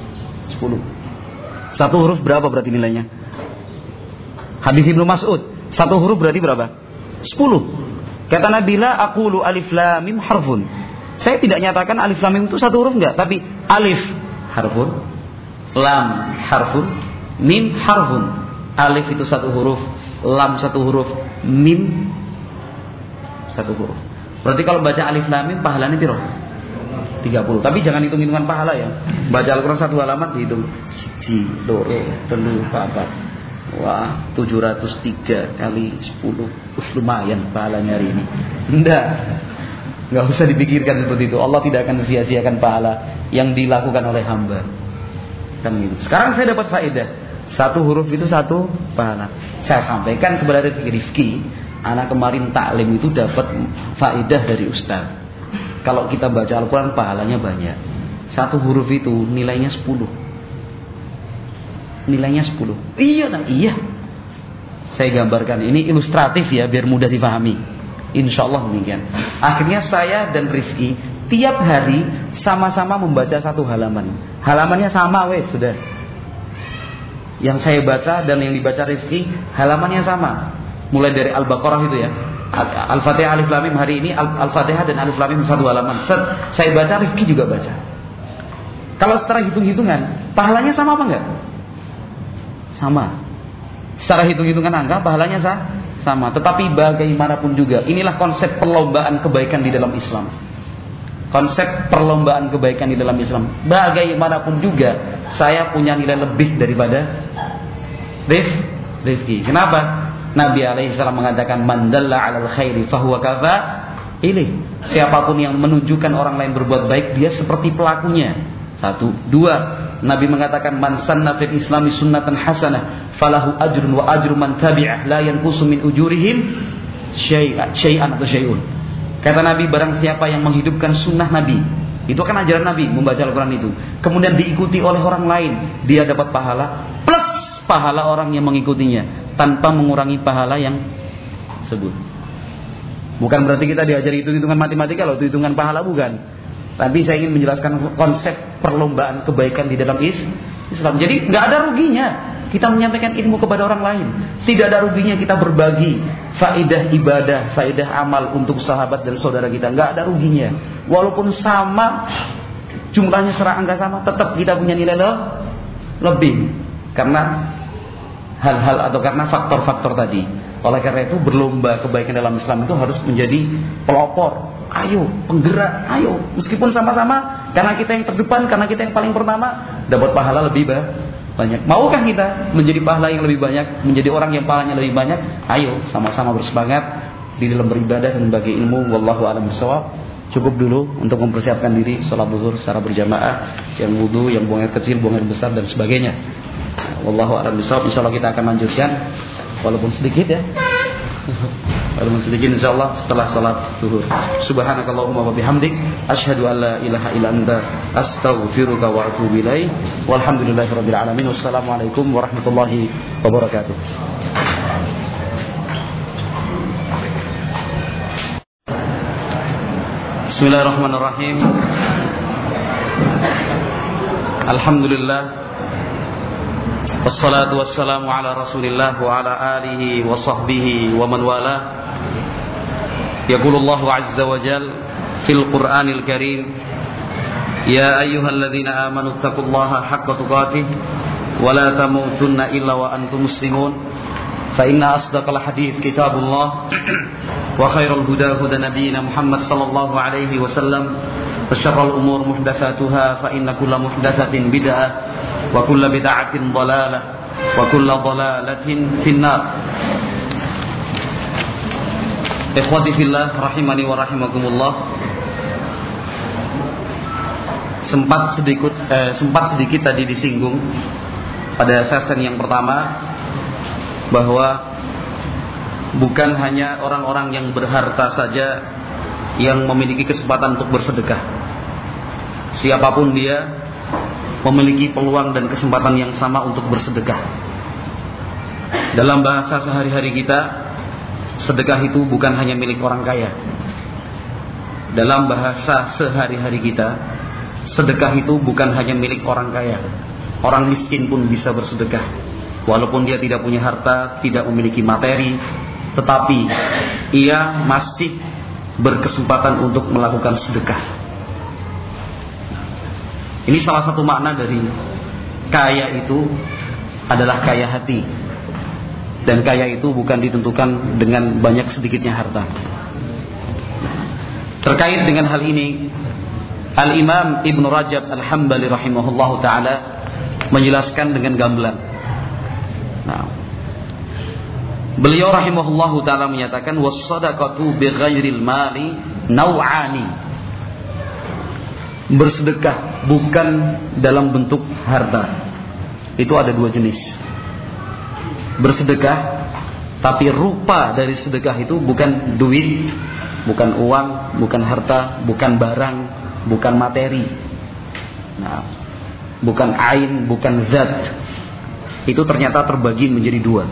10. Satu huruf berapa berarti nilainya? Hadis Ibnu Mas'ud, satu huruf berarti berapa? 10. Kata Nabi, la aqulu alif lam mim harfun. Saya tidak nyatakan alif lam mim itu satu huruf enggak, tapi alif harfun, lam harfun, mim harfun. Alif itu satu huruf, lam satu huruf, mim satu huruf. Berarti kalau baca alif lam mim pahalanya piro? 30. Tapi jangan hitung-hitungan pahala ya. Baca Al-Quran satu halaman dihitung 1, 2, 3, 4. Wah, 703 kali 10. Lumayan pahalanya hari ini. Enggak usah dipikirkan seperti itu. Allah tidak akan sia-siakan pahala yang dilakukan oleh hamba. Kan gitu. Sekarang saya dapat faedah. Satu huruf itu satu pahala. Saya sampaikan kepada Rifki, anak kemarin taklim itu dapat faedah dari Ustaz. Kalau kita baca Al-Quran pahalanya banyak. Satu huruf itu nilainya 10. Nilainya 10. Iya. Saya gambarkan, ini ilustratif ya, biar mudah dipahami. Insya Allah demikian. Akhirnya saya dan Rifki tiap hari sama-sama membaca satu halaman. Halamannya sama wes, sudah. Yang saya baca dan yang dibaca Rifki halamannya sama. Mulai dari Al-Baqarah itu ya, Al-Fatihah, Alif Lam Mim. Hari ini Al-Fatihah dan Alif Lam Mim satu halaman. Saya baca, Rifki juga baca. Kalau secara hitung-hitungan pahalanya sama apa enggak? Sama. Secara hitung-hitungan angka pahalanya sama. Tetapi bagaimanapun juga, inilah konsep perlombaan kebaikan di dalam Islam. Konsep perlombaan kebaikan di dalam Islam. Bagaimanapun juga saya punya nilai lebih daripada Rifki. Kenapa? Nabi alaihissalam mengatakan, man dalla 'alal khairi fahuwa kafa'ilih. Siapapun yang menunjukkan orang lain berbuat baik, dia seperti pelakunya. 1, 2. Nabi mengatakan, man sanna fil islami sunnatan hasanah falahu ajrun wa ajru man tabi'ah la yanqusu min ujurihim syai'an atau syai'un. Kata Nabi, barang siapa yang menghidupkan sunnah Nabi, itu kan ajaran Nabi, membaca Al-Quran itu, kemudian diikuti oleh orang lain, dia dapat pahala plus pahala orang yang mengikutinya, tanpa mengurangi pahala yang sebut. Bukan berarti kita diajari hitung-hitungan matematika loh, hitungan pahala bukan. Tapi saya ingin menjelaskan konsep perlombaan kebaikan di dalam Islam. Jadi nggak ada ruginya kita menyampaikan ilmu kepada orang lain. Tidak ada ruginya kita berbagi faedah ibadah, faedah amal untuk sahabat dan saudara kita. Nggak ada ruginya. Walaupun sama jumlahnya, secara angka sama, tetap kita punya nilai lebih. Karena hal-hal atau karena faktor-faktor tadi. Oleh karena itu berlomba kebaikan dalam Islam itu harus menjadi pelopor. Ayo, penggerak, ayo. Meskipun sama-sama, karena kita yang terdepan, karena kita yang paling pertama, dapat pahala lebih banyak. Maukah kita menjadi pahala yang lebih banyak, menjadi orang yang pahalanya lebih banyak? Ayo, sama-sama bersemangat di dalam beribadah dan bagi ilmu. Wallahu a'lam bishawab. Cukup dulu untuk mempersiapkan diri sholat zuhur secara berjamaah, yang wudu, yang buang air kecil, buang air besar dan sebagainya. Wallahu a'lam bishawab. Insyaallah kita akan lanjutkan walaupun sedikit ya. Walaupun sedikit insyaallah setelah salat zuhur. Subhanakallahumma wa bihamdik asyhadu an la ilaha illa anta astaghfiruka wa atubu ilaik. Walhamdulillahirabbil alamin. Wassalamualaikum warahmatullahi wabarakatuh. Bismillahirrahmanirrahim. Alhamdulillah. Wassalatu wassalamu ala Rasulillah wa ala alihi wa sahbihi wa man wala. Yaqulullahu azza wa jal fil Qur'anil Karim, ya ayyuhalladzina amanu taqullaha haqqa tuqatih wa la tamutunna illa wa antum muslimun. Fa inna asdaqal hadits kitabullah wa khairal huda huda nabiyyina Muhammad sallallahu alaihi wasallam wa syarrul umur muhdatsatuha fa inna kulla muhdatsatin bid'ah wa kulla bid'atin dhalalah wa kulla dhalalatin finnar. Ikhwati fillah rahimani wa rahimakumullah. Sempat sedikit tadi disinggung pada sesi yang pertama bahwa bukan hanya orang-orang yang berharta saja yang memiliki kesempatan untuk bersedekah. Siapapun dia memiliki peluang dan kesempatan yang sama untuk bersedekah. Dalam bahasa sehari-hari kita, sedekah itu bukan hanya milik orang kaya. Dalam bahasa sehari-hari kita, sedekah itu bukan hanya milik orang kaya. Orang miskin pun bisa bersedekah. Walaupun dia tidak punya harta, tidak memiliki materi, tetapi ia masih berkesempatan untuk melakukan sedekah. Ini salah satu makna dari kaya itu adalah kaya hati. Dan kaya itu bukan ditentukan dengan banyak sedikitnya harta. Terkait dengan hal ini, Al-Imam Ibn Rajab Al-Hambali rahimahullahu ta'ala menjelaskan dengan gamblang. Beliau rahimahullahu ta'ala menyatakan was-sadaqatu bighairil mali naw'ani. Bersedekah bukan dalam bentuk harta, itu ada dua jenis. Bersedekah tapi rupa dari sedekah itu bukan duit, bukan uang, bukan harta, bukan barang, bukan materi, bukan ain, bukan zat. Itu ternyata terbagi menjadi dua.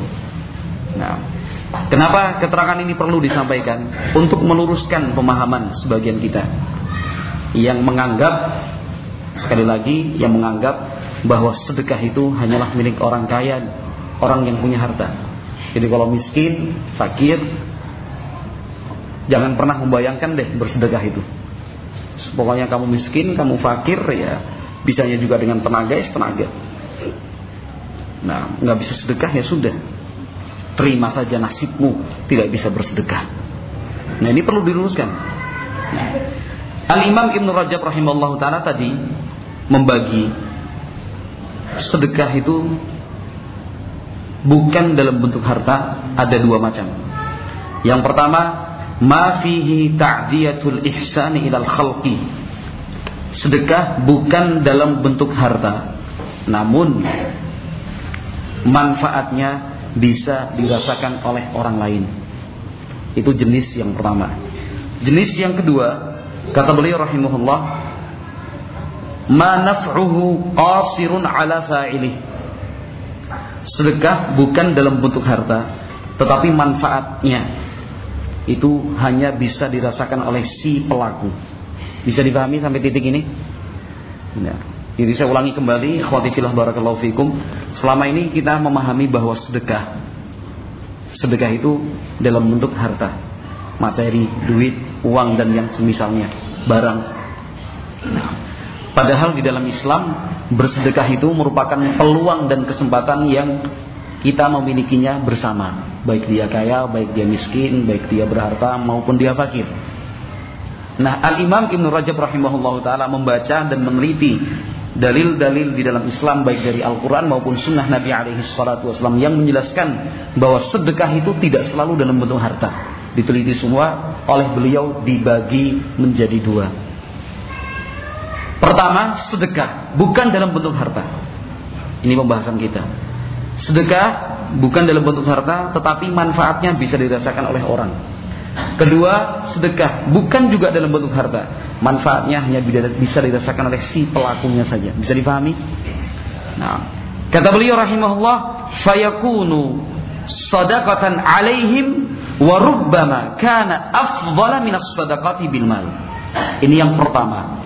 Kenapa keterangan ini perlu disampaikan? Untuk meluruskan pemahaman sebagian kita yang menganggap, sekali lagi, yang menganggap bahwa sedekah itu hanyalah milik orang kaya, orang yang punya harta. Jadi kalau miskin, fakir, jangan pernah membayangkan deh bersedekah itu. Pokoknya kamu miskin, kamu fakir, ya bisanya juga dengan tenaga, tenaga. Nggak bisa sedekah, ya sudah, terima saja nasibmu, tidak bisa bersedekah. Ini perlu diluruskan. Al-Imam Ibn Rajab rahimahullah ta'ala tadi membagi sedekah itu bukan dalam bentuk harta, ada dua macam. Yang pertama, ma fihi ta'diyatul ihsani ilal khalqi. Sedekah bukan dalam bentuk harta, namun manfaatnya bisa dirasakan oleh orang lain. Itu jenis yang pertama. Jenis yang kedua, kata beliau rahimahullah, ma naf'uhu qasirun ala fa'ilih. Sedekah bukan dalam bentuk harta, tetapi manfaatnya itu hanya bisa dirasakan oleh si pelaku. Bisa dipahami sampai titik ini? Jadi saya ulangi kembali, ikhwati fillah barakallahu fikum. Selama ini kita memahami bahwa sedekah itu dalam bentuk harta, materi, duit, uang dan yang semisalnya, barang. Padahal di dalam Islam bersedekah itu merupakan peluang dan kesempatan yang kita memilikinya bersama, baik dia kaya, baik dia miskin, baik dia berharta maupun dia fakir. Al-Imam Ibn Rajab rahimahullah ta'ala membaca dan meneliti dalil-dalil di dalam Islam, baik dari Al-Quran maupun Sunnah Nabi alaihi salatu wasallam, yang menjelaskan bahwa sedekah itu tidak selalu dalam bentuk harta. Diteliti semua oleh beliau, dibagi menjadi dua. Pertama, sedekah bukan dalam bentuk harta. Ini pembahasan kita. Sedekah bukan dalam bentuk harta, tetapi manfaatnya bisa dirasakan oleh orang. Kedua, sedekah bukan juga dalam bentuk harta, manfaatnya hanya bisa dirasakan oleh si pelakunya saja. Bisa dipahami? Kata beliau rahimahullah, fayakunu sadaqatan alaihim wa rubbama kana afdhala minas sadaqati bil mal. Ini yang pertama.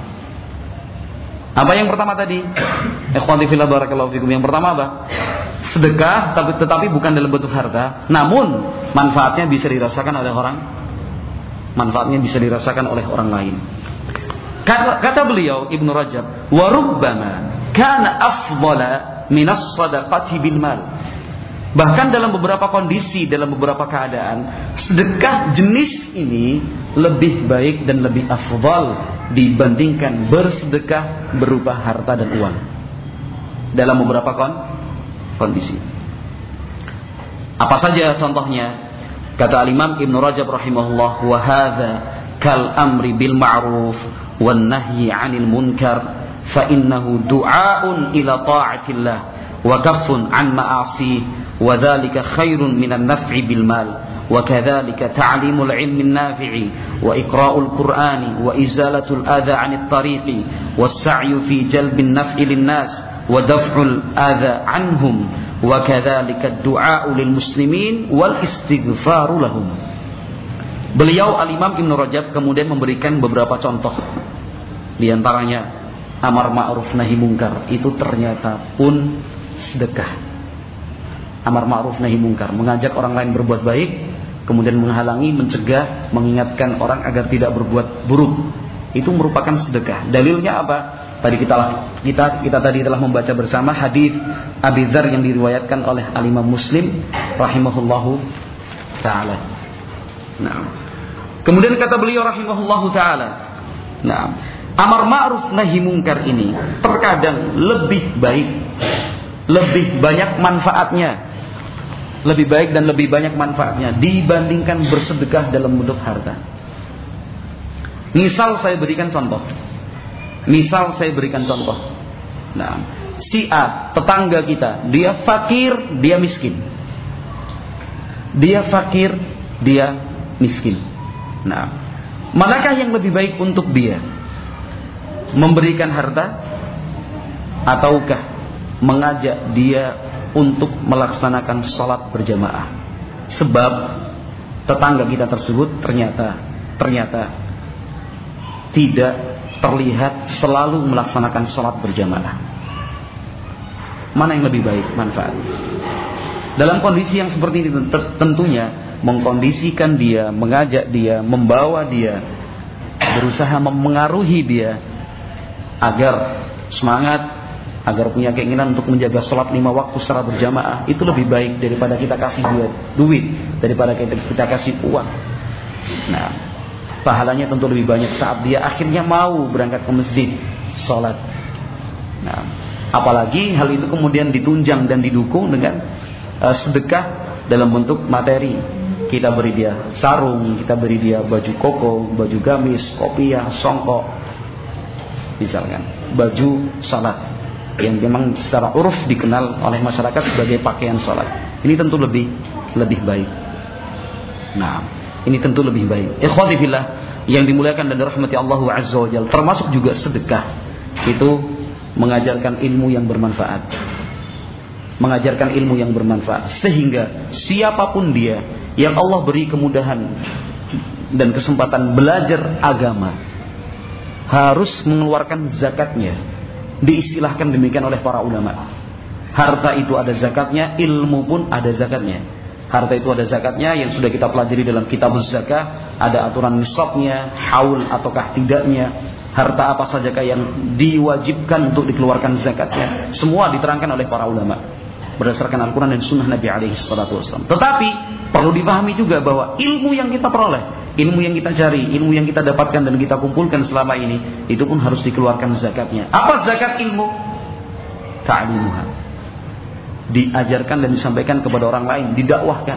Apa yang pertama tadi? Ikhwati fillah barakallahu fikum. Yang pertama apa? Sedekah, tetapi bukan dalam bentuk harta, namun manfaatnya bisa dirasakan oleh orang. Manfaatnya bisa dirasakan oleh orang lain. Kata beliau Ibnu Rajab, wa rubbama kana afdhala minas sadaqati bil mal. Bahkan dalam beberapa kondisi, dalam beberapa keadaan, sedekah jenis ini lebih baik dan lebih afdal dibandingkan bersedekah berupa harta dan uang. Dalam beberapa kondisi. Apa saja contohnya? Kata Imam Ibnu Rajab rahimahullah, wa hadza kal amri bil ma'ruf wan nahyi 'anil munkar fa innahu du'aun ila ta'atillah wa kaffun 'an ma'asi wa dzalika khairun minan naf'i bil mal wa kadzalika ta'limul 'ilmin nafi'i wa iqra'ul qur'ani wa izalatul adha 'anit tariqi was sa'yu fi jalbin naf'i lin nas wa daf'ul adha 'anhum wa kadzalika ad-du'a'u lil muslimin wal istighfaru lahum. Beliau Al-Imam Ibnu Rajab kemudian memberikan beberapa contoh. Di antaranya amar ma'ruf nahi munkar, itu ternyata pun sedekah. Amar ma'ruf nahi munkar, mengajak orang lain berbuat baik, kemudian menghalangi, mencegah, mengingatkan orang agar tidak berbuat buruk. Itu merupakan sedekah. Dalilnya apa? Tadi kita tadi telah membaca bersama hadis Abi Dzar yang diriwayatkan oleh Al-Imam Muslim rahimahullahu taala. Nah, kemudian kata beliau rahimahullahu taala, nah, amar ma'ruf nahi munkar ini terkadang lebih baik, lebih banyak manfaatnya, lebih baik dan lebih banyak manfaatnya dibandingkan bersedekah dalam bentuk harta. Misal saya berikan contoh. Nah, si A, tetangga kita, dia fakir, dia miskin. Dia fakir, dia miskin. Nah, manakah yang lebih baik untuk dia? Memberikan harta ataukah mengajak dia untuk melaksanakan sholat berjamaah? Sebab tetangga kita tersebut ternyata tidak terlihat selalu melaksanakan sholat berjamaah. Mana yang lebih baik manfaat? Dalam kondisi yang seperti ini tentunya mengkondisikan dia, mengajak dia, membawa dia, berusaha memengaruhi dia agar semangat, agar punya keinginan untuk menjaga sholat 5 waktu secara berjamaah, itu lebih baik daripada kita kasih duit, daripada kita kasih uang. Nah, pahalanya tentu lebih banyak saat dia akhirnya mau berangkat ke masjid sholat. Nah, apalagi hal itu kemudian ditunjang dan didukung dengan sedekah dalam bentuk materi. Kita beri dia sarung, kita beri dia baju koko, baju gamis, kopiah, songkok, misalkan baju sholat yang memang secara uruf dikenal oleh masyarakat sebagai pakaian sholat. Ini tentu lebih baik. Nah, ini tentu lebih baik. Ikhwati fillah yang dimuliakan dan dirahmati Allah Azza wa Jalla, termasuk juga sedekah itu mengajarkan ilmu yang bermanfaat. Mengajarkan ilmu yang bermanfaat sehingga siapapun dia yang Allah beri kemudahan dan kesempatan belajar agama harus mengeluarkan zakatnya. Diistilahkan demikian oleh para ulama. Harta itu ada zakatnya, ilmu pun ada zakatnya. Harta itu ada zakatnya yang sudah kita pelajari dalam kitab zakah, ada aturan nisabnya, haul ataukah tidaknya, harta apa sajakah yang diwajibkan untuk dikeluarkan zakatnya. Semua diterangkan oleh para ulama berdasarkan Al-Quran dan Sunnah Nabi alaihi salatu wasallam. Tetapi perlu dipahami juga bahwa ilmu yang kita peroleh, ilmu yang kita cari, ilmu yang kita dapatkan dan kita kumpulkan selama ini, itu pun harus dikeluarkan zakatnya. Apa zakat ilmu? Ta'limuha. Diajarkan dan disampaikan kepada orang lain, didakwahkan.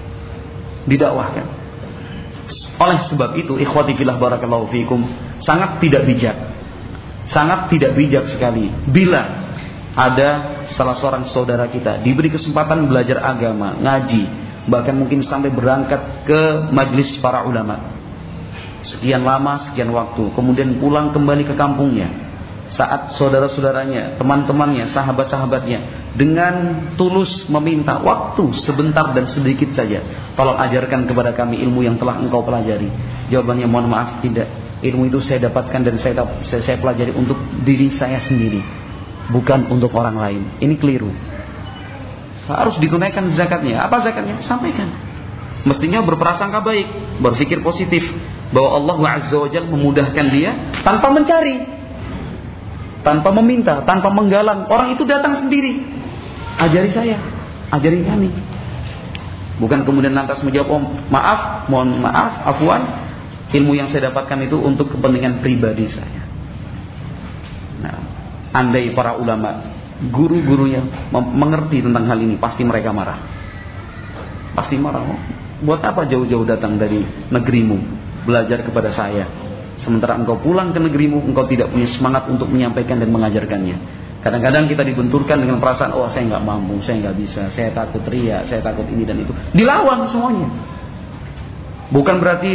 Oleh sebab itu, ikhwati fillah barakallahu fikum, sangat tidak bijak sekali bila ada salah seorang saudara kita diberi kesempatan belajar agama, ngaji, bahkan mungkin sampai berangkat ke majlis para ulama sekian lama, sekian waktu, kemudian pulang kembali ke kampungnya saat saudara-saudaranya, teman-temannya, sahabat-sahabatnya dengan tulus meminta waktu sebentar dan sedikit saja, tolong ajarkan kepada kami ilmu yang telah engkau pelajari. Jawabannya, mohon maaf, tidak. ilmu itu saya dapatkan dan saya pelajari untuk diri saya sendiri, bukan untuk orang lain. Ini keliru. Harus ditunaikan zakatnya. Apa zakatnya? Sampaikan. Mestinya berprasangka baik, berpikir positif bahwa Allah Azza wa Jalla memudahkan dia tanpa mencari, tanpa meminta, tanpa menggalang. Orang itu datang sendiri. Ajari saya, ajari kami. Bukan kemudian lantas menjawab, oh, maaf, mohon maaf, afwan, ilmu yang saya dapatkan itu untuk kepentingan pribadi saya. Nah, andai para ulama, guru-gurunya mengerti tentang hal ini, pasti mereka marah. Pasti marah. Oh, buat apa jauh-jauh datang dari negerimu belajar kepada saya, sementara engkau pulang ke negerimu, engkau tidak punya semangat untuk menyampaikan dan mengajarkannya. Kadang-kadang kita dibenturkan dengan perasaan, oh saya nggak mampu, saya nggak bisa, saya takut riya, saya takut ini dan itu. Dilawan semuanya. Bukan berarti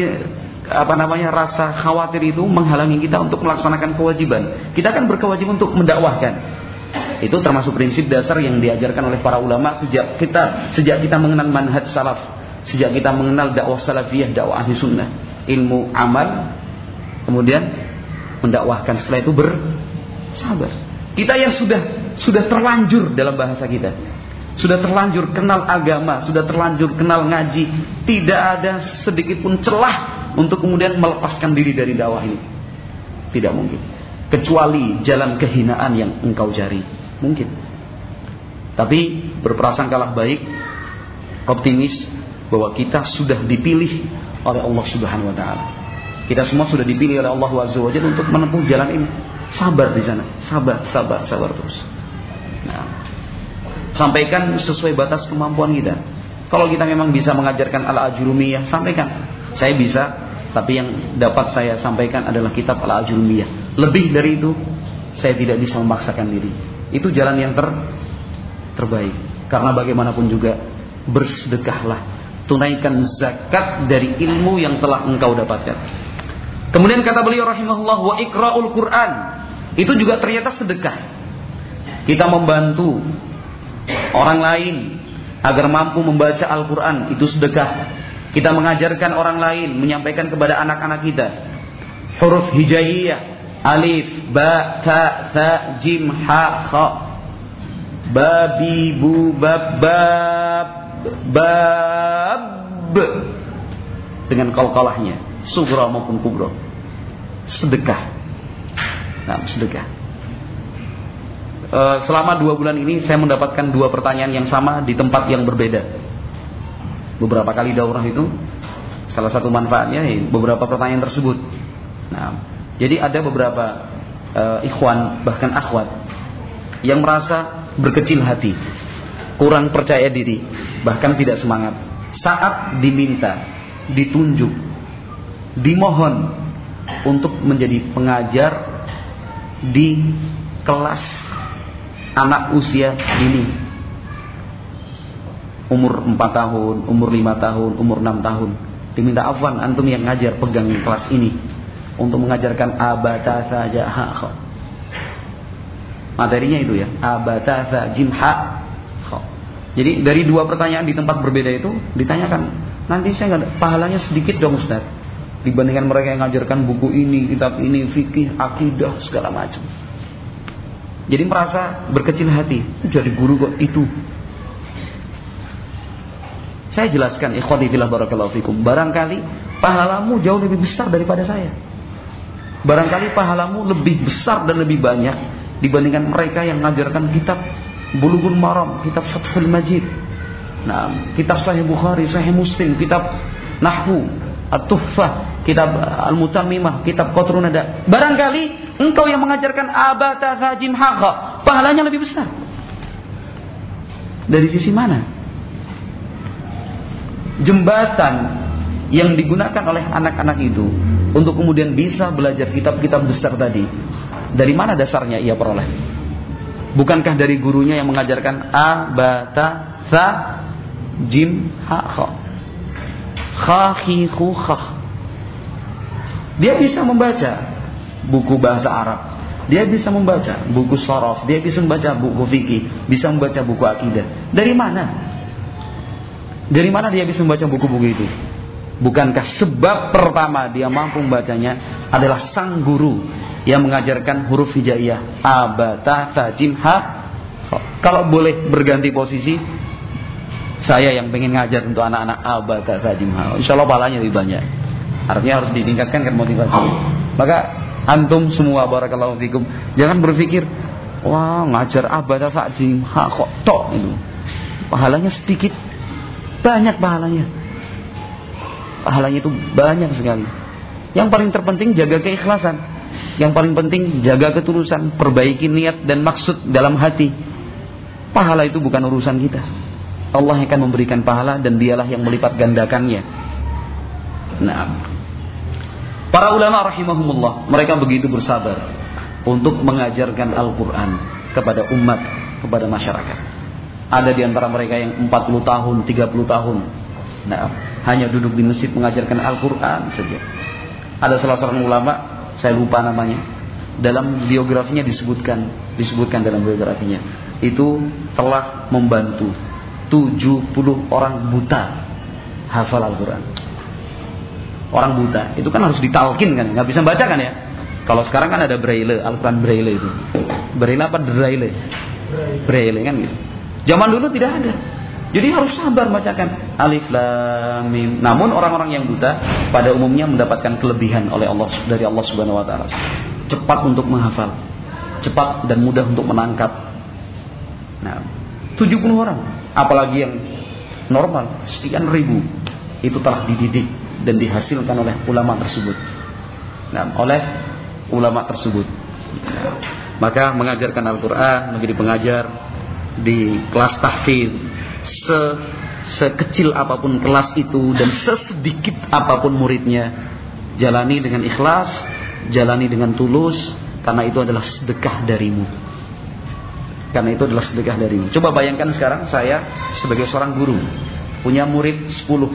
rasa khawatir itu menghalangi kita untuk melaksanakan kewajiban. Kita kan berkewajiban untuk mendakwahkan. Itu termasuk prinsip dasar yang diajarkan oleh para ulama sejak kita mengenal manhaj salaf, sejak kita mengenal dakwah salafiyah, dakwah ahli sunnah, ilmu amal, kemudian mendakwahkan. Setelah itu bersabar. Kita yang sudah terlanjur dalam bahasa kita, sudah terlanjur kenal agama, sudah terlanjur kenal ngaji, tidak ada sedikit pun celah untuk kemudian melepaskan diri dari dakwah ini. Tidak mungkin. Kecuali jalan kehinaan yang engkau cari. Mungkin. Tapi berprasangkalah baik, optimis bahwa kita sudah dipilih oleh Allah Subhanahu wa taala. Kita semua sudah dipilih oleh Allah Azza wa Jalla untuk menempuh jalan ini. Sabar di sana, sabar terus. Nah, sampaikan sesuai batas kemampuan kita. Kalau kita memang bisa mengajarkan al-ajurumiyah, sampaikan. Saya bisa, tapi yang dapat saya sampaikan adalah kitab al-ajurumiyah. Lebih dari itu, saya tidak bisa memaksakan diri. Itu jalan yang terbaik. Karena bagaimanapun juga, bersedekahlah, tunaikan zakat dari ilmu yang telah engkau dapatkan. Kemudian kata beliau rahimahullah, wa iqra'ul Qur'an, itu juga ternyata sedekah. Kita membantu orang lain agar mampu membaca Al-Quran, itu sedekah. Kita mengajarkan orang lain, menyampaikan kepada anak-anak kita huruf hijaiyah, alif, ba, ta, tha, jim, ha, kha, babi, bu, bab, bab, dengan qalqalahnya, sugra maupun kubra. Sedekah. Nah, sedekah. Selama 2 bulan ini saya mendapatkan 2 pertanyaan yang sama di tempat yang berbeda. Beberapa kali daurah itu, salah satu manfaatnya beberapa pertanyaan tersebut. Nah, jadi ada beberapa ikhwan bahkan akhwat yang merasa berkecil hati, kurang percaya diri, bahkan tidak semangat saat diminta, ditunjuk, dimohon untuk menjadi pengajar di kelas anak usia dini, umur 4 tahun, umur 5 tahun, umur 6 tahun. Diminta, afwan, antum yang ngajar, pegang kelas ini untuk mengajarkan abata saja ha kha. Materinya itu ya, abata sa jim ha kha. Jadi dari 2 pertanyaan di tempat berbeda itu ditanyakan, nanti saya nggak, pahalanya sedikit dong Ustaz, dibandingkan mereka yang ngajarkan buku ini, kitab ini, fikih, akidah, segala macam. Jadi merasa berkecil hati, jadi guru kok itu. Saya jelaskan, ikhwati fillah barakallahu fikum, barangkali pahalamu jauh lebih besar daripada saya. Barangkali pahalamu lebih besar dan lebih banyak dibandingkan mereka yang mengajarkan kitab Bulughul Maram, kitab Fathul Majid, nah, kitab Sahih Bukhari, Sahih Muslim, kitab Nahwu, At-Tuffah, kitab Al-Mutammimah, kitab Qatrun Nada. Barangkali engkau yang mengajarkan abata sajim haqa, pahalanya lebih besar. Dari sisi mana? Jembatan yang digunakan oleh anak-anak itu untuk kemudian bisa belajar kitab-kitab besar tadi, dari mana dasarnya ia peroleh? Bukankah dari gurunya yang mengajarkan abata sa jim haqa, kha. Dia bisa membaca buku bahasa Arab, dia bisa membaca buku sharaf, dia bisa membaca buku fikih, bisa membaca buku akidah. Dari mana? Dari mana dia bisa membaca buku-buku itu? Bukankah sebab pertama dia mampu membacanya adalah sang guru yang mengajarkan huruf hijaiyah a, ba, ta, tha, jim, ha. Kalau boleh berganti posisi, saya yang pengen ngajar untuk anak-anak a, ba, ta, tha, jim, ha. Insyaallah pahalanya lebih banyak. Artinya harus ditingkatkan kan motivasi. Maka antum semua barakallahu fikum, jangan berpikir wah ngajar a, ba, ta, tha, jim, ha kok tok itu. Pahalanya sedikit. Banyak pahalanya. Pahalanya itu banyak sekali. Yang paling terpenting jaga keikhlasan. Yang paling penting jaga ketulusan, perbaiki niat dan maksud dalam hati. Pahala itu bukan urusan kita. Allah akan memberikan pahala dan dialah yang melipat gandakannya. Nah, para ulama rahimahumullah, mereka begitu bersabar untuk mengajarkan Al-Quran kepada umat, kepada masyarakat. Ada di antara mereka yang 40 tahun, 30 tahun, nah, hanya duduk di masjid mengajarkan Al-Quran saja. Ada salah seorang ulama, saya lupa namanya, dalam biografinya disebutkan dalam biografinya, itu telah membantu 70 orang buta hafal Al-Quran. Orang buta itu kan harus ditalkin kan, nggak bisa baca kan ya. Kalau sekarang kan ada braille, Al-Quran braille itu. Braille apa braille? Braille kan gitu. Zaman dulu tidak ada. Jadi harus sabar bacakan alif lam mim. Namun orang-orang yang buta pada umumnya mendapatkan kelebihan oleh Allah, dari Allah Subhanahu wa taala. Cepat untuk menghafal, cepat dan mudah untuk menangkap. Nah, 70 orang, apalagi yang normal sekian ribu, itu telah dididik dan dihasilkan oleh ulama tersebut. Nah, oleh ulama tersebut. Nah, maka mengajarkan Al-Quran, menjadi pengajar di kelas tahfidz, sekecil apapun kelas itu dan sesedikit apapun muridnya, jalani dengan ikhlas, jalani dengan tulus, karena itu adalah sedekah darimu. Karena itu adalah sedekah darimu. Coba bayangkan sekarang saya sebagai seorang guru punya murid 10.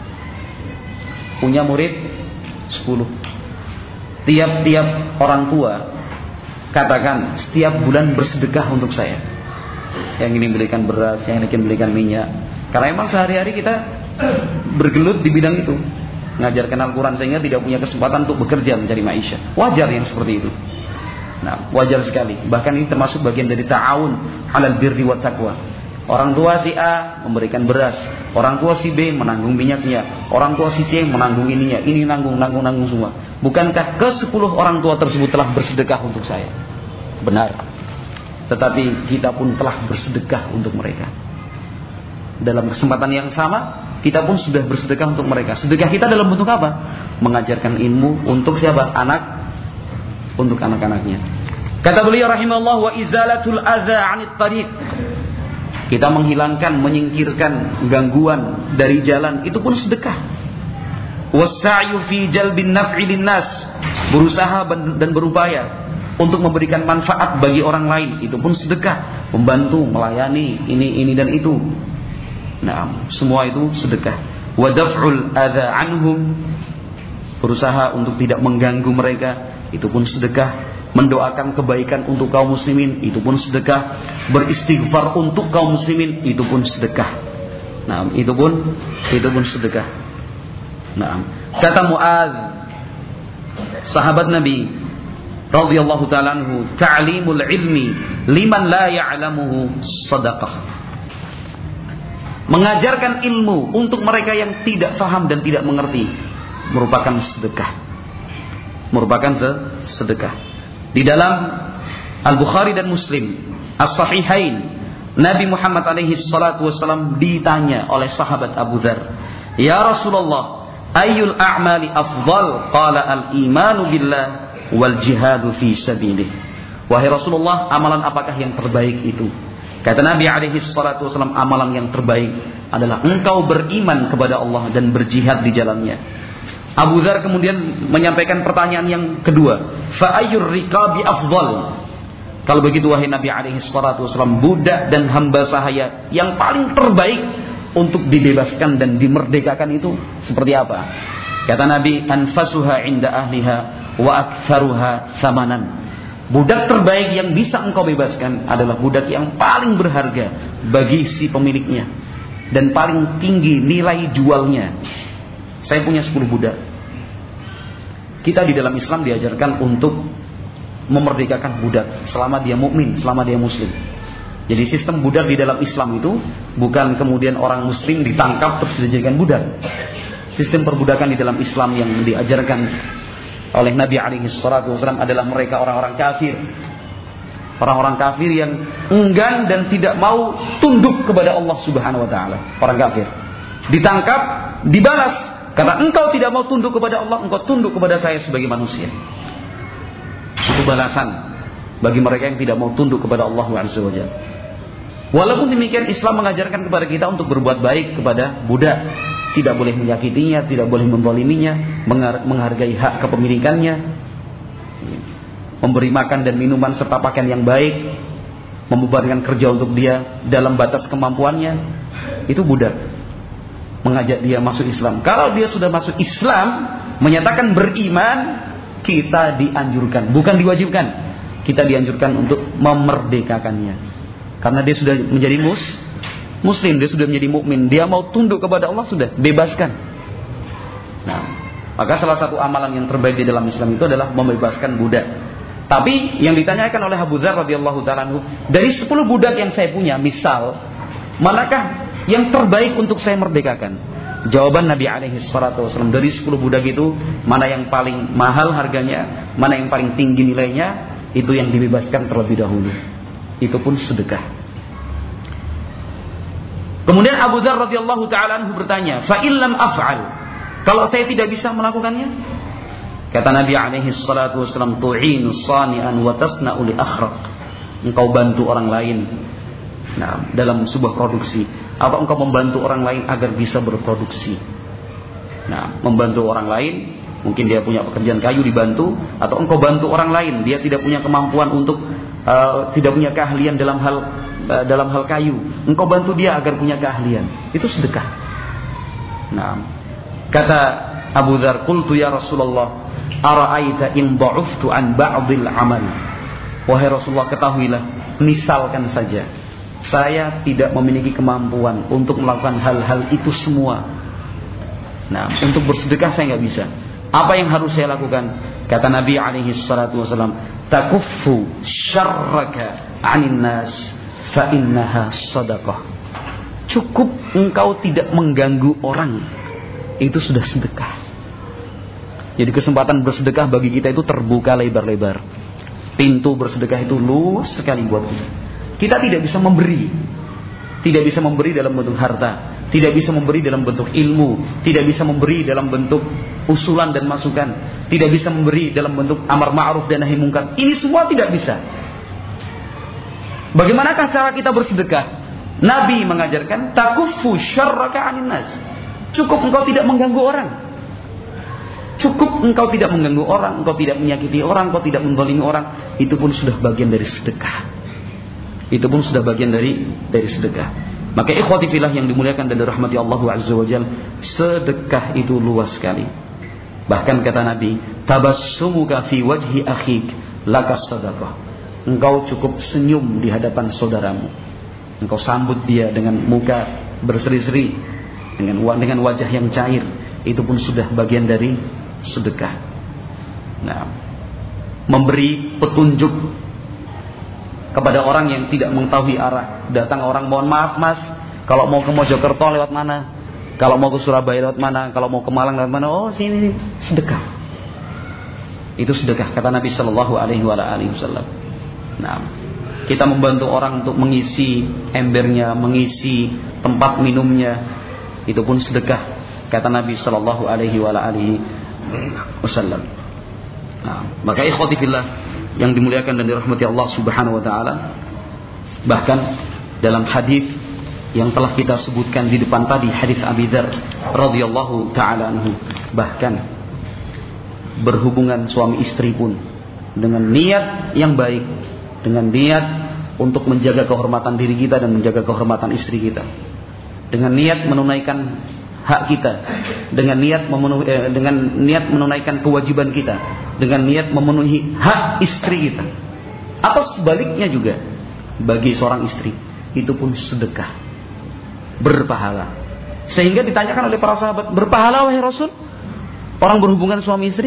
Punya murid 10. Tiap-tiap orang tua katakan setiap bulan bersedekah untuk saya. Yang ini belikan beras, yang ini belikan minyak. Karena memang sehari-hari kita bergelut di bidang itu, mengajarkan Al-Quran, sehingga tidak punya kesempatan untuk bekerja mencari maisha. Wajar yang seperti itu. Nah, wajar sekali. Bahkan ini termasuk bagian dari ta'awun 'alal birri wat taqwa. Orang tua si A memberikan beras, orang tua si B menanggung minyaknya, orang tua si C menanggung ininya, ini nanggung semua. Bukankah ke-10 orang tua tersebut telah bersedekah untuk saya? Benar. Tetapi kita pun telah bersedekah untuk mereka. Dalam kesempatan yang sama, kita pun sudah bersedekah untuk mereka. Sedekah kita dalam bentuk apa? Mengajarkan ilmu untuk siapa? Untuk anak-anaknya. Kata beliau rahimahullah, wa izalatul adza 'anit tariq. Kita menghilangkan, menyingkirkan gangguan dari jalan, itu pun sedekah. Wasa'yu fi jalbin naf'i linnas. Berusaha dan berupaya untuk memberikan manfaat bagi orang lain, itu pun sedekah. Membantu, melayani, ini dan itu. Nah, semua itu sedekah. Wa daf'ul adza 'anhum. Berusaha untuk tidak mengganggu mereka, itu pun sedekah. Mendoakan kebaikan untuk kaum muslimin, itu pun sedekah. Beristighfar untuk kaum muslimin, itu pun sedekah. Nah, itu pun sedekah. Nah, kata Mu'adz, sahabat Nabi radhiyallahu ta'ala anhu, ta'limul ilmi liman la ya'lamuhu sadaqah. Mengajarkan ilmu untuk mereka yang tidak faham dan tidak mengerti merupakan sedekah. Merupakan sedekah. Di dalam Al-Bukhari dan Muslim, As-Sahihain, Nabi Muhammad alaihi salatu wasallam ditanya oleh sahabat Abu Dzar, "Ya Rasulullah, ayyul a'mali afdal?" Qala al-imanu billah wal jihadu fi sabilih. Wahai Rasulullah, amalan apakah yang terbaik itu? Kata Nabi alaihi salatu wasallam, amalan yang terbaik adalah engkau beriman kepada Allah dan berjihad di jalannya. Abu Dzar kemudian menyampaikan pertanyaan yang kedua, fa ayyur riqabi afdal? Kalau begitu wahai Nabi alaihi salatu wasallam, budak dan hamba sahaya yang paling terbaik untuk dibebaskan dan dimerdekakan itu seperti apa? Kata Nabi, anfasuha inda ahliha wa aktsaruha thamanan. Budak terbaik yang bisa engkau bebaskan adalah budak yang paling berharga bagi si pemiliknya dan paling tinggi nilai jualnya. Saya punya 10 budak. Kita di dalam Islam diajarkan untuk memerdekakan budak selama dia mukmin, selama dia muslim. Jadi sistem budak di dalam Islam itu bukan kemudian orang muslim ditangkap terus dijadikan budak. Sistem perbudakan di dalam Islam yang diajarkan oleh Nabi alaihi salatu wasallam adalah mereka orang-orang kafir. Orang-orang kafir yang enggan dan tidak mau tunduk kepada Allah Subhanahu wa taala. Orang kafir ditangkap, dibalas, karena engkau tidak mau tunduk kepada Allah, engkau tunduk kepada saya sebagai manusia. Itu balasan bagi mereka yang tidak mau tunduk kepada Allah Azza wa Jalla. Walaupun demikian, Islam mengajarkan kepada kita untuk berbuat baik kepada budak. Tidak boleh menyakitinya, tidak boleh menzaliminya, menghargai hak kepemilikannya, memberi makan dan minuman serta pakaian yang baik, membebankan kerja untuk dia dalam batas kemampuannya. Itu budak. Mengajak dia masuk Islam. Kalau dia sudah masuk Islam, menyatakan beriman, kita dianjurkan, bukan diwajibkan, kita dianjurkan untuk memerdekakannya. Karena dia sudah menjadi muslim, dia sudah menjadi mukmin, dia mau tunduk kepada Allah, sudah bebaskan. Nah, maka salah satu amalan yang terbaik di dalam Islam itu adalah membebaskan budak. Tapi yang ditanyakan oleh Abu Dzar radhiyallahu ta'ala anhu, dari 10 budak yang saya punya, misal, manakah yang terbaik untuk saya merdekakan? Jawaban Nabi alaihi salatu wasallam, dari 10 budak itu, mana yang paling mahal harganya, mana yang paling tinggi nilainya, itu yang dibebaskan terlebih dahulu. Itu pun sedekah. Kemudian Abu Dzar radhiyallahu ta'ala anhu bertanya, fa illam af'al, kalau saya tidak bisa melakukannya? Kata Nabi alaihi salatu wasallam, tu'inu sani'an wa tasna'u li akhraq. Engkau bantu orang lain, nah, dalam sebuah produksi, atau engkau membantu orang lain agar bisa berproduksi. Nah, membantu orang lain, mungkin dia punya pekerjaan kayu, dibantu, atau engkau bantu orang lain, dia tidak punya kemampuan untuk tidak punya keahlian dalam hal kayu, engkau bantu dia agar punya keahlian. Itu sedekah. Nah, kata Abu Dzar, qultu ya Rasulullah, ara'aita in dha'uftu an ba'dil amal. Wahai Rasulullah, ketahuilah, misalkan saja saya tidak memiliki kemampuan untuk melakukan hal-hal itu semua. Nah, untuk bersedekah saya nggak bisa. Apa yang harus saya lakukan? Kata Nabi alaihi salatu wasallam, takuffu syarraka 'anin nas fa innaha shadaqah. Cukup engkau tidak mengganggu orang, itu sudah sedekah. Jadi kesempatan bersedekah bagi kita itu terbuka lebar-lebar. Pintu bersedekah itu luas sekali buat kita. Kita tidak bisa memberi. Tidak bisa memberi dalam bentuk harta, tidak bisa memberi dalam bentuk ilmu, tidak bisa memberi dalam bentuk usulan dan masukan, tidak bisa memberi dalam bentuk amar ma'ruf dan nahi mungkar. Ini semua tidak bisa. Bagaimanakah cara kita bersedekah? Nabi mengajarkan takuffu syarraka 'anin nas. Cukup engkau tidak mengganggu orang. Cukup engkau tidak mengganggu orang, engkau tidak menyakiti orang, engkau tidak menzalimi orang, itu pun sudah bagian dari sedekah. Itu pun sudah bagian dari sedekah. Maka ikhwati fillah yang dimuliakan dan dirahmati Allah Azza wa Jalla, sedekah itu luas sekali. Bahkan kata Nabi, tabassumuka fi wajhi akhik lakas sadaqah. Engkau cukup senyum di hadapan saudaramu, engkau sambut dia dengan muka berseri-seri, dengan wajah yang cair, itu pun sudah bagian dari sedekah. Nah, memberi petunjuk kepada orang yang tidak mengetahui arah. Datang orang, mohon maaf mas, kalau mau ke Mojokerto lewat mana, kalau mau ke Surabaya lewat mana, kalau mau ke Malang lewat mana. Oh sini, sedekah. Itu sedekah, kata Nabi Shallallahu Alaihi Wasallam. Nah, kita membantu orang untuk mengisi embernya, mengisi tempat minumnya, itu pun sedekah, kata Nabi Shallallahu Alaihi Wasallam. Nah, maka ikhwati fillah yang dimuliakan dan dirahmati Allah Subhanahu wa taala, bahkan dalam hadis yang telah kita sebutkan di depan tadi, hadis Abi Dzar radhiyallahu taala anhu, bahkan berhubungan suami istri pun dengan niat yang baik, dengan niat untuk menjaga kehormatan diri kita dan menjaga kehormatan istri kita, dengan niat menunaikan hak kita, dengan niat menunaikan kewajiban kita, dengan niat memenuhi hak istri kita, atau sebaliknya juga bagi seorang istri, itu pun sedekah, berpahala. Sehingga ditanyakan oleh para sahabat, berpahala wahai Rasul orang berhubungan suami istri?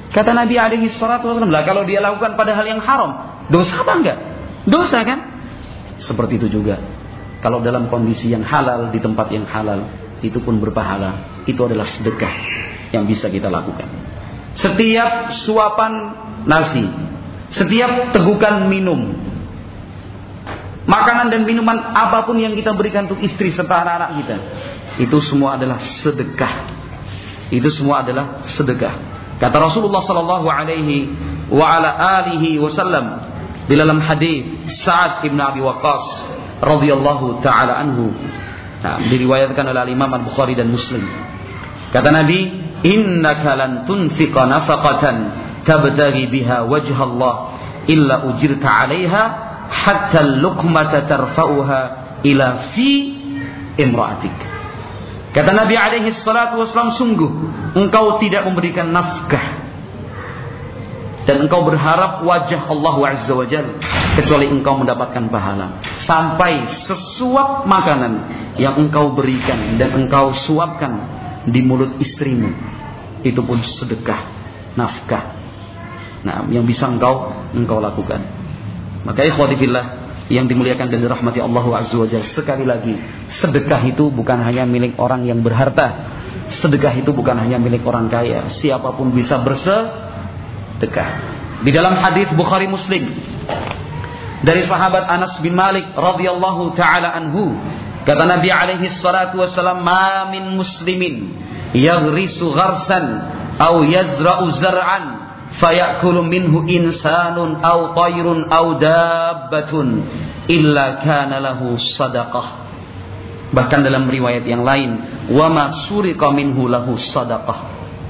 Kata Nabi alaihi salatu wasallam, lah kalau dia lakukan pada hal yang haram, dosa apa enggak? Dosa kan? Seperti itu juga. Kalau dalam kondisi yang halal, di tempat yang halal, itu pun berpahala. Itu adalah sedekah yang bisa kita lakukan. Setiap suapan nasi, setiap tegukan minum, makanan dan minuman apapun yang kita berikan untuk istri serta anak-anak kita, itu semua adalah sedekah. Itu semua adalah sedekah. Kata Rasulullah sallallahu alaihi wa ala alihi wasallam di dalam hadis Sa'ad bin Abi Waqqas radhiyallahu taala anhu, diriwayatkan oleh Imam Al-Bukhari dan Muslim. Kata Nabi, innaka lan tunfiqa nafaqatan tabtaghi biha wajha Allah illa ujirta 'alaiha hatta al-luqmata tarfa'uha ila fi imra'atik. Kata Nabi alaihi salatu wasallam, sungguh engkau tidak memberikan nafkah dan engkau berharap wajah Allah azza wa jalla kecuali engkau mendapatkan pahala sampai sesuap makanan yang engkau berikan dan engkau suapkan di mulut istrimu, itu pun sedekah nafkah. Nah, yang bisa engkau lakukan. Maka ikhwati fillah yang dimuliakan dan dirahmati Allah azza wa jalla, sekali lagi, sedekah itu bukan hanya milik orang yang berharta. Sedekah itu bukan hanya milik orang kaya. Siapapun bisa bersedekah. Di dalam hadis Bukhari Muslim dari sahabat Anas bin Malik radhiyallahu taala anhu, kata Nabi alaihi salatu wasallam, ma min muslimin yaghrisu gharsan aw yazra'u zar'an fayakulu minhu insanun aw tayrun aw dabbatun illa kana lahu sadaqah. Bahkan dalam riwayat yang lain, wa ma suriqa minhu lahu sadaqah.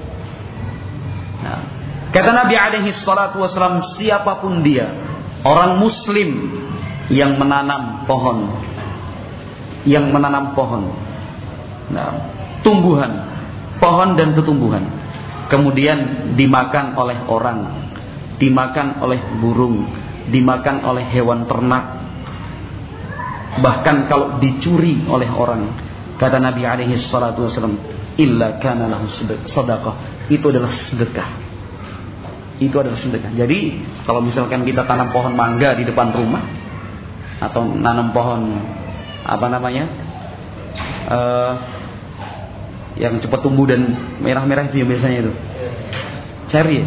Nah, kata Nabi alaihi salatu wasallam, siapapun dia, orang muslim yang menanam pohon, nah, tumbuhan, pohon dan tumbuhan, kemudian dimakan oleh orang, dimakan oleh burung, dimakan oleh hewan ternak, bahkan kalau dicuri oleh orang, kata Nabi alaihi salatu wasallam, illa kana lahu sadaqah. Itu adalah sedekah. Itu adalah sedekah. Jadi kalau misalkan kita tanam pohon mangga di depan rumah, atau nanam pohon yang cepat tumbuh dan merah-merah itu ya biasanya itu cherry,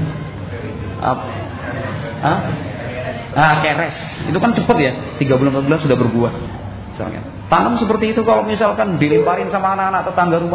keres, itu kan cepat ya, 3 bulan 4 bulan sudah berbuah. Misalkan tanam seperti itu, kalau misalkan dilemparin sama anak-anak tetangga rumah,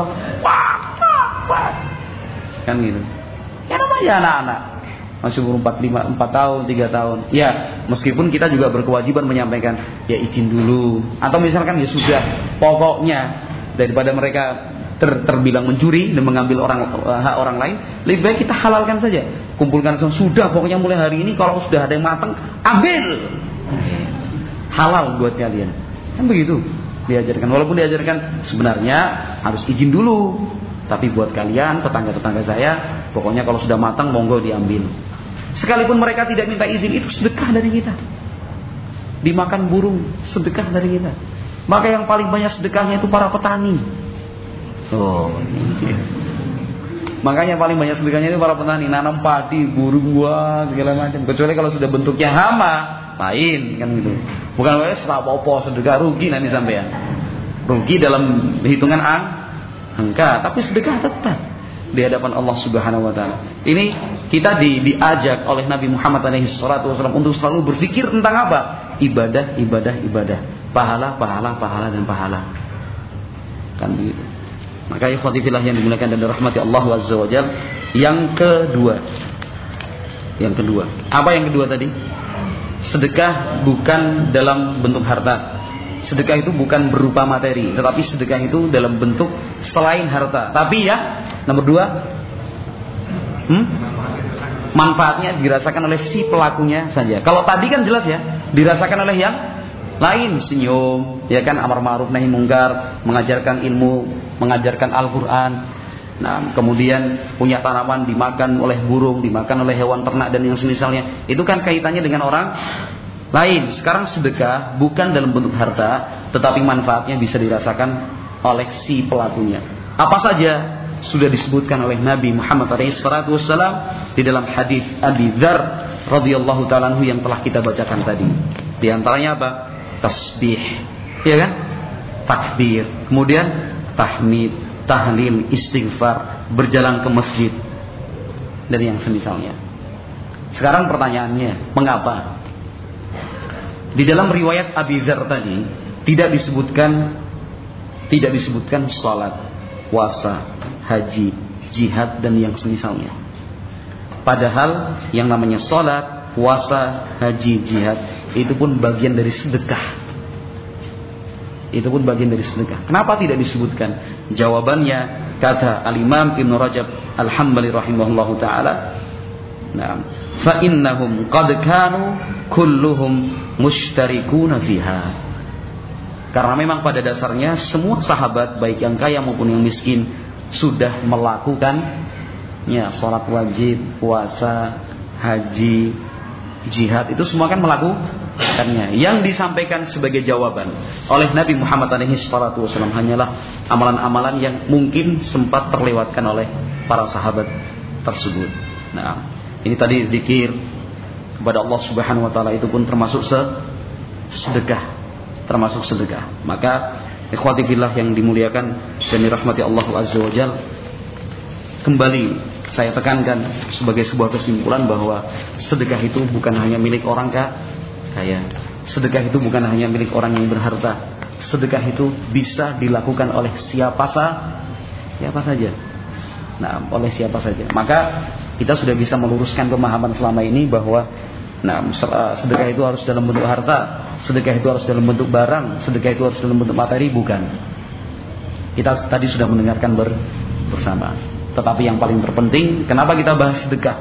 kan gitu. Ya namanya anak-anak masih umur 4 tahun, 3 tahun. Ya, meskipun kita juga berkewajiban menyampaikan, ya izin dulu. Atau misalkan ya sudah, pokoknya daripada mereka terbilang mencuri dan mengambil hak orang lain, lebih baik kita halalkan saja. Kumpulkan sudah, pokoknya mulai hari ini kalau sudah ada yang matang, ambil. Halal buat kalian. Kan begitu diajarkan. Walaupun diajarkan sebenarnya harus izin dulu. Tapi buat kalian, tetangga-tetangga saya, pokoknya kalau sudah matang monggo diambil. Sekalipun mereka tidak minta izin, itu sedekah dari kita. Dimakan burung, sedekah dari kita. Maka yang paling banyak sedekahnya itu para petani. Makanya paling banyak sedekahnya itu para petani, nanam padi, burung buah, segala macam. Kecuali kalau sudah bentuknya hama, lain kan gitu. Bukan apa-apa sedekah, rugi nanti sampean. Rugi dalam hitungan angka, tapi sedekah tetap di hadapan Allah Subhanahu wa taala. Ini kita diajak oleh Nabi Muhammad SAW untuk selalu berpikir tentang apa? Ibadah. Pahala dan pahala. Kan begitu. Maka ikhwati fillah yang dimuliakan dan dirahmati Allah Azza wa Jalla, yang kedua. Apa yang kedua tadi? Sedekah bukan dalam bentuk harta. Sedekah itu bukan berupa materi, tetapi sedekah itu dalam bentuk selain harta. Tapi ya, nomor 2, manfaatnya dirasakan oleh si pelakunya saja. Kalau tadi kan jelas ya, dirasakan oleh yang lain, senyum, ya kan, amar ma'ruf nahi mungkar, mengajarkan ilmu, mengajarkan Al-Qur'an. Nah, kemudian punya tanaman dimakan oleh burung, dimakan oleh hewan ternak dan yang semisalnya. Itu kan kaitannya dengan orang lain. Sekarang sedekah bukan dalam bentuk harta, tetapi manfaatnya bisa dirasakan oleh si pelakunya. Apa saja sudah disebutkan oleh Nabi Muhammad SAW. di dalam hadis Abi Dzar radhiyallahu ta'ala anhu yang telah kita bacakan tadi. Di antaranya apa? Tasbih, ya kan? Takbir, kemudian tahmid, tahlil, istighfar, berjalan ke masjid dan yang semisalnya. Sekarang pertanyaannya, mengapa? Di dalam riwayat Abi Dzar tadi tidak disebutkan salat, puasa, haji, jihad dan yang semisalnya. Padahal yang namanya salat, puasa, haji, jihad itu pun bagian dari sedekah. Itu pun bagian dari sedekah. Kenapa tidak disebutkan? Jawabannya kata Al-Imam Ibn Rajab Al-Hambali rahimahullahu taala, "Nah, fa innahum qad kanu kulluhum mushtarikuna fiha." Karena memang pada dasarnya semua sahabat baik yang kaya maupun yang miskin sudah melakukan salat wajib, puasa, haji, jihad, itu semua kan melakukannya. Yang disampaikan sebagai jawaban oleh Nabi Muhammad SAW hanyalah amalan-amalan yang mungkin sempat terlewatkan oleh para sahabat tersebut. Nah, ini tadi zikir kepada Allah Subhanahu wa taala itu pun termasuk sedekah. Maka ikhwati fillah yang dimuliakan dan dirahmati Allah Azza wa Jalla, kembali saya tekankan sebagai sebuah kesimpulan bahwa sedekah itu bukan hanya milik orang kaya. Sedekah itu bukan hanya milik orang yang berharta. Sedekah itu bisa dilakukan oleh siapa saja. Nah, oleh siapa saja. Maka kita sudah bisa meluruskan pemahaman selama ini bahwa sedekah itu harus dalam bentuk harta, sedekah itu harus dalam bentuk barang, sedekah itu harus dalam bentuk materi, bukan. Kita tadi sudah mendengarkan bersama. Tetapi yang paling terpenting, kenapa kita bahas sedekah?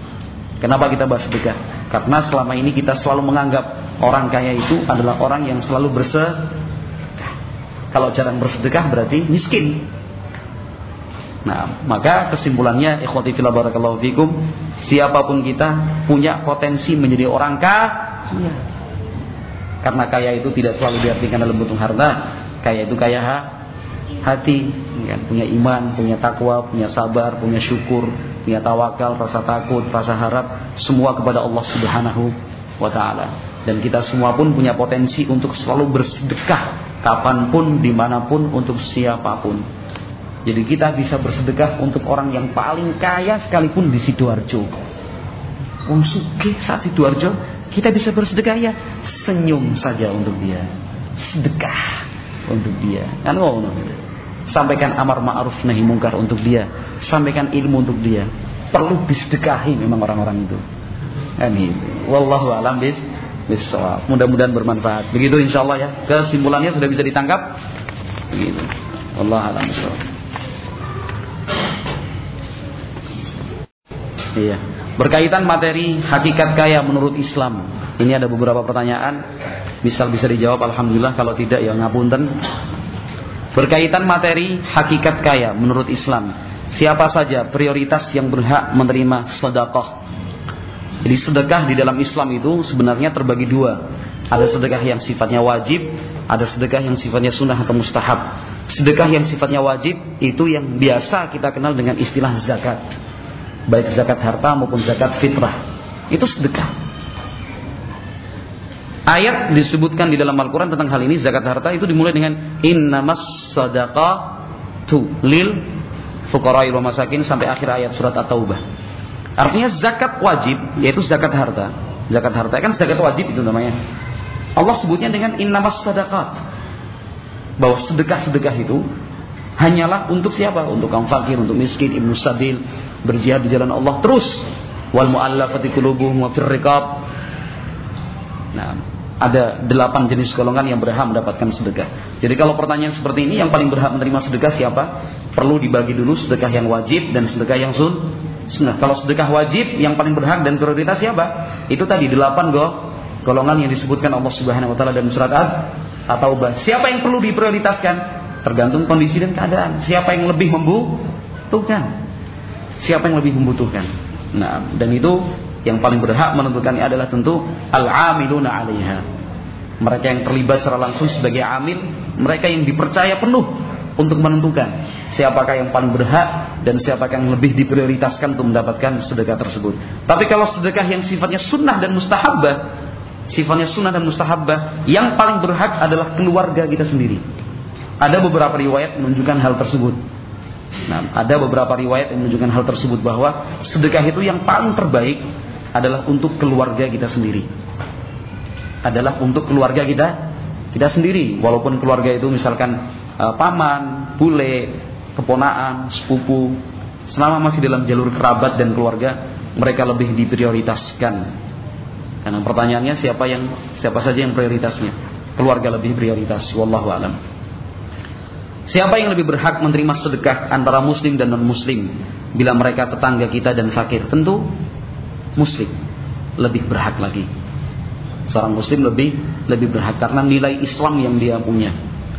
Karena selama ini kita selalu menganggap orang kaya itu adalah orang yang selalu bersedekah. Kalau jarang bersedekah berarti miskin. Nah, maka kesimpulannya, ikhwati fillah barakallahu fikum, siapapun kita punya potensi menjadi orang kaya. Karena kaya itu tidak selalu diartikan dalam bentuk harta. Kaya itu kaya hati, kan? Punya iman, punya takwa, punya sabar, punya syukur, punya tawakal, rasa takut, rasa harap, semua kepada Allah Subhanahu wa taala. Dan kita semua pun punya potensi untuk selalu bersedekah kapanpun, dimanapun, untuk siapapun. Jadi kita bisa bersedekah untuk orang yang paling kaya sekalipun di Sidoarjo. Wong sugih sak Sidoarjo, kita bisa bersedekah ya, senyum saja untuk dia. Sedekah untuk dia. Kan ngono. Sampaikan amar ma'ruf nahi mungkar untuk dia, sampaikan ilmu untuk dia. Perlu disedekahi memang orang-orang itu. Amin. Wallahu a'lam bishawab. Mudah-mudahan bermanfaat. Begitu insyaallah ya. Kesimpulannya sudah bisa ditangkap. Begitu. Wallahu a'lam bishawab. Iya. Berkaitan materi hakikat kaya menurut Islam. Ini ada beberapa pertanyaan. Bisa dijawab alhamdulillah, kalau tidak ya ngapunten. Berkaitan materi hakikat kaya menurut Islam, siapa saja prioritas yang berhak menerima sedekah? Jadi sedekah di dalam Islam itu sebenarnya terbagi dua. Ada sedekah yang sifatnya wajib, ada sedekah yang sifatnya sunnah atau mustahab. Sedekah yang sifatnya wajib itu yang biasa kita kenal dengan istilah zakat, baik zakat harta maupun zakat fitrah. Itu sedekah. Ayat disebutkan di dalam Al-Quran tentang hal ini, zakat harta itu dimulai dengan innamas sadaqatu lil fuqara'i wal masakin sampai akhir ayat surat At-Taubah. Artinya zakat wajib, yaitu zakat harta. Zakat harta kan zakat wajib itu namanya. Allah sebutnya dengan innamas sadaqat, bahwa sedekah-sedekah itu hanyalah untuk siapa? Untuk kaum fakir, untuk miskin, ibnu sabil, berjihad di jalan Allah. Terus wal mu'allafati qulubuhum wa fir riqab. Nah, ada 8 jenis golongan yang berhak mendapatkan sedekah. Jadi kalau pertanyaan seperti ini, yang paling berhak menerima sedekah siapa? Perlu dibagi dulu sedekah yang wajib dan sedekah yang sunnah. Kalau sedekah wajib yang paling berhak dan prioritas siapa? Itu tadi 8 golongan yang disebutkan Allah Subhanahu wa taala dalam surat At-Taubah. Siapa yang perlu diprioritaskan? Tergantung kondisi dan keadaan. Siapa yang lebih membutuhkan? Nah, dan itu yang paling berhak menentukannya adalah tentu al-amiluna 'alaiha. Mereka yang terlibat secara langsung sebagai amil, mereka yang dipercaya penuh untuk menentukan siapakah yang paling berhak dan siapakah yang lebih diprioritaskan untuk mendapatkan sedekah tersebut. Tapi kalau sedekah yang sifatnya sunnah dan mustahabbah, yang paling berhak adalah keluarga kita sendiri. Ada beberapa riwayat menunjukkan hal tersebut. Bahwa sedekah itu yang paling terbaik adalah untuk keluarga kita sendiri. Walaupun keluarga itu misalkan paman, bule, keponaan, sepupu, selama masih dalam jalur kerabat dan keluarga, mereka lebih diprioritaskan. Karena pertanyaannya siapa saja yang prioritasnya? Keluarga lebih prioritas. Wallahu a'lam. Siapa yang lebih berhak menerima sedekah antara muslim dan non muslim bila mereka tetangga kita dan fakir? Tentu muslim lebih berhak lagi. Seorang muslim lebih berhak karena nilai Islam yang dia punya.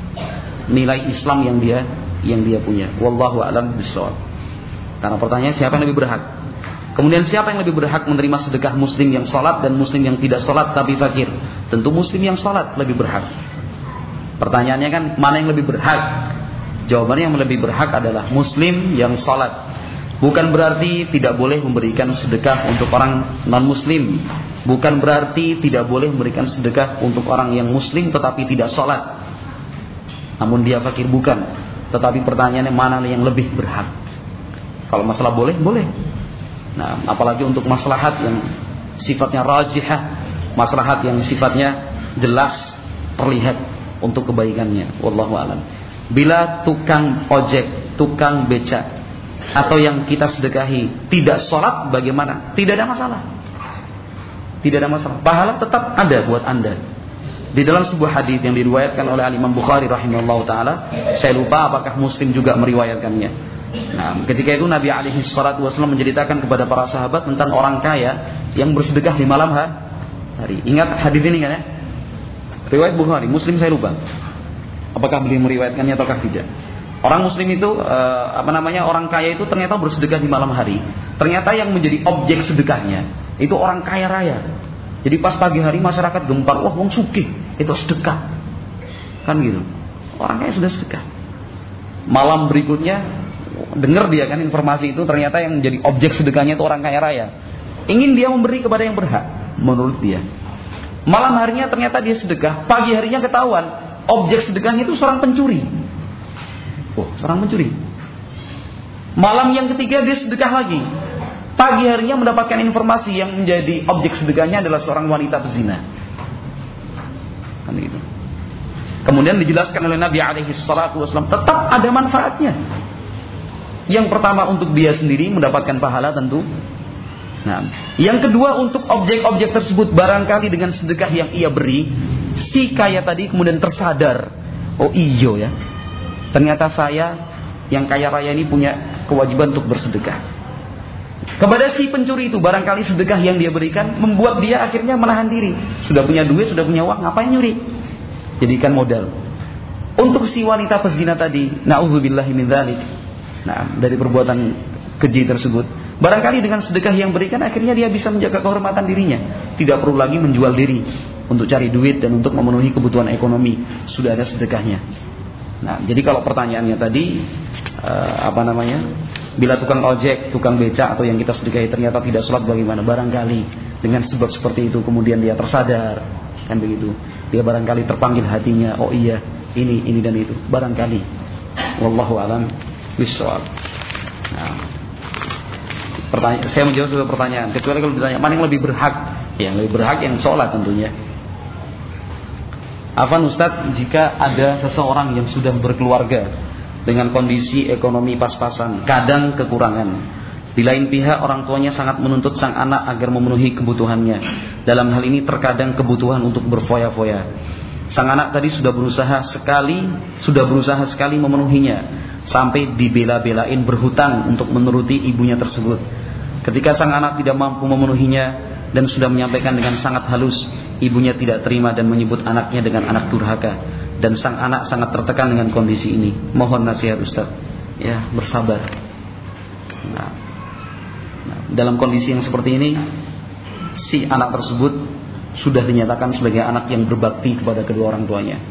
Wallahu a'lam bishawab. Karena pertanyaannya siapa yang lebih berhak? Kemudian siapa yang lebih berhak menerima sedekah muslim yang salat dan muslim yang tidak salat tapi fakir? Tentu muslim yang salat lebih berhak. Pertanyaannya kan mana yang lebih berhak? Jawabannya yang lebih berhak adalah muslim yang salat. Bukan berarti tidak boleh memberikan sedekah untuk orang non muslim. Bukan berarti tidak boleh memberikan sedekah untuk orang yang muslim tetapi tidak salat. Namun dia fakir, bukan. Tetapi pertanyaannya mana yang lebih berhak? Kalau masalah boleh. Nah, apalagi untuk maslahat yang sifatnya rajihah, maslahat yang sifatnya jelas terlihat untuk kebaikannya. Wallahu a'lam. Bila tukang ojek, tukang becak atau yang kita sedekahi tidak sholat, bagaimana? Tidak ada masalah. Pahala tetap ada buat Anda. Di dalam sebuah hadis yang diriwayatkan oleh Imam Bukhari rahimahullah taala, saya lupa apakah Muslim juga meriwayatkannya. Nah, ketika itu Nabi alaihi salatu wasallam menceritakan kepada para sahabat tentang orang kaya yang bersedekah di malam hari. Ingat hadis ini kan ya? Riwayat Bukhari, Muslim saya lupa. Apakah beliau meriwayatkannya ataukah tidak? Orang Muslim itu orang kaya itu ternyata bersedekah di malam hari. Ternyata yang menjadi objek sedekahnya itu orang kaya raya. Jadi pas pagi hari masyarakat gempar, wah wong sugih, itu sedekah. Kan gitu. Orang kaya sudah sedekah. Malam berikutnya dengar dia kan informasi itu, ternyata yang menjadi objek sedekahnya itu orang kaya raya. Ingin dia memberi kepada yang berhak menurut dia. Malam harinya ternyata dia sedekah, pagi harinya ketahuan objek sedekahnya itu seorang pencuri. Seorang pencuri. Malam yang ketiga dia sedekah lagi. Pagi harinya mendapatkan informasi yang menjadi objek sedekahnya adalah seorang wanita pezina. Kan gitu. Kemudian dijelaskan oleh Nabi alaihi salatu wasallam, tetap ada manfaatnya. Yang pertama untuk dia sendiri mendapatkan pahala tentu. Nah, yang kedua untuk objek-objek tersebut, barangkali dengan sedekah yang ia beri, si kaya tadi kemudian tersadar, oh iyo ya, ternyata saya yang kaya raya ini punya kewajiban untuk bersedekah. Kepada si pencuri itu barangkali sedekah yang dia berikan membuat dia akhirnya menahan diri. Sudah punya duit, sudah punya uang, ngapain nyuri? Jadikan modal. Untuk si wanita pezina tadi, na'udzubillahi min dzalik. Nah, dari perbuatan keji tersebut, barangkali dengan sedekah yang berikan akhirnya dia bisa menjaga kehormatan dirinya. Tidak perlu lagi menjual diri untuk cari duit dan untuk memenuhi kebutuhan ekonomi. Sudah ada sedekahnya. Nah, jadi kalau pertanyaannya tadi bila tukang ojek, tukang becak atau yang kita sedekahi ternyata tidak sholat, bagaimana? Barangkali dengan sebab seperti itu kemudian dia tersadar, kan begitu. Dia barangkali terpanggil hatinya, oh iya, ini dan itu. Barangkali. Wallahu a'lam bishawab. Nah, saya menjawab sebuah pertanyaan. Kecuali kalau ditanya mana yang lebih berhak? Yang lebih berhak yang sholat tentunya. Afwan Ustadz, jika ada seseorang yang sudah berkeluarga dengan kondisi ekonomi pas-pasan, kadang kekurangan. Di lain pihak orang tuanya sangat menuntut sang anak agar memenuhi kebutuhannya. Dalam hal ini terkadang kebutuhan untuk berfoya-foya. Sang anak tadi sudah berusaha sekali memenuhinya, sampai dibela-belain berhutang untuk menuruti ibunya tersebut. Ketika sang anak tidak mampu memenuhinya dan sudah menyampaikan dengan sangat halus, ibunya tidak terima dan menyebut anaknya dengan anak durhaka. Dan sang anak sangat tertekan dengan kondisi ini. Mohon nasihat Ustaz. Ya, bersabar. Nah, dalam kondisi yang seperti ini, si anak tersebut sudah dinyatakan sebagai anak yang berbakti kepada kedua orang tuanya.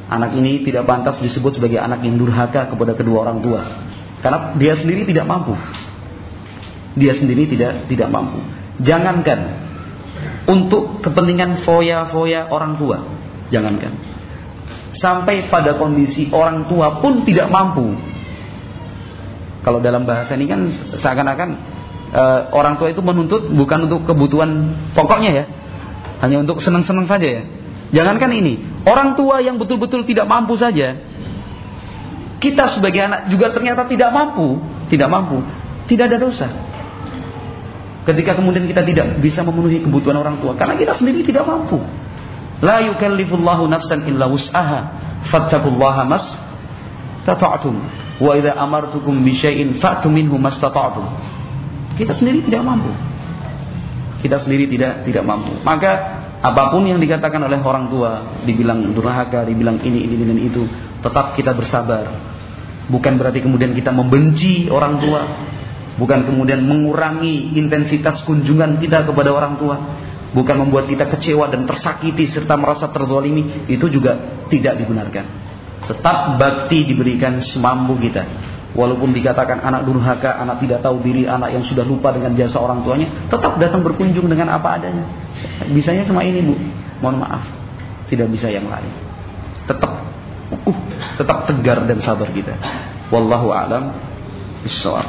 Anak ini tidak pantas disebut sebagai anak yang durhaka kepada kedua orang tua, karena dia sendiri tidak mampu. Dia sendiri tidak mampu. Jangankan untuk kepentingan foya-foya orang tua, jangankan. Sampai pada kondisi orang tua pun tidak mampu. Kalau dalam bahasa ini kan seakan-akan orang tua itu menuntut bukan untuk kebutuhan pokoknya ya, hanya untuk senang-senang saja ya. Jangankan ini, orang tua yang betul-betul tidak mampu saja, kita sebagai anak juga ternyata tidak mampu, tidak ada dosa. Ketika kemudian kita tidak bisa memenuhi kebutuhan orang tua karena kita sendiri tidak mampu. La yukallifullahu nafsan illa wus'aha, fattaqullaha mastata'tum, wa idza amartukum bi syai'in fa'tu minhu mastata'tum. Kita sendiri tidak mampu. Kita sendiri tidak mampu. Maka apapun yang dikatakan oleh orang tua, dibilang durhaka, dibilang ini dan itu, tetap kita bersabar. Bukan berarti kemudian kita membenci orang tua, bukan kemudian mengurangi intensitas kunjungan kita kepada orang tua, bukan membuat kita kecewa dan tersakiti serta merasa terzalimi. Itu juga tidak dibenarkan. Tetap bakti diberikan semampu kita. Walaupun dikatakan anak durhaka, anak tidak tahu diri, anak yang sudah lupa dengan jasa orang tuanya, tetap datang berkunjung dengan apa adanya. Bisanya cuma ini, Bu, mohon maaf, tidak bisa yang lain. Tetap tegar dan sabar kita. Wallahu a'lam bishawab.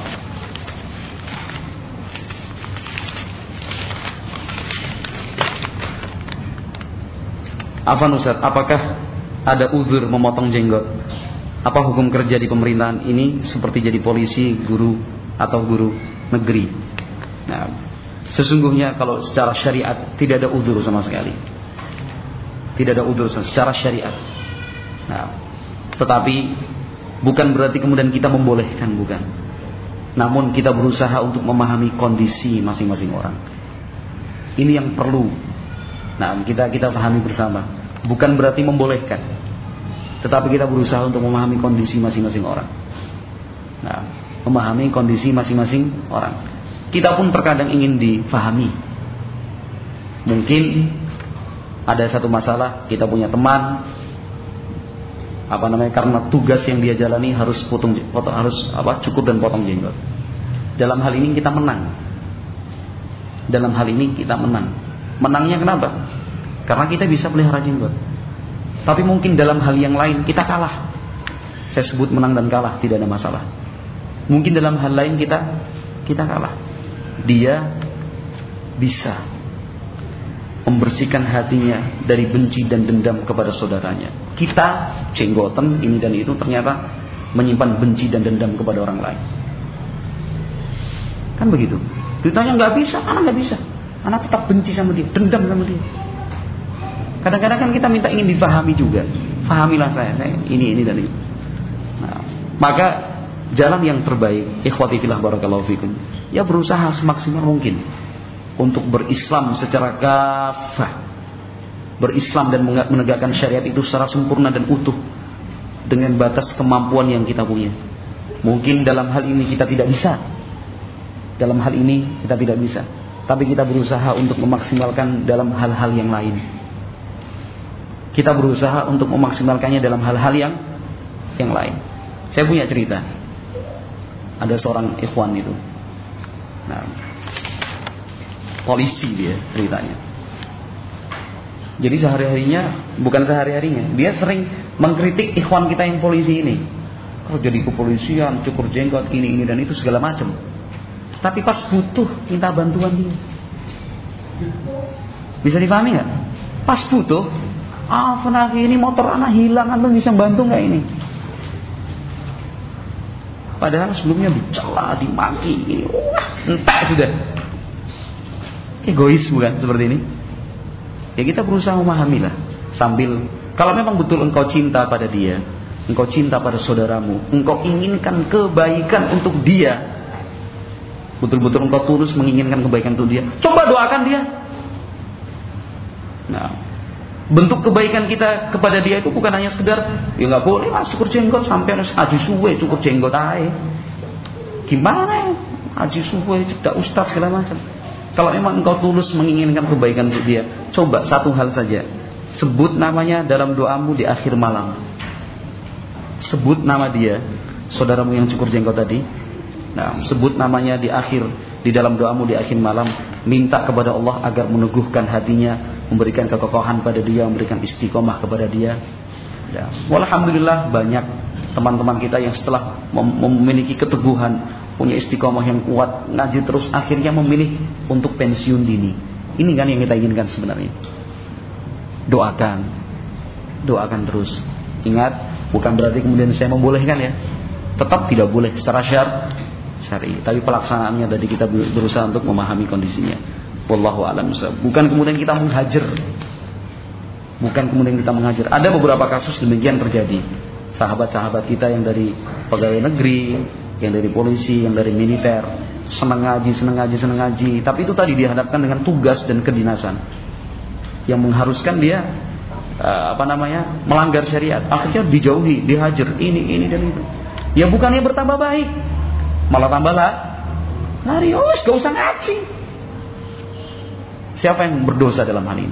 Afwan Ustaz, apakah ada uzur memotong jenggot? Apa hukum kerja di pemerintahan ini seperti jadi polisi, guru, atau guru negeri? Nah, sesungguhnya kalau secara syariat tidak ada uzur sama sekali. Tidak ada uzur secara syariat. Nah, tetapi bukan berarti kemudian kita membolehkan, bukan. Namun kita berusaha untuk memahami kondisi masing-masing orang. Ini yang perlu. Nah, kita pahami bersama. Bukan berarti membolehkan, tetapi kita berusaha untuk memahami kondisi masing-masing orang. Nah, memahami kondisi masing-masing orang. Kita pun terkadang ingin difahami. Mungkin ada satu masalah, kita punya teman, karena tugas yang dia jalani harus cukur dan potong jenggot. Dalam hal ini kita menang. Menangnya kenapa? Karena kita bisa pelihara jenggot. Tapi mungkin dalam hal yang lain kita kalah. Saya sebut menang dan kalah, tidak ada masalah. Mungkin dalam hal lain kita kalah. Dia bisa membersihkan hatinya dari benci dan dendam kepada saudaranya. Kita jenggotan ini dan itu ternyata menyimpan benci dan dendam kepada orang lain. Kan begitu. Ditanya nggak bisa, anak nggak bisa. Anak tetap benci sama dia, dendam sama dia. Kadang-kadang kan kita minta ingin difahami juga. Fahamilah saya ini dan itu. Nah, maka jalan yang terbaik, ikhwati fillah barakallahu fikum, ya berusaha semaksimal mungkin untuk berislam secara kafah. Berislam dan menegakkan syariat itu secara sempurna dan utuh dengan batas kemampuan yang kita punya. Mungkin dalam hal ini kita tidak bisa. Tapi kita berusaha untuk memaksimalkan dalam hal-hal yang lain. Kita berusaha untuk memaksimalkannya dalam hal-hal yang lain. Saya punya cerita. Ada seorang ikhwan itu. Nah, polisi dia ceritanya. Jadi bukan sehari-harinya, dia sering mengkritik ikhwan kita yang polisi ini. Kalau jadi kepolisian, cukur jenggot, ini dan itu segala macam. Tapi pas butuh minta bantuan dia. Bisa dipahami nggak? Pas butuh, ini motor anak hilang, antum bisa bantu nggak ini? Padahal sebelumnya dicela, dimaki, entah sudah. Egois bukan seperti ini? Ya kita berusaha memahami lah. Sambil, kalau memang betul engkau cinta pada dia, engkau cinta pada saudaramu, engkau inginkan kebaikan untuk dia, betul-betul engkau tulus menginginkan kebaikan untuk dia, coba doakan dia. Nah, bentuk kebaikan kita kepada dia itu bukan hanya sekedar ya nggak boleh mas cukur jenggot sampai harus haji suwe cukur jenggot aja. Gimana ya haji suwe cedak ustaz segala macam. Kalau memang engkau tulus menginginkan kebaikan untuk dia, coba satu hal saja, sebut namanya dalam doamu di akhir malam. sebut nama dia, saudaramu yang cukur jenggot tadi. Nah, sebut namanya di dalam doamu di akhir malam, minta kepada Allah agar meneguhkan hatinya, memberikan kekokohan pada dia, memberikan istiqomah kepada dia. Ya, alhamdulillah banyak teman-teman kita yang setelah memiliki keteguhan, punya istiqomah yang kuat, ngaji terus, akhirnya memilih untuk pensiun dini. Ini kan yang kita inginkan sebenarnya. Doakan terus. Ingat, bukan berarti kemudian saya membolehkan ya. Tetap tidak boleh secara syar'i. Tapi pelaksanaannya tadi kita berusaha untuk memahami kondisinya. Wallahu a'lam bishawab. Bukan kemudian kita menghajar. Ada beberapa kasus demikian terjadi. Sahabat-sahabat kita yang dari pegawai negeri, yang dari polisi, yang dari militer, senang ngaji. Tapi itu tadi dihadapkan dengan tugas dan kedinasan yang mengharuskan dia melanggar syariat. Akhirnya dijauhi, dihajar, ini dan itu. Ya bukannya bertambah baik, malah tambah larios, gak usah ngaji. Siapa yang berdosa dalam hal ini?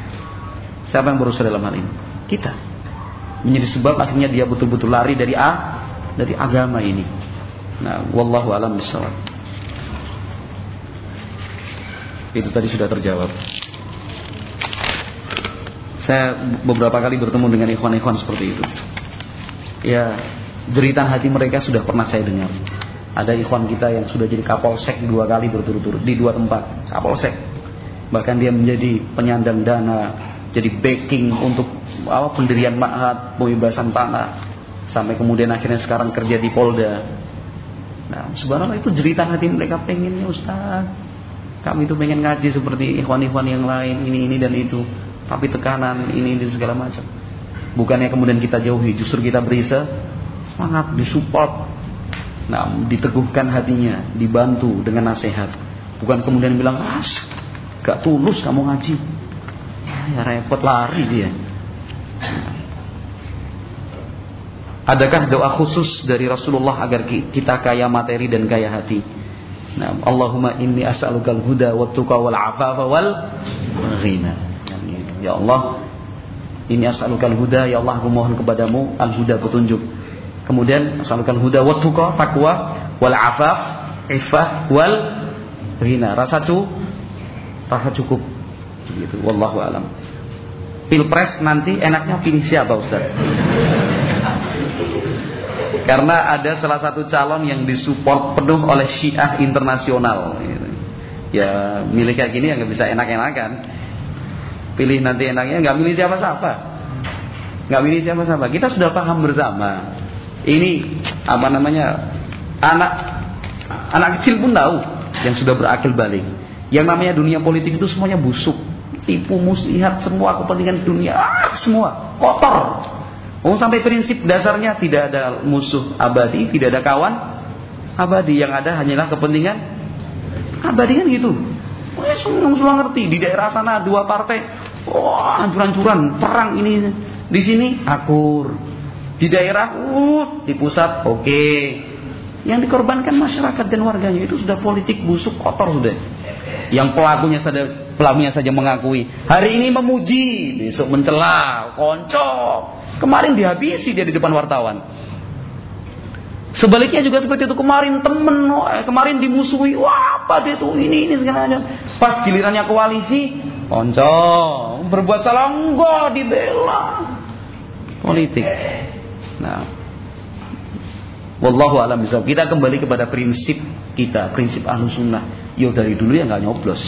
Kita. Menjadi sebab akhirnya dia betul-betul lari dari agama ini. Nah, wallahu a'lam bishawab. Itu tadi sudah terjawab. Saya beberapa kali bertemu dengan ikhwan-ikhwan seperti itu. Ya, jeritan hati mereka sudah pernah saya dengar. Ada ikhwan kita yang sudah jadi kapolsek 2 kali berturut-turut di 2 tempat, kapolsek. Bahkan dia menjadi penyandang dana, jadi backing untuk pendirian ma'had, pembebasan tanah, sampai kemudian akhirnya sekarang kerja di Polda. Nah, subhanallah, itu jeritan hati mereka, pengennya Ustaz, kami itu pengen ngaji seperti ikhwan-ikhwan yang lain, ini dan itu. Tapi tekanan ini segala macam. Bukannya kemudian kita jauhi, justru kita beri semangat, disupport. Nah, diteguhkan hatinya, dibantu dengan nasihat. Bukan kemudian bilang, gak tulus kamu ngaji. Ya repot, lari dia. Adakah doa khusus dari Rasulullah agar kita kaya materi dan kaya hati? Nah, Allahumma inni as'alukal huda wat tuqa wal afafa wal ghina. Ya Allah, ini as'alukal huda, ya Allah aku mohon kepadamu al-huda, petunjuk. Kemudian as'alukal huda wat tuqa, takwa, wal afaf, iffah, wal ghina, rasa cukup. Gitu, wallahu alam. Pilpres nanti enaknya pilih siapa, Ustaz? Karena ada salah satu calon yang disupport penuh oleh Syiah internasional. Ya, milih kayak gini ya nggak bisa enak-enakan. Pilih nanti enaknya, nggak milih siapa-siapa. Kita sudah paham bersama. Ini anak kecil pun tahu, yang sudah berakil balik. Yang namanya dunia politik itu semuanya busuk, tipu muslihat, semua kepentingan dunia, semua kotor. Sampai prinsip dasarnya tidak ada musuh abadi, tidak ada kawan abadi, yang ada hanyalah kepentingan abadi, kan gitu. Semua ngerti. Di daerah sana 2 partai, hancur-hancuran, perang ini di sini akur. Di daerah, di pusat, oke. Yang dikorbankan masyarakat dan warganya itu sudah politik busuk, kotor sudah. Yang pelakunya saja mengakui. Hari ini memuji, besok mencela, koncok. Kemarin dihabisi dia di depan wartawan. Sebaliknya juga seperti itu. Kemarin dimusuhi, apa dia tuh ini segala macam. Pas gilirannya koalisi, koncok, berbuat salah enggak, dibela. Politik. Nah, wallahu a'lam bishawab. Kita kembali kepada prinsip kita, prinsip Ahlussunnah. Dari dulu ya nggak nyoblos.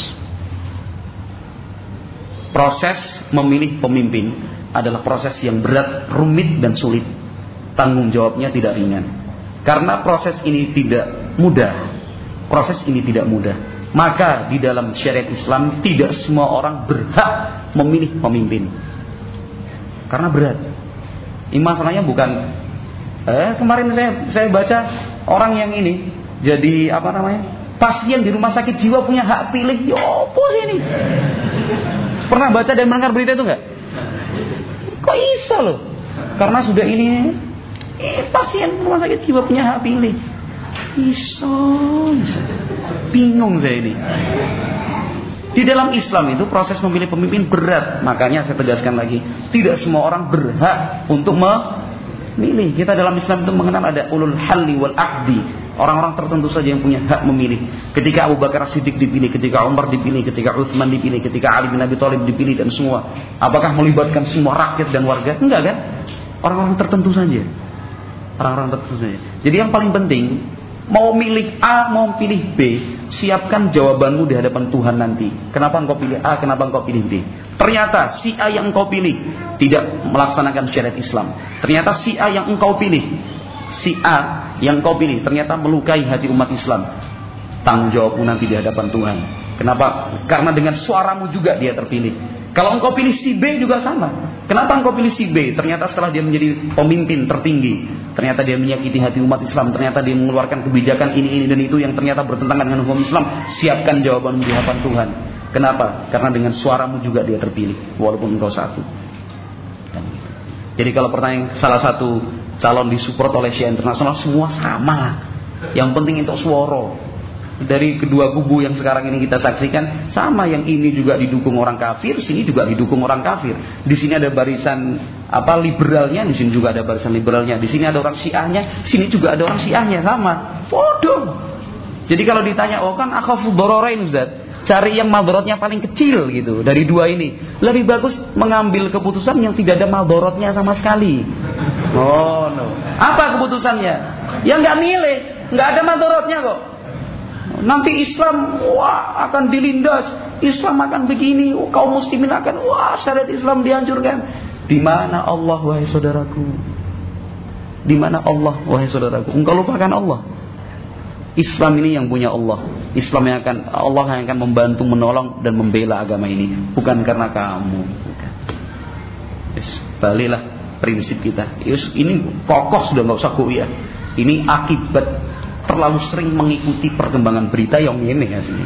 Proses memilih pemimpin adalah proses yang berat, rumit dan sulit. Tanggung jawabnya tidak ringan. Karena proses ini tidak mudah. Maka di dalam syariat Islam tidak semua orang berhak memilih pemimpin. Karena berat. Ini masalahnya bukan kemarin saya baca orang yang ini jadi pasien di rumah sakit jiwa punya hak pilih. Ya apa sih ini? Pernah baca dan mendengar berita itu enggak? Kok bisa loh? Karena sudah ini pasien rumah sakit jiwa punya hak pilih. Bisa. Bingung saya ini. Di dalam Islam itu proses memilih pemimpin berat. Makanya saya tegaskan lagi, tidak semua orang berhak untuk Milih. Kita dalam Islam itu mengenal ada ulul halli wal aqdi. Orang-orang tertentu saja yang punya hak memilih. Ketika Abu Bakar Siddiq dipilih, ketika Umar dipilih, ketika Utsman dipilih, ketika Ali bin Abi Thalib dipilih dan semua. Apakah melibatkan semua rakyat dan warga? Enggak kan? Orang-orang tertentu saja. Orang-orang tertentu saja. Jadi yang paling penting, mau milih A, mau pilih B, siapkan jawabanmu di hadapan Tuhan nanti. Kenapa engkau pilih A, kenapa engkau pilih B? Ternyata si A yang engkau pilih tidak melaksanakan syariat Islam. Ternyata si A yang engkau pilih, si A yang engkau pilih ternyata melukai hati umat Islam. Tanggung jawabmu nanti di hadapan Tuhan. Kenapa? Karena dengan suaramu juga dia terpilih. Kalau engkau pilih si B juga sama. Kenapa engkau pilih si B? Ternyata setelah dia menjadi pemimpin tertinggi, ternyata dia menyakiti hati umat Islam, ternyata dia mengeluarkan kebijakan ini dan itu yang ternyata bertentangan dengan hukum Islam. Siapkan jawabanmu di hadapan Tuhan. Kenapa? Karena dengan suaramu juga dia terpilih, walaupun engkau satu. Jadi kalau pertanyaan salah satu calon disupport oleh Syiah internasional, semua sama. Yang penting itu suara. Dari kedua kubu yang sekarang ini kita saksikan sama, yang ini juga didukung orang kafir, sini juga didukung orang kafir. Di sini ada barisan liberalnya, di sini juga ada barisan liberalnya. Di sini ada orang Syiahnya, sini juga ada orang Syiahnya, sama. Bodoh. Jadi kalau ditanya, oh kan akhafu dararain Ustaz, cari yang madaratnya paling kecil gitu dari dua ini. Lebih bagus mengambil keputusan yang tidak ada madaratnya sama sekali. Oh no. Apa keputusannya? Ya nggak milih, nggak ada madaratnya kok. Nanti Islam akan dilindas, Islam akan begini, kaum muslimin akan syariat Islam dihancurkan. Di mana Allah wahai saudaraku? Di mana Allah wahai saudaraku? Engkau lupakan Allah. Islam ini yang punya Allah. Islam yang Allah yang akan membantu, menolong dan membela agama ini, bukan karena kamu. Bukan. Baliklah prinsip kita. Ini kokoh sudah, nggak usah goyah. Ini akibat terlalu sering mengikuti perkembangan berita yang ini aslinya.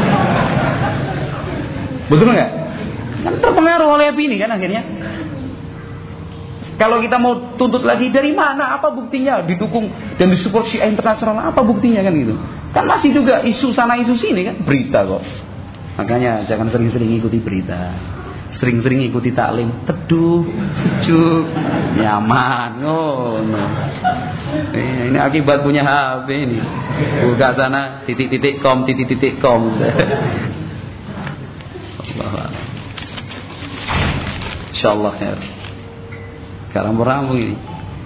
Betul nggak? Kan terpengaruh oleh opini kan akhirnya. Kalau kita mau tuntut lagi, dari mana? Apa buktinya? Didukung dan disupport Syiah internasional, apa buktinya kan gitu? Kan masih juga isu sana isu sini kan, berita kok. Makanya jangan sering-sering ikuti berita. Sering-sering ikuti taklim, teduh, sejuk, nyaman. Oh, no. Ini akibat punya HP ini. Buka sana .com. Insyaallah ya. Sekarang beramu ini.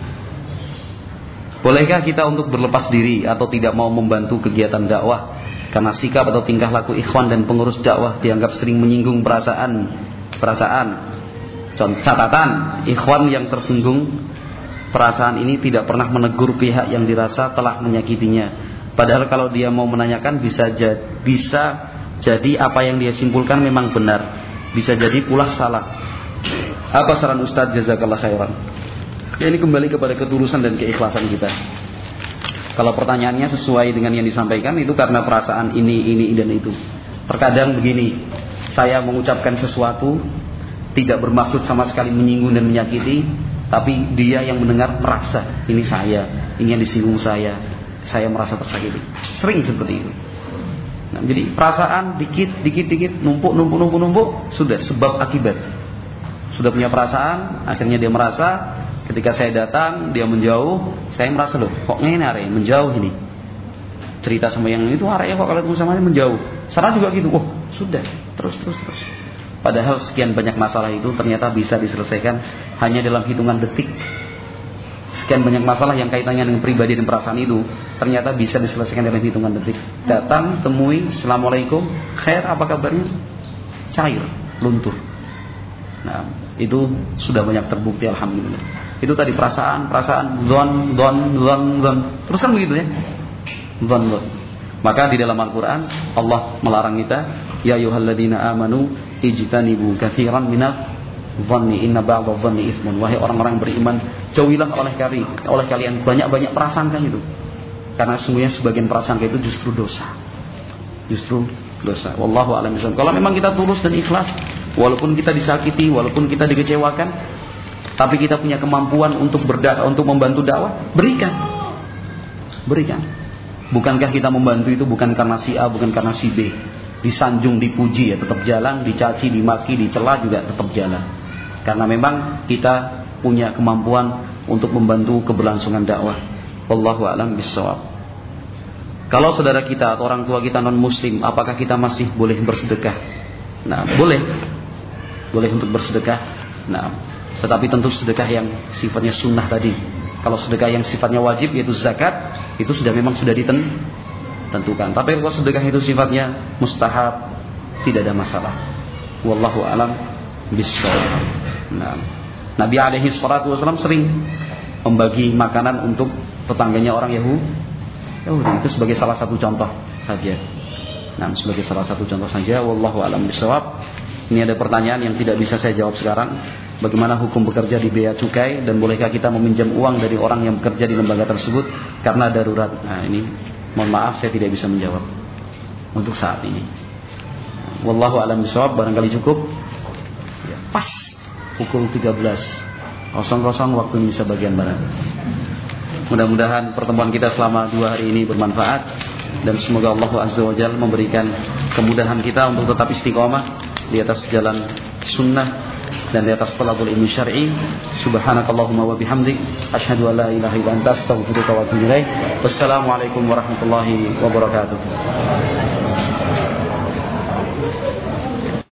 Bolehkah kita untuk berlepas diri atau tidak mau membantu kegiatan dakwah karena sikap atau tingkah laku ikhwan dan pengurus dakwah dianggap sering menyinggung perasaan? Catatan, ikhwan yang tersinggung perasaan ini tidak pernah menegur pihak yang dirasa telah menyakitinya. Padahal kalau dia mau menanyakan bisa jadi apa yang dia simpulkan memang benar, bisa jadi pula salah. Apa saran Ustaz, jazakallah khairan? Ya, ini kembali kepada ketulusan dan keikhlasan kita. Kalau pertanyaannya sesuai dengan yang disampaikan, itu karena perasaan ini dan itu. Terkadang begini, saya mengucapkan sesuatu tidak bermaksud sama sekali menyinggung dan menyakiti, tapi dia yang mendengar merasa ini saya, ini yang disinggung saya merasa tersakiti. Sering seperti itu. Nah, jadi perasaan dikit numpuk, sudah sebab akibat. Sudah punya perasaan, akhirnya dia merasa ketika saya datang dia menjauh, saya merasa loh kok ngene arek menjauh ini. Cerita sama yang itu areknya kok kalau ketemu sama menjauh. Sana juga gitu. Oh, sudah terus. Padahal sekian banyak masalah itu ternyata bisa diselesaikan hanya dalam hitungan detik. Sekian banyak masalah yang kaitannya dengan pribadi dan perasaan itu ternyata bisa diselesaikan dalam hitungan detik. Datang, temui, assalamualaikum, khair, apa kabarnya? Cair, luntur. Nah, itu sudah banyak terbukti, alhamdulillah. Itu tadi perasaan, zon. Terus kan begitu ya? Zon. Maka di dalam Al-Quran Allah melarang kita, ya ayyuhalladzina amanu ijtanibu katsiran minadh dhanni inna ba'dadh dhanni itsmun. Wahai orang-orang beriman, jauhilah oleh kalian banyak-banyak prasangka itu. Karena sungguhnya sebagian prasangka itu justru dosa. Wallahu a'lam bishawab. Kalau memang kita tulus dan ikhlas, walaupun kita disakiti, walaupun kita dikecewakan, tapi kita punya kemampuan untuk untuk membantu dakwah, berikan. Bukankah kita membantu itu bukan karena si A, bukan karena si B? Disanjung, dipuji ya tetap jalan, dicaci, dimaki, dicela juga tetap jalan. Karena memang kita punya kemampuan untuk membantu keberlangsungan dakwah. Wallahu a'lam bishawab. Kalau saudara kita atau orang tua kita non muslim, apakah kita masih boleh bersedekah? Nah, boleh untuk bersedekah. Nah, tetapi tentu sedekah yang sifatnya sunnah tadi. Kalau sedekah yang sifatnya wajib yaitu zakat, itu memang sudah ditentukan. Tapi kalau sedekah itu sifatnya mustahab, tidak ada masalah. Wallahu a'lam bishawab. Nah, Nabi alaihi salatu wasallam sering membagi makanan untuk tetangganya orang Yahudi. Itu sebagai salah satu contoh saja. Nah, sebagai salah satu contoh saja. Wallahu a'lam bishawab. Ini ada pertanyaan yang tidak bisa saya jawab sekarang. Bagaimana hukum bekerja di bea cukai dan bolehkah kita meminjam uang dari orang yang bekerja di lembaga tersebut karena darurat? Nah, ini mohon maaf saya tidak bisa menjawab untuk saat ini. Wallahu a'lam bishawab. Barangkali cukup. Ya, pas pukul 13.00 waktu Indonesia bagian barat. Mudah-mudahan pertemuan kita selama 2 hari ini bermanfaat dan semoga Allah Azza wa Jalla memberikan kemudahan kita untuk tetap istiqomah di atas jalan sunnah dan di atas talabul ilmi syar'i. Subhanakallahumma wa bihamdik asyhadu an la ilaha illa anta astaghfiruka wa atubu ilaik. Wassalamualaikum warahmatullahi wabarakatuh.